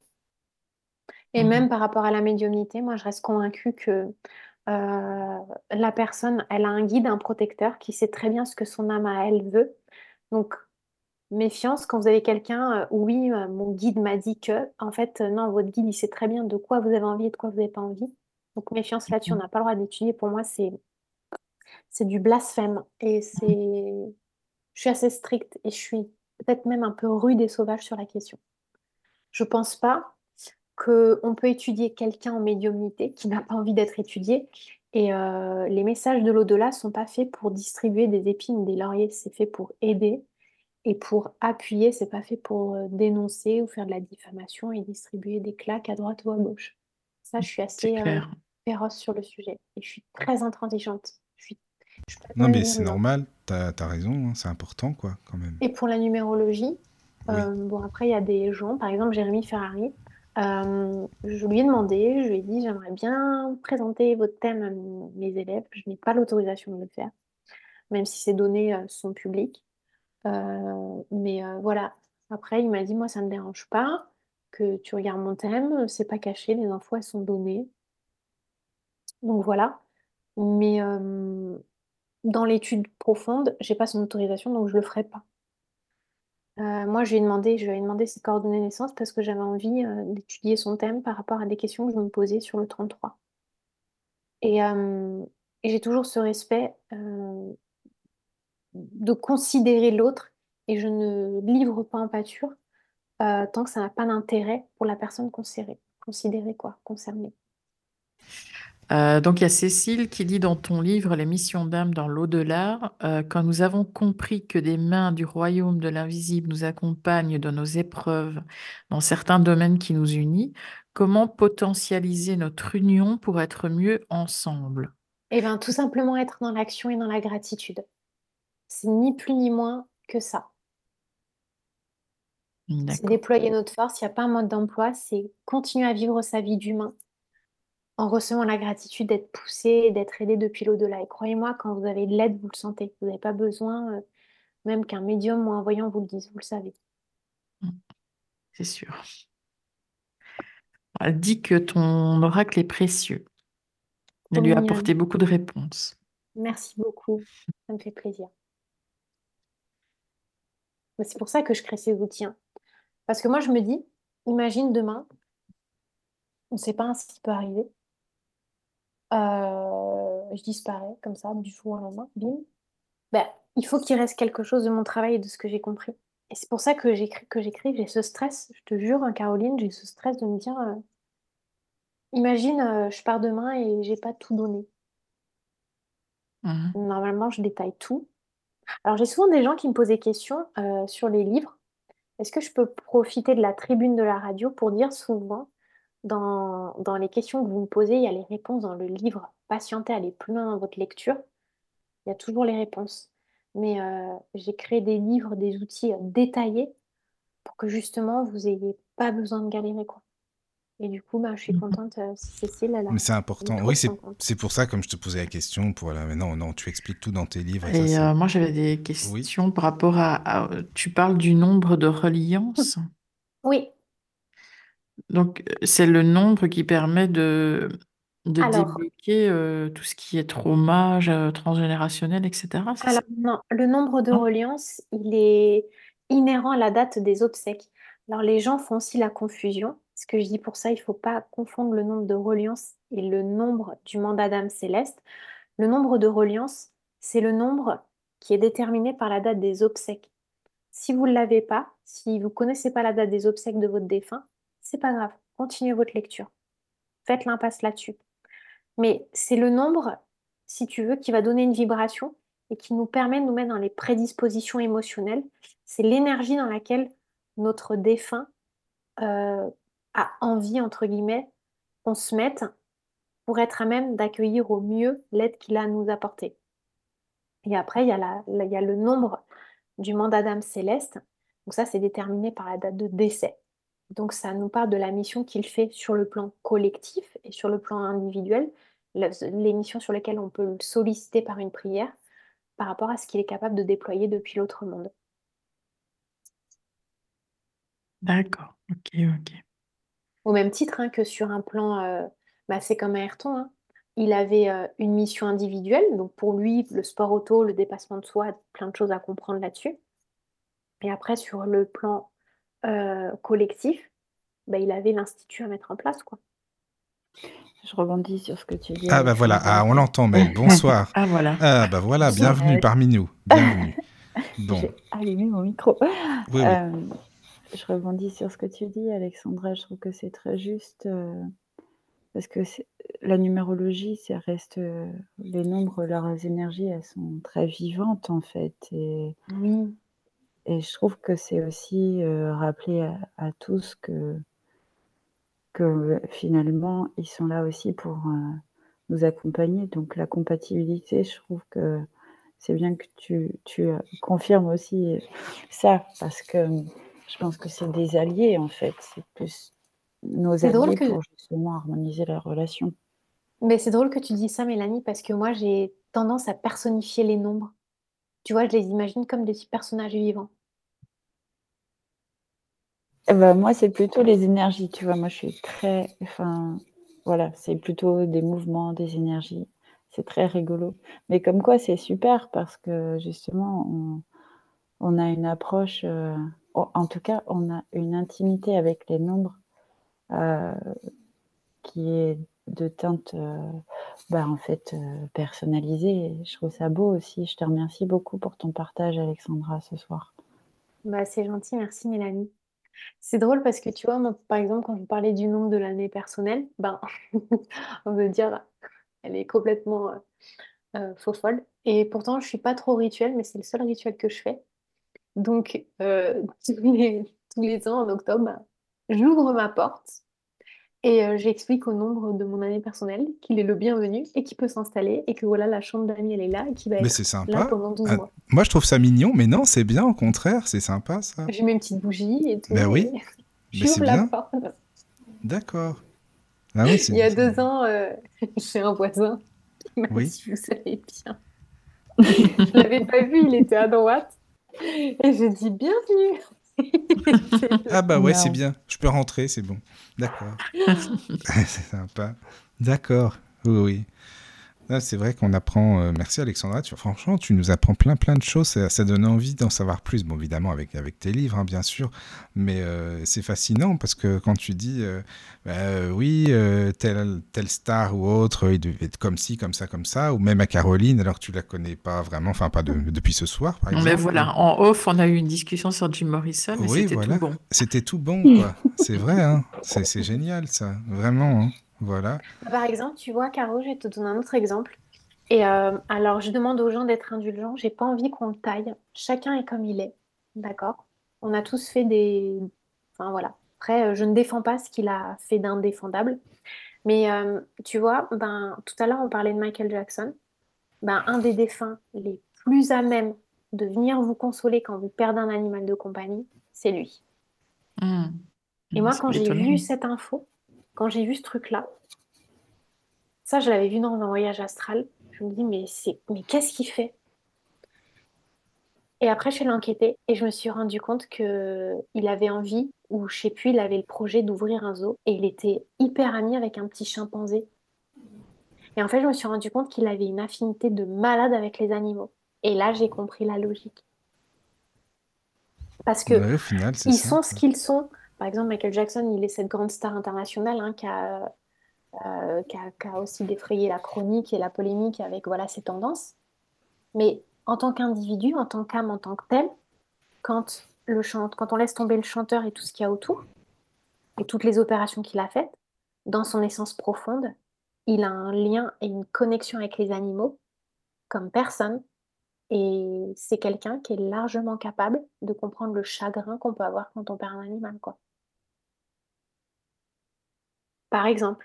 Et même Mhm. par rapport à la médiumnité, moi je reste convaincue que la personne, elle a un guide, un protecteur qui sait très bien ce que son âme à elle veut. Donc méfiance quand vous avez quelqu'un, oui, mon guide m'a dit que, en fait, non, votre guide il sait très bien de quoi vous avez envie et de quoi vous n'avez pas envie. Donc méfiance là-dessus, on n'a pas le droit d'étudier. Pour moi, c'est du blasphème. Et je suis assez stricte et je suis peut-être même un peu rude et sauvage sur la question. Je pense pas qu'on peut étudier quelqu'un en médiumnité qui n'a pas envie d'être étudié. Et les messages de l'au-delà sont pas faits pour distribuer des épines ou des lauriers, c'est fait pour aider et pour appuyer, c'est pas fait pour dénoncer ou faire de la diffamation et distribuer des claques à droite ou à gauche. Ça, je suis C'est assez clair. féroce sur le sujet et je suis très intransigeante. Je peux Non, même mais dire c'est non. normal. T'as raison, hein, c'est important, quoi, quand même. Et pour la numérologie, Oui. bon, après, il y a des gens, par exemple, Jérémy Ferrari, je lui ai demandé, je lui ai dit, j'aimerais bien présenter votre thème à mes élèves. Je n'ai pas l'autorisation de le faire, même si ces données sont publiques. Mais voilà. Après, il m'a dit, moi, ça ne me dérange pas que tu regardes mon thème, c'est pas caché, les infos, elles sont données. Donc voilà. Mais dans l'étude profonde, j'ai pas son autorisation, donc je le ferai pas. Moi, je lui ai demandé ses coordonnées de naissance parce que j'avais envie d'étudier son thème par rapport à des questions que je me posais sur le 33. Et, euh, et j'ai toujours ce respect de considérer l'autre et je ne livre pas en pâture tant que ça n'a pas d'intérêt pour la personne considérée, quoi, concernée. Donc, il y a Cécile qui dit dans ton livre Les missions d'âme dans l'au-delà, quand nous avons compris que des mains du royaume de l'invisible nous accompagnent dans nos épreuves, dans certains domaines qui nous unissent, comment potentialiser notre union pour être mieux ensemble? Et bien, tout simplement être dans l'action et dans la gratitude. C'est ni plus ni moins que ça. C'est D'accord. déployer notre force. Il n'y a pas un mode d'emploi, c'est continuer à vivre sa vie d'humain en recevant la gratitude d'être poussé, d'être aidé depuis l'au-delà. Et croyez-moi, quand vous avez de l'aide, vous le sentez. Vous n'avez pas besoin même qu'un médium ou un voyant vous le dise, vous le savez. C'est sûr. Elle dit que ton oracle est précieux. Elle Trop lui a mignonne. apporté beaucoup de réponses. Merci beaucoup. Ça me fait plaisir. Mais c'est pour ça que je crée ces outils, hein. Parce que moi, je me dis, imagine demain, on ne sait pas ce qui peut arriver. Je disparais comme ça, du jour au lendemain, bim. Ben, il faut qu'il reste quelque chose de mon travail et de ce que j'ai compris. Et c'est pour ça que j'écris, j'ai ce stress, je te jure, hein, Caroline, j'ai ce stress de me dire, imagine, je pars demain et j'ai pas tout donné. Mhm. Normalement, je détaille tout. Alors, j'ai souvent des gens qui me posent des questions sur les livres. Est-ce que je peux profiter de la tribune de la radio pour dire souvent, dans les questions que vous me posez, il y a les réponses dans le livre. Patientez, allez plus loin dans votre lecture. Il y a toujours les réponses. Mais j'ai créé des livres, des outils détaillés pour que justement, vous n'ayez pas besoin de galérer, quoi. Et du coup, bah, je suis contente, si Cécile, Mais c'est elle y important. trouve Oui, son compte. c'est pour ça, comme je te posais la question, pour la... Mais non, non, tu expliques tout dans tes livres et ça, Et c'est... moi, j'avais des Oui. questions par rapport tu parles du nombre de reliances. Oui, Donc, c'est le nombre qui permet de alors, débloquer tout ce qui est trauma transgénérationnel, etc. C'est ça? non, le nombre de Non. reliances, il est inhérent à la date des obsèques. Alors, les gens font aussi la confusion. Ce que je dis pour ça, il ne faut pas confondre le nombre de reliances et le nombre du mandat d'âme céleste. Le nombre de reliances, c'est le nombre qui est déterminé par la date des obsèques. Si vous ne l'avez pas, si vous ne connaissez pas la date des obsèques de votre défunt, c'est pas grave. Continuez votre lecture. Faites l'impasse là-dessus. Mais c'est le nombre, si tu veux, qui va donner une vibration et qui nous permet de nous mettre dans les prédispositions émotionnelles. C'est l'énergie dans laquelle notre défunt a envie, entre guillemets, qu'on se mette pour être à même d'accueillir au mieux l'aide qu'il a à nous apporter. Et après, il y a le nombre du mandat d'âme céleste. Donc ça, c'est déterminé par la date de décès. Donc ça nous parle de la mission qu'il fait sur le plan collectif et sur le plan individuel, les missions sur lesquelles on peut le solliciter par une prière par rapport à ce qu'il est capable de déployer depuis l'autre monde. D'accord. Ok, ok. Au même titre, hein, que sur un plan, c'est comme Ayrton, hein. Il avait une mission individuelle, donc pour lui, le sport auto, le dépassement de soi, plein de choses à comprendre là-dessus. Et après, sur le plan collectif, il avait l'institut à mettre en place, quoi. Je rebondis sur ce que tu dis, Ah bah voilà, Alexandra. on l'entend, Mel. Bonsoir. Ah, voilà. Ah bah voilà, bienvenue parmi nous. Bienvenue. Bon, J'ai allumé mon micro. oui, oui. Je rebondis sur ce que tu dis, Alexandra. Je trouve que c'est très juste parce que la numérologie, ça reste les nombres, leurs énergies, elles sont très vivantes en fait. Oui. Et je trouve que c'est aussi rappeler à tous que finalement, ils sont là aussi pour nous accompagner. Donc la compatibilité, je trouve que c'est bien que tu confirmes aussi ça, parce que je pense que c'est des alliés, en fait. C'est plus nos C'est drôle alliés que, pour justement harmoniser la relation. mais c'est drôle que tu dis ça, Mélanie, parce que moi, j'ai tendance à personnifier les nombres. Tu vois, je les imagine comme des petits personnages vivants. Eh ben, moi, c'est plutôt les énergies, tu vois. Moi, je suis très... Enfin, voilà, c'est plutôt des mouvements, des énergies. C'est très rigolo. Mais comme quoi, c'est super parce que justement, on a une approche... en tout cas, on a une intimité avec les nombres qui est de teinte en fait personnalisée. Je trouve ça beau aussi. Je te remercie beaucoup pour ton partage, Alexandra, ce soir. C'est gentil, merci Mélanie. C'est drôle parce que tu vois, moi, par exemple, quand je parlais du nombre de l'année personnelle, on veut dire, elle est complètement faux folle. Et pourtant, je suis pas trop rituel, mais c'est le seul rituel que je fais. Donc, tous les ans, en octobre, j'ouvre ma porte et j'explique au nombre de mon année personnelle qu'il est le bienvenu et qu'il peut s'installer et que voilà, la chambre d'amis, elle est là et qu'il va Mais être c'est là sympa. pendant 12 mois. Moi, je trouve ça mignon, mais non, c'est bien, au contraire, c'est sympa, ça. Je mets une petite bougie et tout Ben oui, et mais c'est j'ouvre la bien. porte. D'accord. Ah oui, Il y a 2 ans, j'ai un voisin qui m'a Oui. dit, vous allez bien. Je l'avais pas vu, il était à droite. Et j'ai dit, bienvenue. Ah bah ouais, c'est Non. bien. Je peux rentrer, c'est bon. D'accord. C'est sympa. D'accord. Oui, oui. Ah, c'est vrai qu'on apprend. Merci Alexandra. Franchement, tu nous apprends plein de choses. Ça donne envie d'en savoir plus. Bon, évidemment, avec tes livres, hein, bien sûr. Mais c'est fascinant parce que quand tu dis, oui, telle star ou autre, il devait être comme ci, comme ça, ou même à Caroline, alors que tu la connais pas vraiment, enfin, pas depuis ce soir, par Mais exemple. voilà, en off, on a eu une discussion sur Jim Morrison et Oui, c'était tout voilà. bon. C'était tout bon, quoi. C'est vrai, hein. C'est génial, ça. Vraiment, hein. Voilà. Par exemple, tu vois, Caro, je vais te donner un autre exemple. Et alors, je demande aux gens d'être indulgents. J'ai pas envie qu'on le taille. Chacun est comme il est. D'accord? On a tous fait des. Enfin, voilà. Après, je ne défends pas ce qu'il a fait d'indéfendable. Mais tu vois, ben, tout à l'heure, on parlait de Michael Jackson. Ben, un des défunts les plus à même de venir vous consoler quand vous perdez un animal de compagnie, c'est lui. Hmm. Et moi, C'est quand pas j'ai étonnant. vu cette info, quand j'ai vu ce truc-là, ça, je l'avais vu dans un voyage astral. Je me dis, mais qu'est-ce qu'il fait? Et après, je suis allée enquêter et je me suis rendu compte que il avait envie, ou je sais plus, il avait le projet d'ouvrir un zoo et il était hyper ami avec un petit chimpanzé. Et en fait, je me suis rendu compte qu'il avait une affinité de malade avec les animaux. Et là, j'ai compris la logique. Parce que Ouais, au final, c'est ils ça, sont ce quoi. qu'ils sont. Par exemple, Michael Jackson, il est cette grande star internationale hein, qui a aussi défrayé la chronique et la polémique avec voilà, ses tendances. Mais en tant qu'individu, en tant qu'âme, en tant que tel, quand on laisse tomber le chanteur et tout ce qu'il y a autour, et toutes les opérations qu'il a faites, dans son essence profonde, il a un lien et une connexion avec les animaux comme personne. Et c'est quelqu'un qui est largement capable de comprendre le chagrin qu'on peut avoir quand on perd un animal, quoi. Par exemple.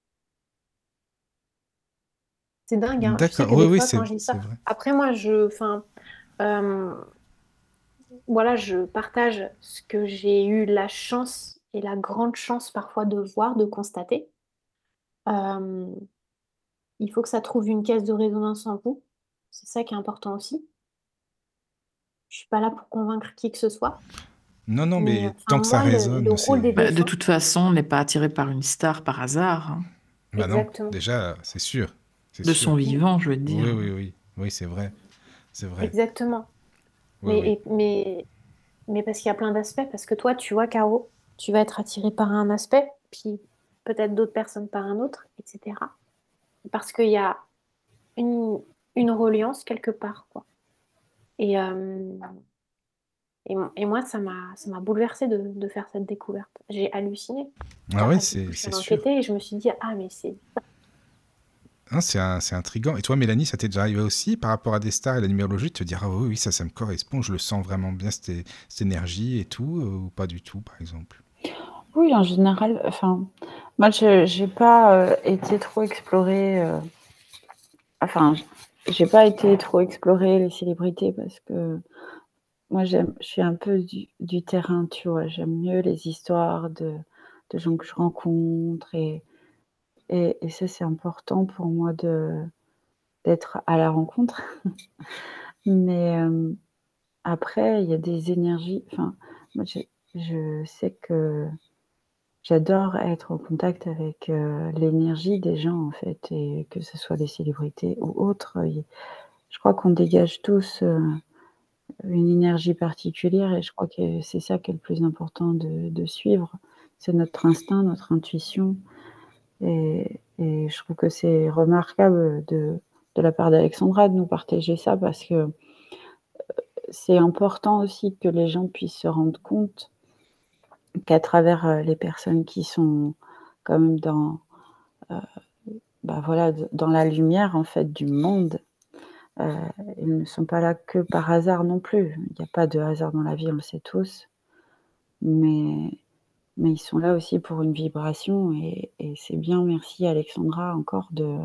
C'est dingue, hein. Je sais D'accord. que Oui, des oui, fois, quand je dis c'est ça, vrai. après moi, enfin, euh, voilà, je partage ce que j'ai eu la chance et la grande chance parfois de voir, de constater. Euh, il faut que ça trouve une caisse de résonance en vous. C'est ça qui est important aussi. Je suis pas là pour convaincre qui que ce soit, Non, non, mais mais enfin tant que ça moi, le résonne, rôle des c'est. Bah, de défunts, toute façon, on n'est pas attiré par une star par hasard, hein. Bah non, exactement, déjà, c'est sûr. C'est De son sûr. vivant, je veux Oui, dire. oui, oui. Oui, c'est vrai. C'est vrai. exactement. Oui, Mais, oui. mais parce qu'il y a plein d'aspects, parce que toi, tu vois, Caro, tu vas être attiré par un aspect, puis peut-être d'autres personnes par un autre, etc. Parce qu'il y a une, une reliance quelque part, quoi. Et, et moi, ça m'a bouleversée de faire cette découverte. J'ai halluciné. Ah ouais, Du coup, je suis c'est allée sûr. enquêter et je me suis dit, ah, mais c'est... Hein, c'est intriguant. Et toi, Mélanie, ça t'est déjà arrivé aussi par rapport à des stars et la numérologie de te dire, ah oui, oui, ça me correspond, je le sens vraiment bien, cette énergie et tout, ou pas du tout, par exemple. Oui, en général, enfin, moi, j'ai pas été trop explorée. Enfin, j'ai pas été trop explorer les célébrités parce que moi, je suis un peu du terrain, tu vois. J'aime mieux les histoires de gens que je rencontre et ça, c'est important pour moi d'être à la rencontre. Mais après, il y a des énergies. Enfin, moi, je sais que j'adore être en contact avec l'énergie des gens, en fait, et que ce soit des célébrités ou autres. Je crois qu'on dégage tous une énergie particulière et je crois que c'est ça qui est le plus important de suivre. C'est notre instinct, notre intuition et je trouve que c'est remarquable de la part d'Alexandra de nous partager ça parce que c'est important aussi que les gens puissent se rendre compte qu'à travers, les personnes qui sont quand même heu, bah, voilà, dans la lumière en fait du monde, heu, ils ne sont pas là que par hasard non plus. Il n'y a pas de hasard dans la vie, on le sait tous, mais ils sont là aussi pour une vibration et c'est bien, merci Alexandra encore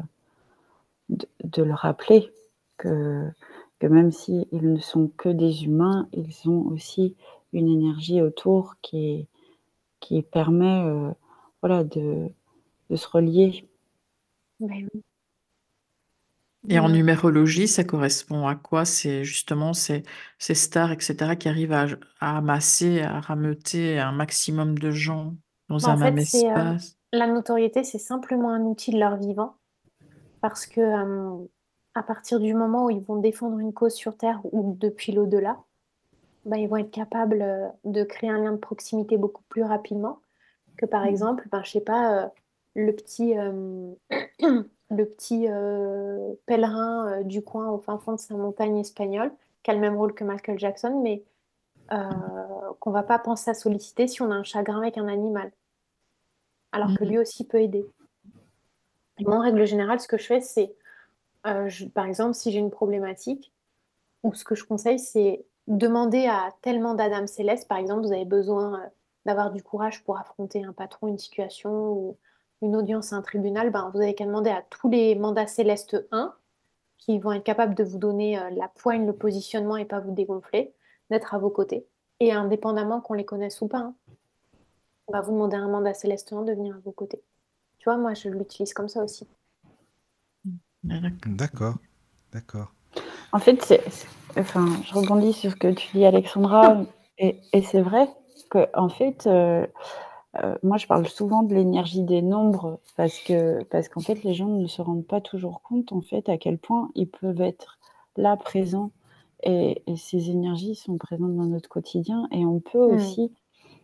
de le rappeler que même s'ils ne sont que des humains, ils ont aussi une énergie autour qui permet, voilà de se relier. Ben oui. Et en Mm. numérologie, ça correspond à quoi? C'est justement ces stars, etc., qui arrivent à amasser, à rameuter un maximum de gens dans Bah, un en même fait, espace. la notoriété, c'est simplement un outil de leur vivant parce que à partir du moment où ils vont défendre une cause sur Terre ou depuis l'au-delà, bah, ils vont être capables de créer un lien de proximité beaucoup plus rapidement que par exemple, ben, je sais pas, le petit, le petit pèlerin du coin au fin fond de sa montagne espagnole, qui a le même rôle que Michael Jackson, mais qu'on va pas penser à solliciter si on a un chagrin avec un animal, alors que Mhm. lui aussi peut aider. Et moi, en règle générale, ce que je fais, c'est, par exemple, si j'ai une problématique, ou ce que je conseille, c'est demander à tel mandat d'âme céleste, par exemple, vous avez besoin d'avoir du courage pour affronter un patron, une situation ou une audience à un tribunal, ben, vous avez qu'à demander à tous les mandats célestes 1 qui vont être capables de vous donner la poigne, le positionnement et pas vous dégonfler, d'être à vos côtés. Et indépendamment qu'on les connaisse ou pas, hein, on va vous demander à un mandat céleste 1 de venir à vos côtés. Tu vois, moi, je l'utilise comme ça aussi. D'accord. D'accord, d'accord. En fait, enfin, je rebondis sur ce que tu dis, Alexandra, et c'est vrai que, en fait, moi, je parle souvent de l'énergie des nombres parce qu'en fait, les gens ne se rendent pas toujours compte, en fait, à quel point ils peuvent être là, présents, et ces énergies sont présentes dans notre quotidien, et on peut Hmm, aussi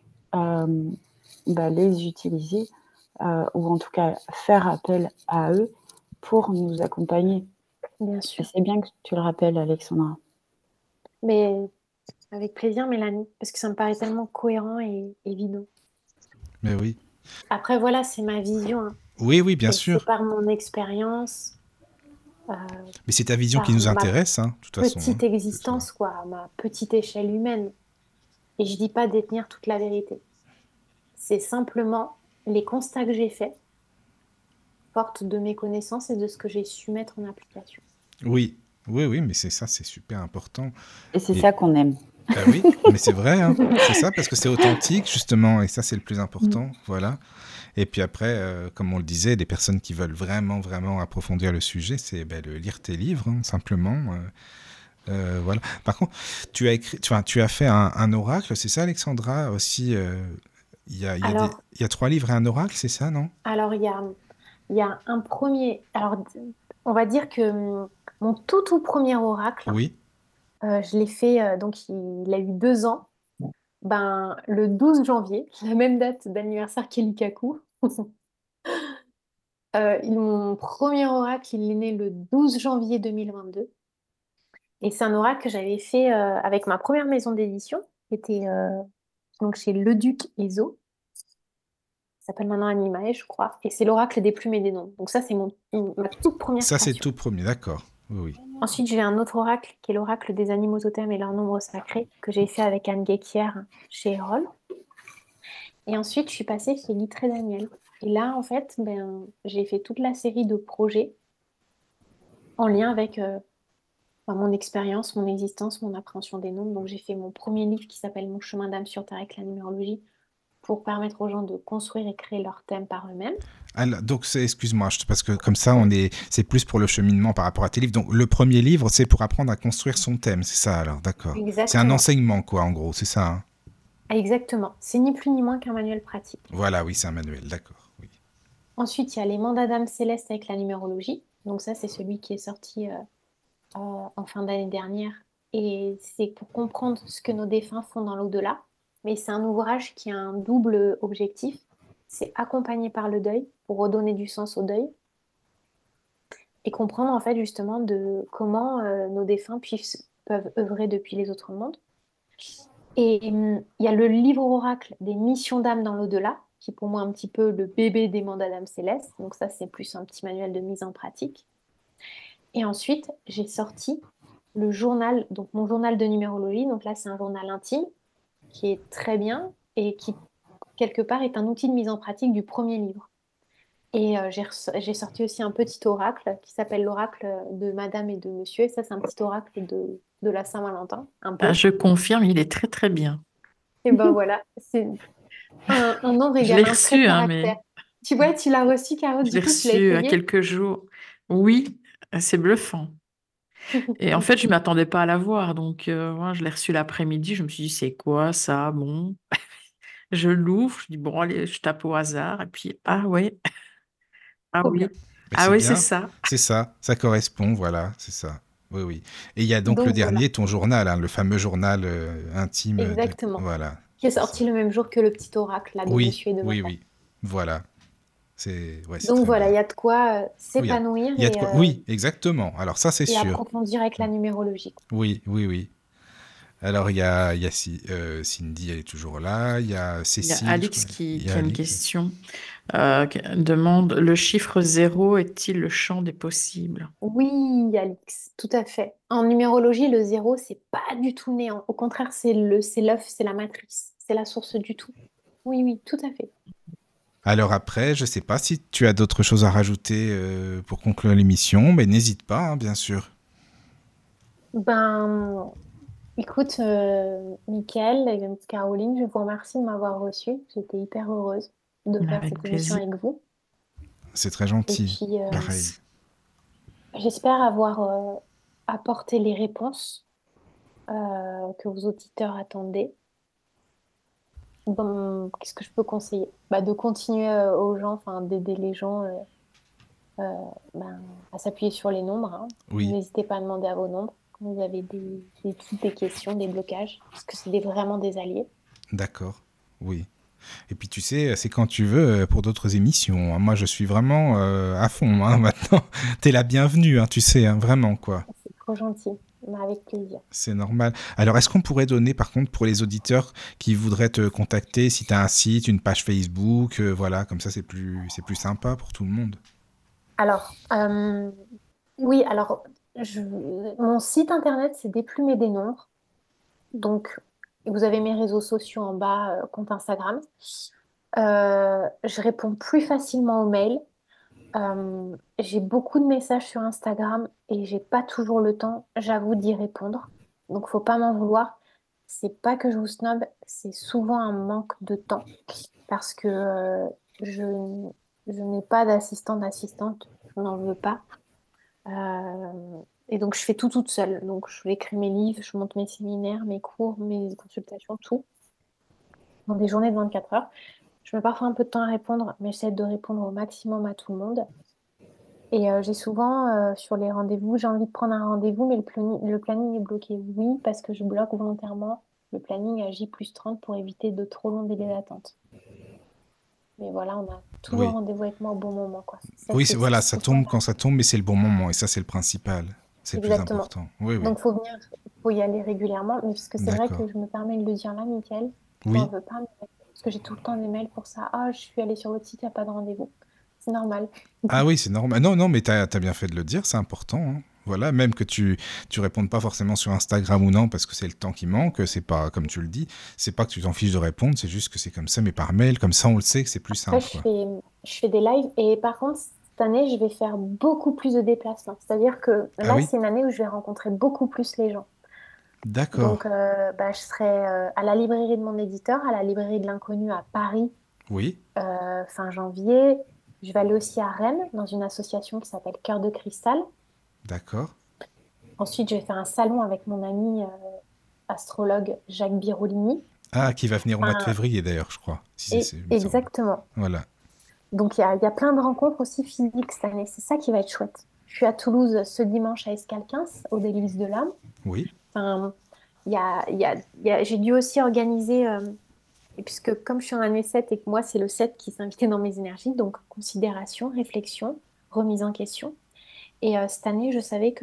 les utiliser, ou en tout cas faire appel à eux pour nous accompagner. bien Et sûr. c'est bien que tu le rappelles, Alexandra. Mais avec plaisir, Mélanie, parce que ça me paraît tellement cohérent et évident. Mais oui. Après, voilà, c'est ma vision, hein. Oui, oui, bien Et c'est sûr. par mon expérience, euh, Mais c'est ta vision qui par nous ma intéresse, hein, de toute façon. Hein. petite C'est ça. existence, quoi, ma petite échelle humaine. Et je dis pas détenir toute la vérité. C'est simplement les constats que j'ai faits, forte de mes connaissances et de ce que j'ai su mettre en application. Oui, oui, oui, mais c'est ça, c'est super important. Et c'est Et ça qu'on aime. bah oui, mais c'est vrai, hein. C'est ça, parce que c'est authentique, justement, et ça, c'est le plus Mm. important, voilà. Et puis après, comme on le disait, des personnes qui veulent vraiment, vraiment approfondir le sujet, c'est ben, de lire tes livres, hein, simplement. Voilà. Par contre, tu as fait un oracle, c'est ça, Alexandra, aussi Alors, il y a 3 livres et un oracle, c'est ça, non? alors il y a un premier. Alors, on va dire que mon tout premier oracle, Oui. je l'ai fait, donc il a eu 2 ans. Ben, le 12 janvier, la même date d'anniversaire qu'Elikaku. Mon premier oracle, il est né le 12 janvier 2022. Et c'est un oracle que j'avais fait avec ma première maison d'édition, qui était donc chez Leduc et Zo. Ça s'appelle maintenant Animae, je crois. Et c'est l'oracle des plumes et des nombres. Donc ça, c'est ma toute première Ça, c'est création. tout premier, d'accord. Oui, oui. Ensuite, j'ai un autre oracle qui est l'oracle des animaux totems et leurs nombres sacrés, que j'ai fait avec Anne Guéquière chez Erol. Et ensuite, je suis passée chez Guitré Daniel. Et là, en fait, ben, j'ai fait toute la série de projets en lien avec ben, mon expérience, mon existence, mon appréhension des nombres. Donc, j'ai fait mon premier livre qui s'appelle Mon chemin d'âme sur Terre avec la numérologie pour permettre aux gens de construire et créer leur thème par eux-mêmes. Alors, donc, excuse-moi, parce que comme ça, c'est plus pour le cheminement par rapport à tes livres. Donc, le premier livre, c'est pour apprendre à construire son thème, c'est ça, alors, d'accord. C'est un Exactement. enseignement, quoi, en gros, c'est ça, hein. Exactement. C'est ni plus ni moins qu'un manuel pratique. Voilà, oui, c'est un manuel, d'accord, oui. Ensuite, il y a les mandats d'âme céleste avec la numérologie. Donc ça, c'est celui qui est sorti en fin d'année dernière. Et c'est pour comprendre ce que nos défunts font dans l'au-delà. Mais c'est un ouvrage qui a un double objectif. C'est accompagner par le deuil pour redonner du sens au deuil et comprendre en fait justement de comment nos défunts peuvent œuvrer depuis les autres mondes. Et il y a le livre oracle des missions d'âme dans l'au-delà, qui est pour moi un petit peu le bébé des mandats d'âme céleste. Donc ça, c'est plus un petit manuel de mise en pratique. Et ensuite, j'ai sorti le journal, donc mon journal de numérologie. Donc là, c'est un journal intime qui est très bien et qui, quelque part, est un outil de mise en pratique du premier livre. Et j'ai sorti aussi un petit oracle qui s'appelle l'oracle de Madame et de Monsieur. Et ça, c'est un petit oracle de la Saint-Valentin, un Ah, peu. je confirme, il est très très bien. Et ben voilà, c'est un nombre Je égale l'ai un trait de reçu, hein, mais caractère. Tu vois, tu l'as reçu, Caro, je du l'ai coup, tu l'as reçu à essayé. quelques jours. Oui, C'est bluffant. Et en fait, je ne m'attendais pas à la voir. Donc, moi, je l'ai reçu l'après-midi. Je me suis dit, c'est quoi ça? Bon, je l'ouvre. Je dis, bon, allez, je tape au hasard. Et puis, ah ouais, ah Trop oui, bien. Ben, ah c'est oui, c'est bien, ça. c'est ça correspond, voilà, c'est ça. Oui, oui. Et il y a donc le Donc voilà, dernier, ton journal, hein, le fameux journal intime exactement. voilà, Qui est c'est ça. sorti le même jour que le petit oracle là de Oui, Monsieur et de oui, Madame. oui. Voilà. C'est Donc très voilà, il bien. y a de quoi Oui, s'épanouir il y a de quoi. Oui, exactement. Alors ça, c'est et sûr. approfondir avec la numérologie, quoi. Oui, oui, oui. Alors il y a Cindy, elle est toujours là. Il y a Il y a Cécile, je crois. Alix Il y qui a a une Alix. question. Qui demande, le chiffre 0 est-il le champ des possibles? Oui, Alix, tout à fait. En numérologie, le zéro, c'est pas du tout néant. Au contraire, c'est l'œuf, c'est la matrice, c'est la source du tout. Oui, oui, tout à fait. Alors après, je sais pas si tu as d'autres choses à rajouter pour conclure l'émission, mais n'hésite pas, hein, bien sûr. Ben, écoute, Mickaël et Caroline, je vous remercie de m'avoir reçue. J'étais hyper heureuse de faire Avec cette émission plaisir. avec vous. C'est très Et gentil. puis, Pareil. j'espère avoir apporté les réponses que vos auditeurs attendaient. Bon, qu'est-ce que je peux conseiller? Bah, de continuer aux gens, enfin, d'aider les gens euh, ben, à s'appuyer sur les nombres, hein. Oui, N'hésitez pas à demander à vos nombres quand vous avez des doutes, des questions, des blocages, parce que c'est vraiment des alliés. d'accord. Oui. Et puis tu sais, c'est quand tu veux pour d'autres émissions, hein. Moi, je suis vraiment à fond hein, maintenant. T'es la bienvenue, hein, tu sais, hein, vraiment quoi. C'est trop gentil, mais avec plaisir. C'est normal. Alors, est-ce qu'on pourrait donner, par contre, pour les auditeurs qui voudraient te contacter, si tu as un site, une page Facebook, voilà, comme ça, c'est plus sympa pour tout le monde. Alors, oui, alors, mon site internet, c'est Déplumer des nombres. Donc, vous avez mes réseaux sociaux en bas, compte Instagram. Je réponds plus facilement aux mails. J'ai beaucoup de messages sur Instagram et j'ai pas toujours le temps, j'avoue, d'y répondre. Donc, faut pas m'en vouloir. C'est pas que je vous snob, c'est souvent un manque de temps parce que je, je n'ai pas d'assistante, je n'en veux pas. Et donc, je fais tout toute seule. Donc, je vais écrire mes livres, je monte mes séminaires, mes cours, mes consultations, tout dans des journées de 24 heures. Je mets parfois un peu de temps à répondre, mais j'essaie de répondre au maximum à tout le monde. Et j'ai souvent, sur les rendez-vous, j'ai envie de prendre un rendez-vous, mais le planning est bloqué. Oui, parce que je bloque volontairement le planning à J+30 pour éviter de trop longs délais d'attente. Mais voilà, on a toujours Oui. rendez-vous avec moi au bon moment, quoi. C'est ça Oui, qui est voilà, ce ça qu'il faut tombe savoir. quand ça tombe, mais c'est le bon moment, et ça, c'est le principal. C'est le plus Exactement. important. Oui, oui. Donc, faut y aller régulièrement. Mais puisque c'est vrai D'accord. que je me permets de le dire là, Mickaël, je m'en Oui. veux pas, mais parce que j'ai tout le temps des mails pour ça. Ah, je suis allée sur votre site, il n'y a pas de rendez-vous. C'est normal. Ah oui, c'est normal. Non, non, mais t'as bien fait de le dire, c'est important, hein. Voilà, même que tu répondes pas forcément sur Instagram ou non, parce que c'est le temps qui manque, c'est pas, comme tu le dis, c'est pas que tu t'en fiches de répondre, c'est juste que c'est comme ça, mais par mail, comme ça, on le sait que c'est plus Après, simple, quoi. je fais des lives et par contre, cette année, je vais faire beaucoup plus de déplacements. C'est-à-dire que Ah là, oui? c'est une année où je vais rencontrer beaucoup plus les gens. D'accord. Donc, bah, je serai à la librairie de mon éditeur, à la librairie de l'Inconnu à Paris, Oui, fin janvier. Je vais aller aussi à Rennes, dans une association qui s'appelle Cœur de Cristal. d'accord. Ensuite, je vais faire un salon avec mon ami astrologue Jacques Birolini. Ah, qui va venir au mois de Enfin, février, d'ailleurs, je crois, si il me semble. exactement. Voilà. Donc, il y a plein de rencontres aussi physiques cette année. C'est ça qui va être chouette. Je suis à Toulouse ce dimanche à Escalquens, au Délices de l'âme. Oui, Enfin, j'ai dû aussi organiser, et puisque comme je suis en année 7 et que moi, c'est le 7 qui s'est invité dans mes énergies, donc considération, réflexion, remise en question. Et cette année, je savais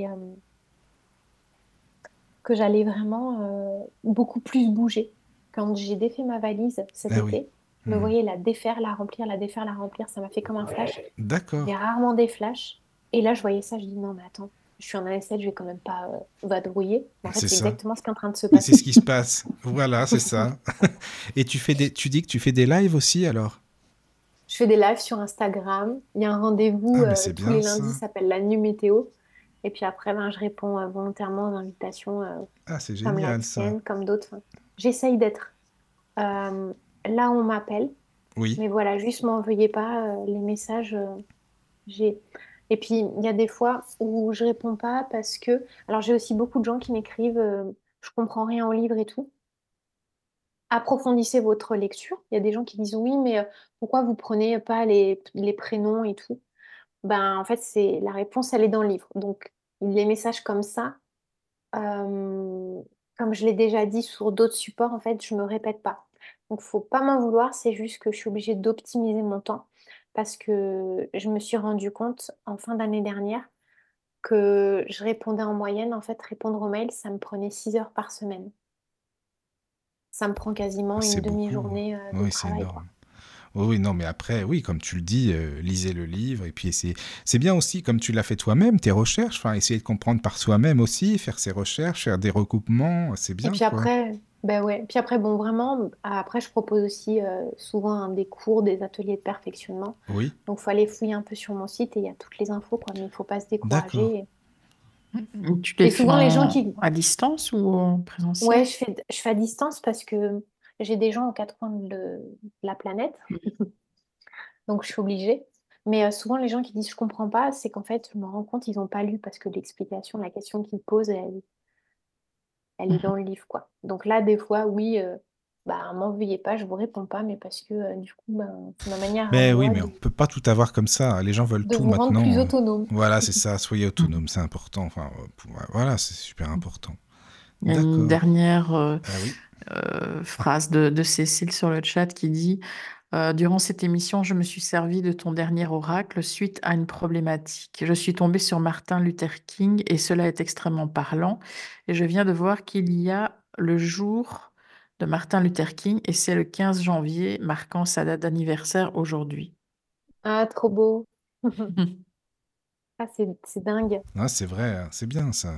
que j'allais vraiment beaucoup plus bouger. Quand j'ai défait ma valise cet ah oui. été, je me Hmm. voyais la défaire, la remplir, la défaire, la remplir. Ça m'a fait comme un flash. D'accord. J'ai rarement des flashs. Et là, je voyais ça, je dis non, mais attends, je suis en année 7, je vais quand même pas vadrouiller. Mais en fait, C'est c'est ça. exactement ce qui est en train de se C'est passer. ce qui se passe. Voilà, c'est ça. Et tu dis que tu fais des lives aussi, alors? Je fais des lives sur Instagram. Il y a un rendez-vous Ah, mais c'est tous bien les lundis, ça. ça s'appelle la Nu Météo. Et puis après, ben, je réponds volontairement aux invitations Ah, c'est comme la génial ça. tienne, comme d'autres. Enfin, j'essaye d'être là où on m'appelle. Oui, Mais voilà, juste m'en veuillez pas, les messages, j'ai... Et puis, il y a des fois où je réponds pas parce que... Alors, j'ai aussi beaucoup de gens qui m'écrivent je comprends rien au livre et tout. Approfondissez votre lecture. Il y a des gens qui disent oui, mais pourquoi vous prenez pas les prénoms et tout? Ben, en fait, la réponse, elle est dans le livre. Donc, les messages comme ça, euh, comme je l'ai déjà dit sur d'autres supports, en fait, je me répète pas. Donc, faut pas m'en vouloir. C'est juste que je suis obligée d'optimiser mon temps parce que je me suis rendu compte en fin d'année dernière que je répondais en moyenne. En fait, répondre aux mails, ça me prenait 6 heures par semaine. Ça me prend quasiment une C'est beaucoup. demi-journée de Oui, c'est travail, quoi. énorme. Oui, oui, non, mais après, oui, comme tu le dis, lisez le livre. Et puis, c'est bien aussi, comme tu l'as fait toi-même, tes recherches. Enfin, essayer de comprendre par soi-même aussi, faire ses recherches, faire des recoupements. C'est Et bien, puis quoi. après, ben ouais. Puis après, bon, vraiment, après, je propose aussi souvent des cours, des ateliers de perfectionnement. Oui, Donc, il faut aller fouiller un peu sur mon site et il y a toutes les infos, quoi. Mais il faut pas se d'accord. décourager. Tu les Et fais souvent, les gens qui... à distance ou en présentiel? Ouais, je fais à distance parce que j'ai des gens aux quatre coins de la planète. Donc, je suis obligée. Mais souvent, les gens qui disent je comprends pas, c'est qu'en fait, je me rends compte, ils n'ont pas lu parce que l'explication, la question qu'ils posent, elle est dans le livre, quoi. Donc là, des fois, oui, bah, m'en veuillez pas, je vous réponds pas, mais parce que du coup, ben, c'est ma manière à Mais oui, moi mais on peut pas tout avoir comme ça. Les gens veulent de tout vous rendre plus maintenant. autonome. Voilà, c'est ça. Soyez autonome, c'est important. Enfin, voilà, c'est super important. Il y a une D'accord. dernière Ah oui. phrase de Cécile sur le chat qui dit durant cette émission, je me suis servi de ton dernier oracle suite à une problématique. Je suis tombée sur Martin Luther King et cela est extrêmement parlant. Et je viens de voir qu'il y a le jour de Martin Luther King et c'est le 15 janvier, marquant sa date d'anniversaire aujourd'hui. Ah, trop beau. Ah, c'est dingue. Ah, c'est vrai, hein, c'est bien ça.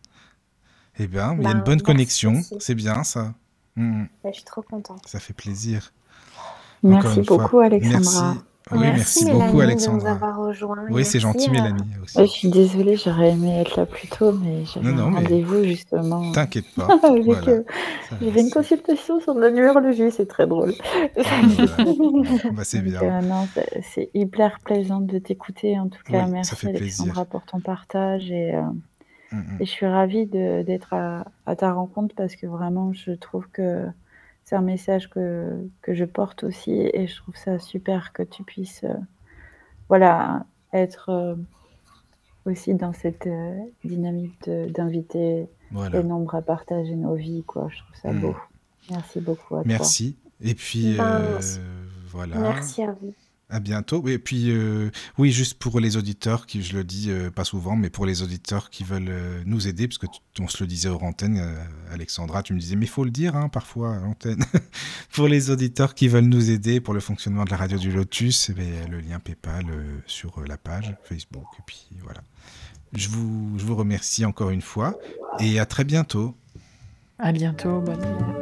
Eh bien, il y a une Ben, bonne merci connexion. aussi. C'est bien ça. Mhm. Ben, je suis trop contente. Ça fait plaisir. Encore Merci une fois, beaucoup, Alexandra. merci. Oui, Merci merci beaucoup, Mélanie de nous Alexandra. avoir rejoints et Oui, c'est merci gentil, Mélanie, Je aussi. suis désolée, j'aurais aimé être là plus tôt, mais Non, j'avais un non, mais rendez-vous justement t'inquiète pas. avec. Voilà. Ça va, J'avais une consultation sur la numérologie, c'est très drôle. Ah, bah voilà. Bon, bah c'est Donc, bien. non, c'est hyper plaisant de t'écouter. En tout cas, Oui, ça merci fait plaisir. Alexandra pour ton partage Mhm. et je suis ravie d'être à ta rencontre parce que vraiment, je trouve que c'est un message que je porte aussi et je trouve ça super que tu puisses voilà, être aussi dans cette dynamique d'inviter les Voilà. nombres à partager nos vies, quoi. Je trouve ça beau. Mhm. Merci beaucoup à toi. Merci. Et puis, Ben, voilà. merci à vous. À bientôt. Et puis, oui, juste pour les auditeurs, qui, je le dis pas souvent, mais pour les auditeurs qui veulent nous aider, parce que on se le disait hors antenne, Alexandra, tu me disais, mais il faut le dire hein, parfois à l'antenne. Pour les auditeurs qui veulent nous aider pour le fonctionnement de la radio du Lotus, eh bien, le lien PayPal sur la page Facebook. Et puis voilà. Je vous remercie encore une fois et à très bientôt. À bientôt, bonne nuit.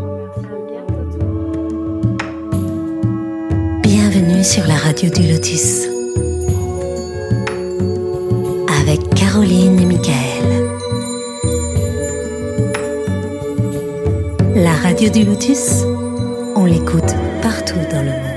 Bienvenue sur la radio du Lotus avec Caroline et Michael. La radio du Lotus, on l'écoute partout dans le monde.